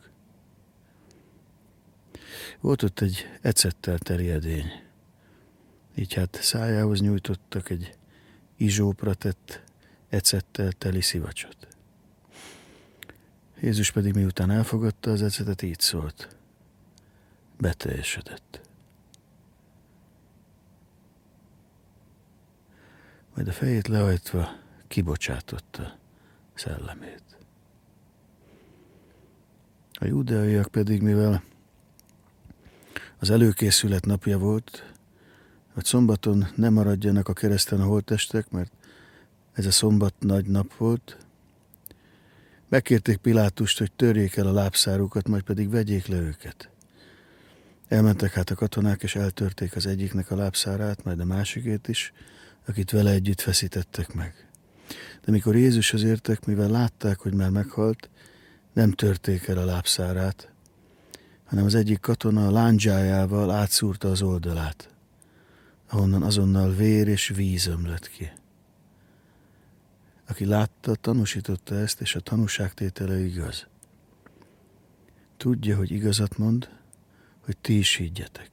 Volt ott egy ecettel teli edény. Így hát szájához nyújtottak egy izsópra tett ecettel teli szivacsot. Jézus pedig miután elfogadta az ecetet, így szólt. Beteljesedett. Majd a fejét lehajtva kibocsátotta szellemét. A júdeaiak pedig, mivel az előkészület napja volt, hogy szombaton ne maradjanak a kereszten a holttestek, mert ez a szombat nagy nap volt, megkérték Pilátust, hogy törjék el a lábszárukat, majd pedig vegyék le őket. Elmentek hát a katonák, és eltörték az egyiknek a lábszárát, majd a másikét is, akit vele együtt feszítettek meg. De mikor Jézushoz értek, mivel látták, hogy már meghalt, nem törték el a lábszárát, hanem az egyik katona a lándzsájával átszúrta az oldalát, ahonnan azonnal vér és víz ömlött ki. Aki látta, tanúsította ezt, és a tanúságtétele igaz. Tudja, hogy igazat mond, hogy ti is higgyetek.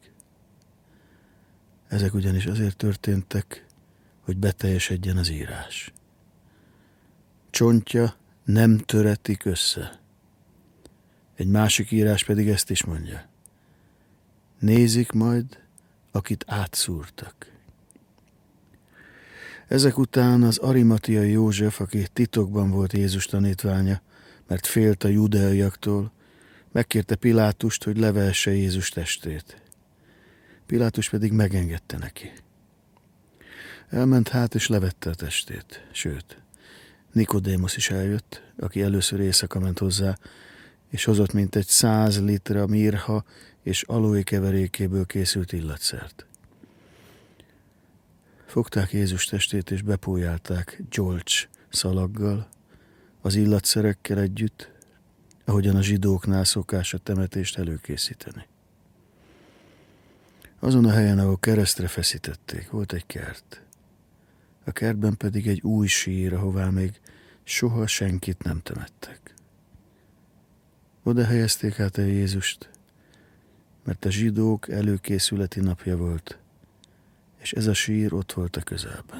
Ezek ugyanis azért történtek, hogy beteljesedjen az írás. Csontja nem töretik össze. Egy másik írás pedig ezt is mondja. Nézik majd, akit átszúrtak. Ezek után az arimatiai József, aki titokban volt Jézus tanítványa, mert félt a judeaiaktól, megkérte Pilátust, hogy levehesse Jézus testét. Pilátus pedig megengedte neki. Elment hát, és levette a testét. Sőt, Nikodémosz is eljött, aki először éjszaka ment hozzá, és hozott mintegy száz litra mirha és aloe keverékéből készült illatszert. Fogták Jézus testét, és bepójálták gyolcs szalaggal, az illatszerekkel együtt, ahogyan a zsidóknál szokás a temetést előkészíteni. Azon a helyen, ahol keresztre feszítették, volt egy kert. A kertben pedig egy új sír, ahová még soha senkit nem temettek. Oda helyezték át el Jézust, mert a zsidók előkészületi napja volt, és ez a sír ott volt a közelben.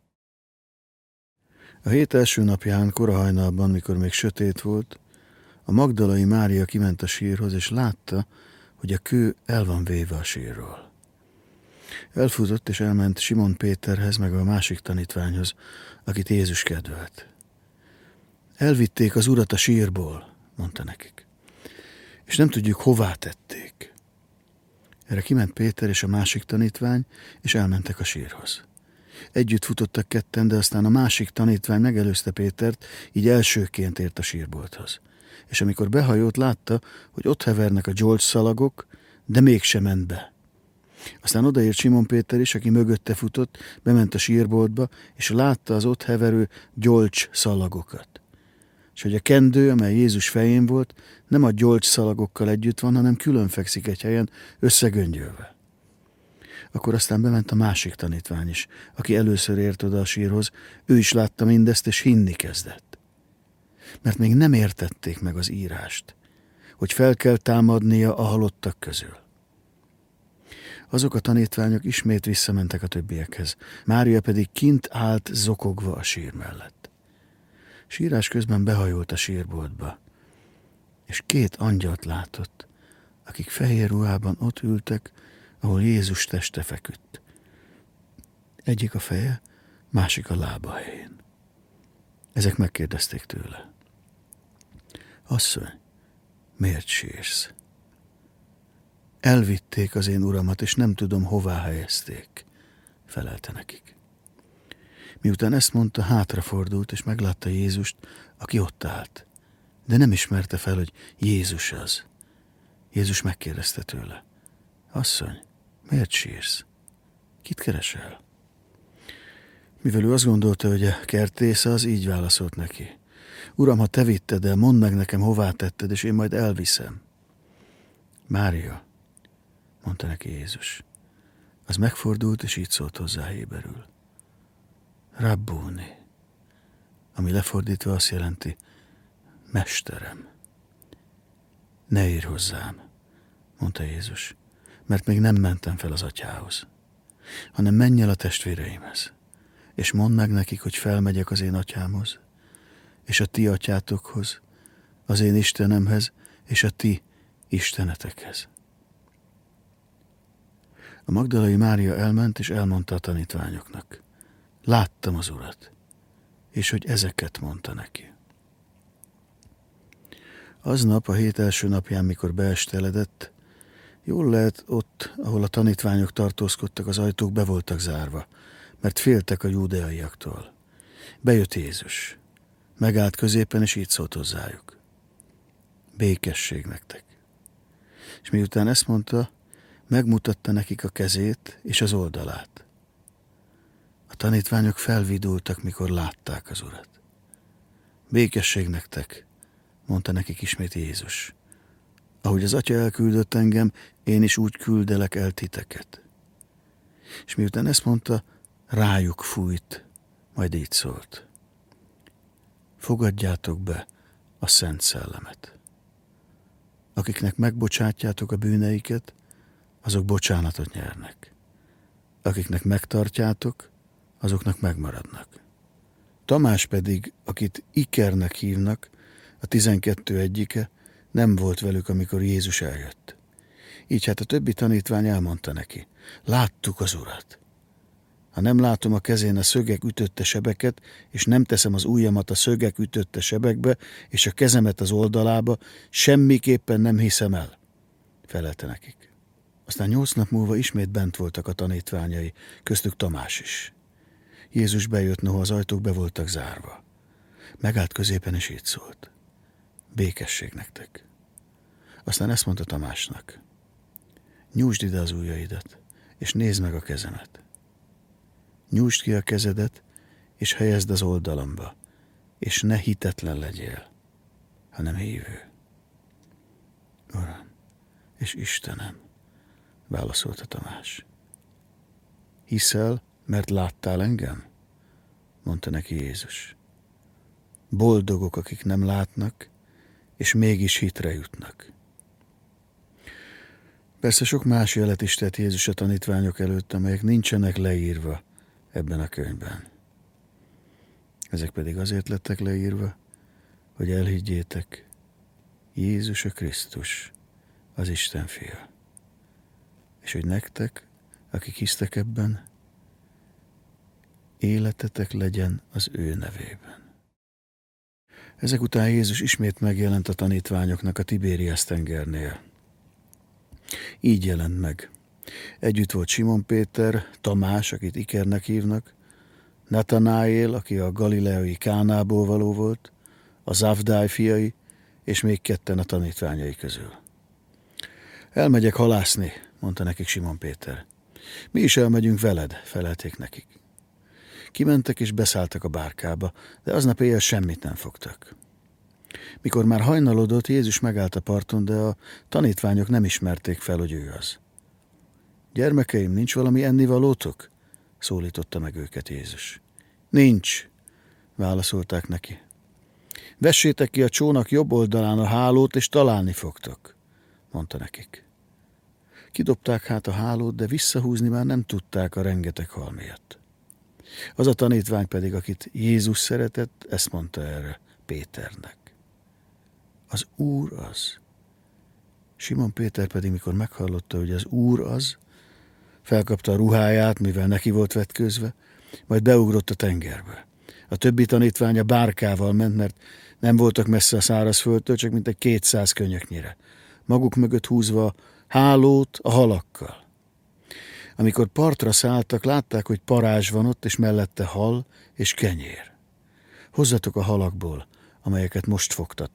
A hét első napján, kora hajnalban, mikor még sötét volt, a magdalai Mária kiment a sírhoz, és látta, hogy a kő el van véve a sírról. Elfutott, és elment Simon Péterhez, meg a másik tanítványhoz, akit Jézus kedvelt. Elvitték az urat a sírból, mondta nekik, és nem tudjuk, hová tették. Erre kiment Péter és a másik tanítvány, és elmentek a sírhoz. Együtt futottak ketten, de aztán a másik tanítvány megelőzte Pétert, így elsőként ért a sírbolthoz. És amikor behajolt, látta, hogy ott hevernek a gyolcsszalagok, de mégsem ment be. Aztán odaért Simon Péter is, aki mögötte futott, bement a sírboltba, és látta az ott heverő gyolcs szalagokat. És hogy a kendő, amely Jézus fején volt, nem a gyolcs szalagokkal együtt van, hanem külön fekszik egy helyen, összegöngyölve. Akkor aztán bement a másik tanítvány is, aki először ért oda a sírhoz, ő is látta mindezt, és hinni kezdett. Mert még nem értették meg az írást, hogy fel kell támadnia a halottak közül. Azok a tanítványok ismét visszamentek a többiekhez, Mária pedig kint állt zokogva a sír mellett. Sírás közben behajolt a sírboltba, és két angyalt látott, akik fehér ruhában ott ültek, ahol Jézus teste feküdt. Egyik a feje, másik a lába helyén. Ezek megkérdezték tőle. Asszony, miért sírsz? Elvitték az én uramat, és nem tudom, hová helyezték, felelte nekik. Miután ezt mondta, hátrafordult, és meglátta Jézust, aki ott állt. de nem ismerte fel, hogy Jézus az. Jézus megkérdezte tőle: asszony, miért sírsz? Kit keresel? Mivel ő azt gondolta, hogy a kertész az, így válaszolt neki: Uram, ha te vitted el, mondd meg nekem, hová tetted, és én majd elviszem. Mária, mondta neki Jézus. Az megfordult, és így szólt hozzá héberül: Rabboni, ami lefordítva azt jelenti: Mesterem. Ne érj hozzám, mondta Jézus, mert még nem mentem fel az atyához, hanem menj el a testvéreimhez, és mondd meg nekik, hogy felmegyek az én atyámhoz, és a ti atyátokhoz, az én Istenemhez, és a ti istenetekhez. A magdalai Mária elment, és elmondta a tanítványoknak: láttam az Urat, és hogy ezeket mondta neki. Aznap, a hét első napján, mikor beesteledett, jól lehet ott, ahol a tanítványok tartózkodtak, az ajtók be voltak zárva, mert féltek a júdeaiaktól. Bejött Jézus. Megállt középen, és így szólt hozzájuk: békesség nektek. És miután ezt mondta, megmutatta nekik a kezét és az oldalát. A tanítványok felvidultak, mikor látták az Urat. Békesség nektek, mondta nekik ismét Jézus. Ahogy az Atya elküldött engem, én is úgy küldelek el titeket. És miután ezt mondta, rájuk fújt, majd így szólt: fogadjátok be a Szent Szellemet. Akiknek megbocsátjátok a bűneiket, azok bocsánatot nyernek. Akiknek megtartjátok, azoknak megmaradnak. Tamás pedig, akit Ikernek hívnak, a tizenkettő egyike, nem volt velük, amikor Jézus eljött. Így hát a többi tanítvány elmondta neki: láttuk az Urat. Ha nem látom a kezén a szögek ütötte sebeket, és nem teszem az ujjamat a szögek ütötte sebekbe, és a kezemet az oldalába, semmiképpen nem hiszem el, felelte nekik. Aztán nyolc nap múlva ismét bent voltak a tanítványai, köztük Tamás is. Jézus bejött, noha az ajtók be voltak zárva. Megállt középen, és így szólt: békesség nektek. Aztán ezt mondta Tamásnak: nyújtsd ide az ujjaidat, és nézd meg a kezemet. Nyújtsd ki a kezedet, és helyezd az oldalamba, és ne hitetlen legyél, hanem hívő. Uram és Istenem, válaszolta Tamás. Hiszel, mert láttál engem? Mondta neki Jézus. Boldogok, akik nem látnak, és mégis hitre jutnak. Persze sok más jelet is tett Jézus a tanítványok előtt, amelyek nincsenek leírva ebben a könyvben. Ezek pedig azért lettek leírva, hogy elhiggyétek: Jézus a Krisztus, az Isten fia. És hogy nektek, akik hisztek ebben, életetek legyen az ő nevében. Ezek után Jézus ismét megjelent a tanítványoknak a Tibériás tengernél. Így jelent meg. Együtt volt Simon Péter, Tamás, akit Ikernek hívnak, Natanaél, aki a galileai Kánából való volt, a Zavdály fiai, és még ketten a tanítványai közül. Elmegyek halászni, mondta nekik Simon Péter. Mi is elmegyünk veled, felelték nekik. Kimentek és beszálltak a bárkába, de aznap éjjel semmit nem fogtak. Mikor már hajnalodott, Jézus megállt a parton, de a tanítványok nem ismerték fel, hogy ő az. Gyermekeim, nincs valami ennivalótok? Szólította meg őket Jézus. Nincs, válaszolták neki. Vessétek ki a csónak jobb oldalán a hálót, és találni fogtok, mondta nekik. Kidobták hát a hálót, de visszahúzni már nem tudták a rengeteg hal miatt. Az a tanítvány pedig, akit Jézus szeretett, ezt mondta erre Péternek: az Úr az. Simon Péter pedig, mikor meghallotta, hogy az Úr az, felkapta a ruháját, mivel neki volt vetkőzve, majd beugrott a tengerbe. A többi tanítványa bárkával ment, mert nem voltak messze a szárazföldtől, csak mintegy kétszáz könyöknyire, maguk mögött húzva hálót a halakkal. Amikor partra szálltak, látták, hogy parázs van ott, és mellette hal és kenyér. Hozzatok a halakból, amelyeket most fogtatok,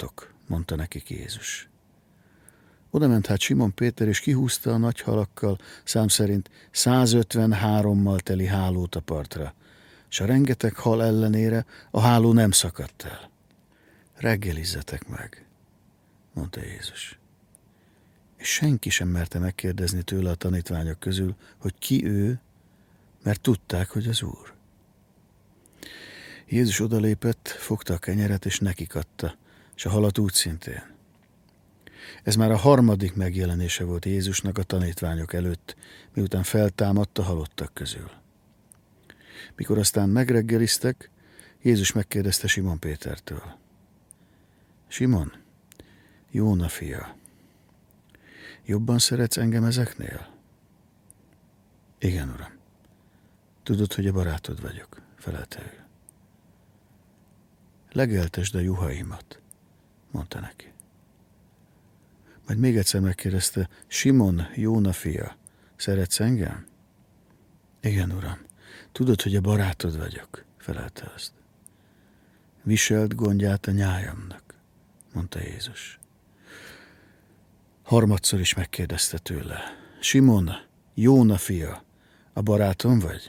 mondta nekik Jézus. Oda ment hát Simon Péter, és kihúzta a nagy halakkal, szám szerint százötvenhárommal teli hálót a partra, s a rengeteg hal ellenére a háló nem szakadt el. Reggelizzetek meg, mondta Jézus. És senki sem merte megkérdezni tőle a tanítványok közül, hogy ki ő, mert tudták, hogy az Úr. Jézus odalépett, fogta a kenyeret, és nekik adta, és a halat úgy szintén. Ez már a harmadik megjelenése volt Jézusnak a tanítványok előtt, miután feltámadt a halottak közül. Mikor aztán megreggeliztek, Jézus megkérdezte Simon Pétertől. Simon, Jóna fia, jobban szeretsz engem ezeknél? Igen, Uram. Tudod, hogy a barátod vagyok, felelte ő. Legeltesd a juhaimat, mondta neki. Majd még egyszer megkérdezte, Simon, Jóna fia, szeretsz engem? Igen, Uram. Tudod, hogy a barátod vagyok, felelte azt. Viselt gondját a nyájamnak, mondta Jézus. Harmadszor is megkérdezte tőle, Simon, Jóna fia, a barátom vagy?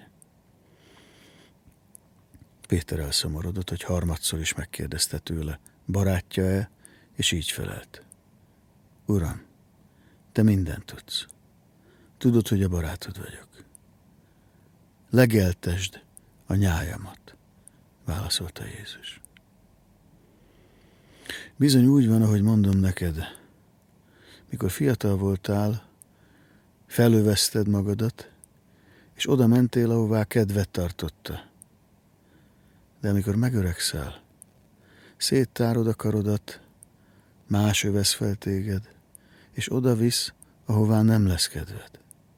Péter elszomorodott, hogy harmadszor is megkérdezte tőle, barátja-e, és így felelt. Uram, te mindent tudsz. Tudod, hogy a barátod vagyok. Legeltesd a nyájamat, válaszolta Jézus. Bizony úgy van, ahogy mondom neked, mikor fiatal voltál, felövezted magadat, és oda mentél, ahová kedvet tartotta. De amikor megöregszel, széttárod a karodat, más övesz fel téged, és oda visz, ahová nem lesz kedved.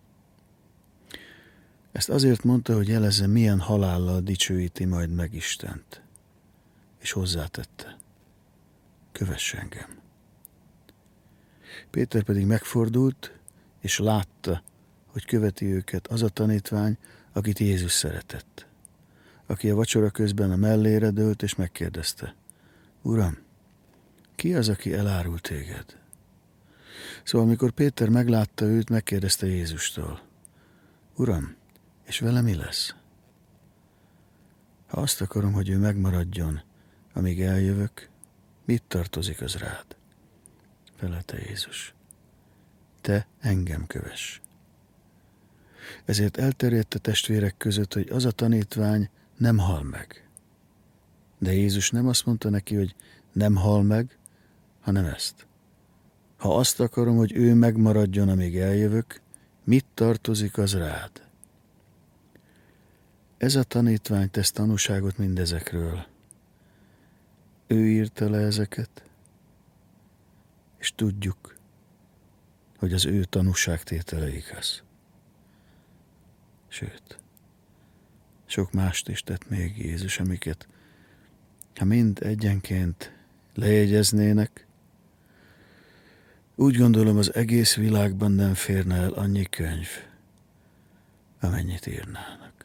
Ezt azért mondta, hogy jelezze, milyen halállal dicsőíti majd meg Istent. És hozzátette, kövess engem. Péter pedig megfordult, és látta, hogy követi őket az a tanítvány, akit Jézus szeretett, aki a vacsora közben a mellére dőlt, és megkérdezte, Uram, ki az, aki elárul téged? Szóval, amikor Péter meglátta őt, megkérdezte Jézustól, Uram, és vele mi lesz? Ha azt akarom, hogy ő megmaradjon, amíg eljövök, mit tartozik az rád? Felelte Jézus. Te engem kövess. Ezért elterjedt a testvérek között, hogy az a tanítvány nem hal meg. De Jézus nem azt mondta neki, hogy nem hal meg, hanem ezt. Ha azt akarom, hogy ő megmaradjon, amíg eljövök, mit tartozik az rád? Ez a tanítvány tesz tanúságot mindezekről. Ő írta le ezeket, és tudjuk, hogy az ő tanúságtétele igaz. Sőt, sok mást is tett még Jézus, amiket, ha mind egyenként lejegyeznének, úgy gondolom, az egész világban nem férne el annyi könyv, amennyit írnának.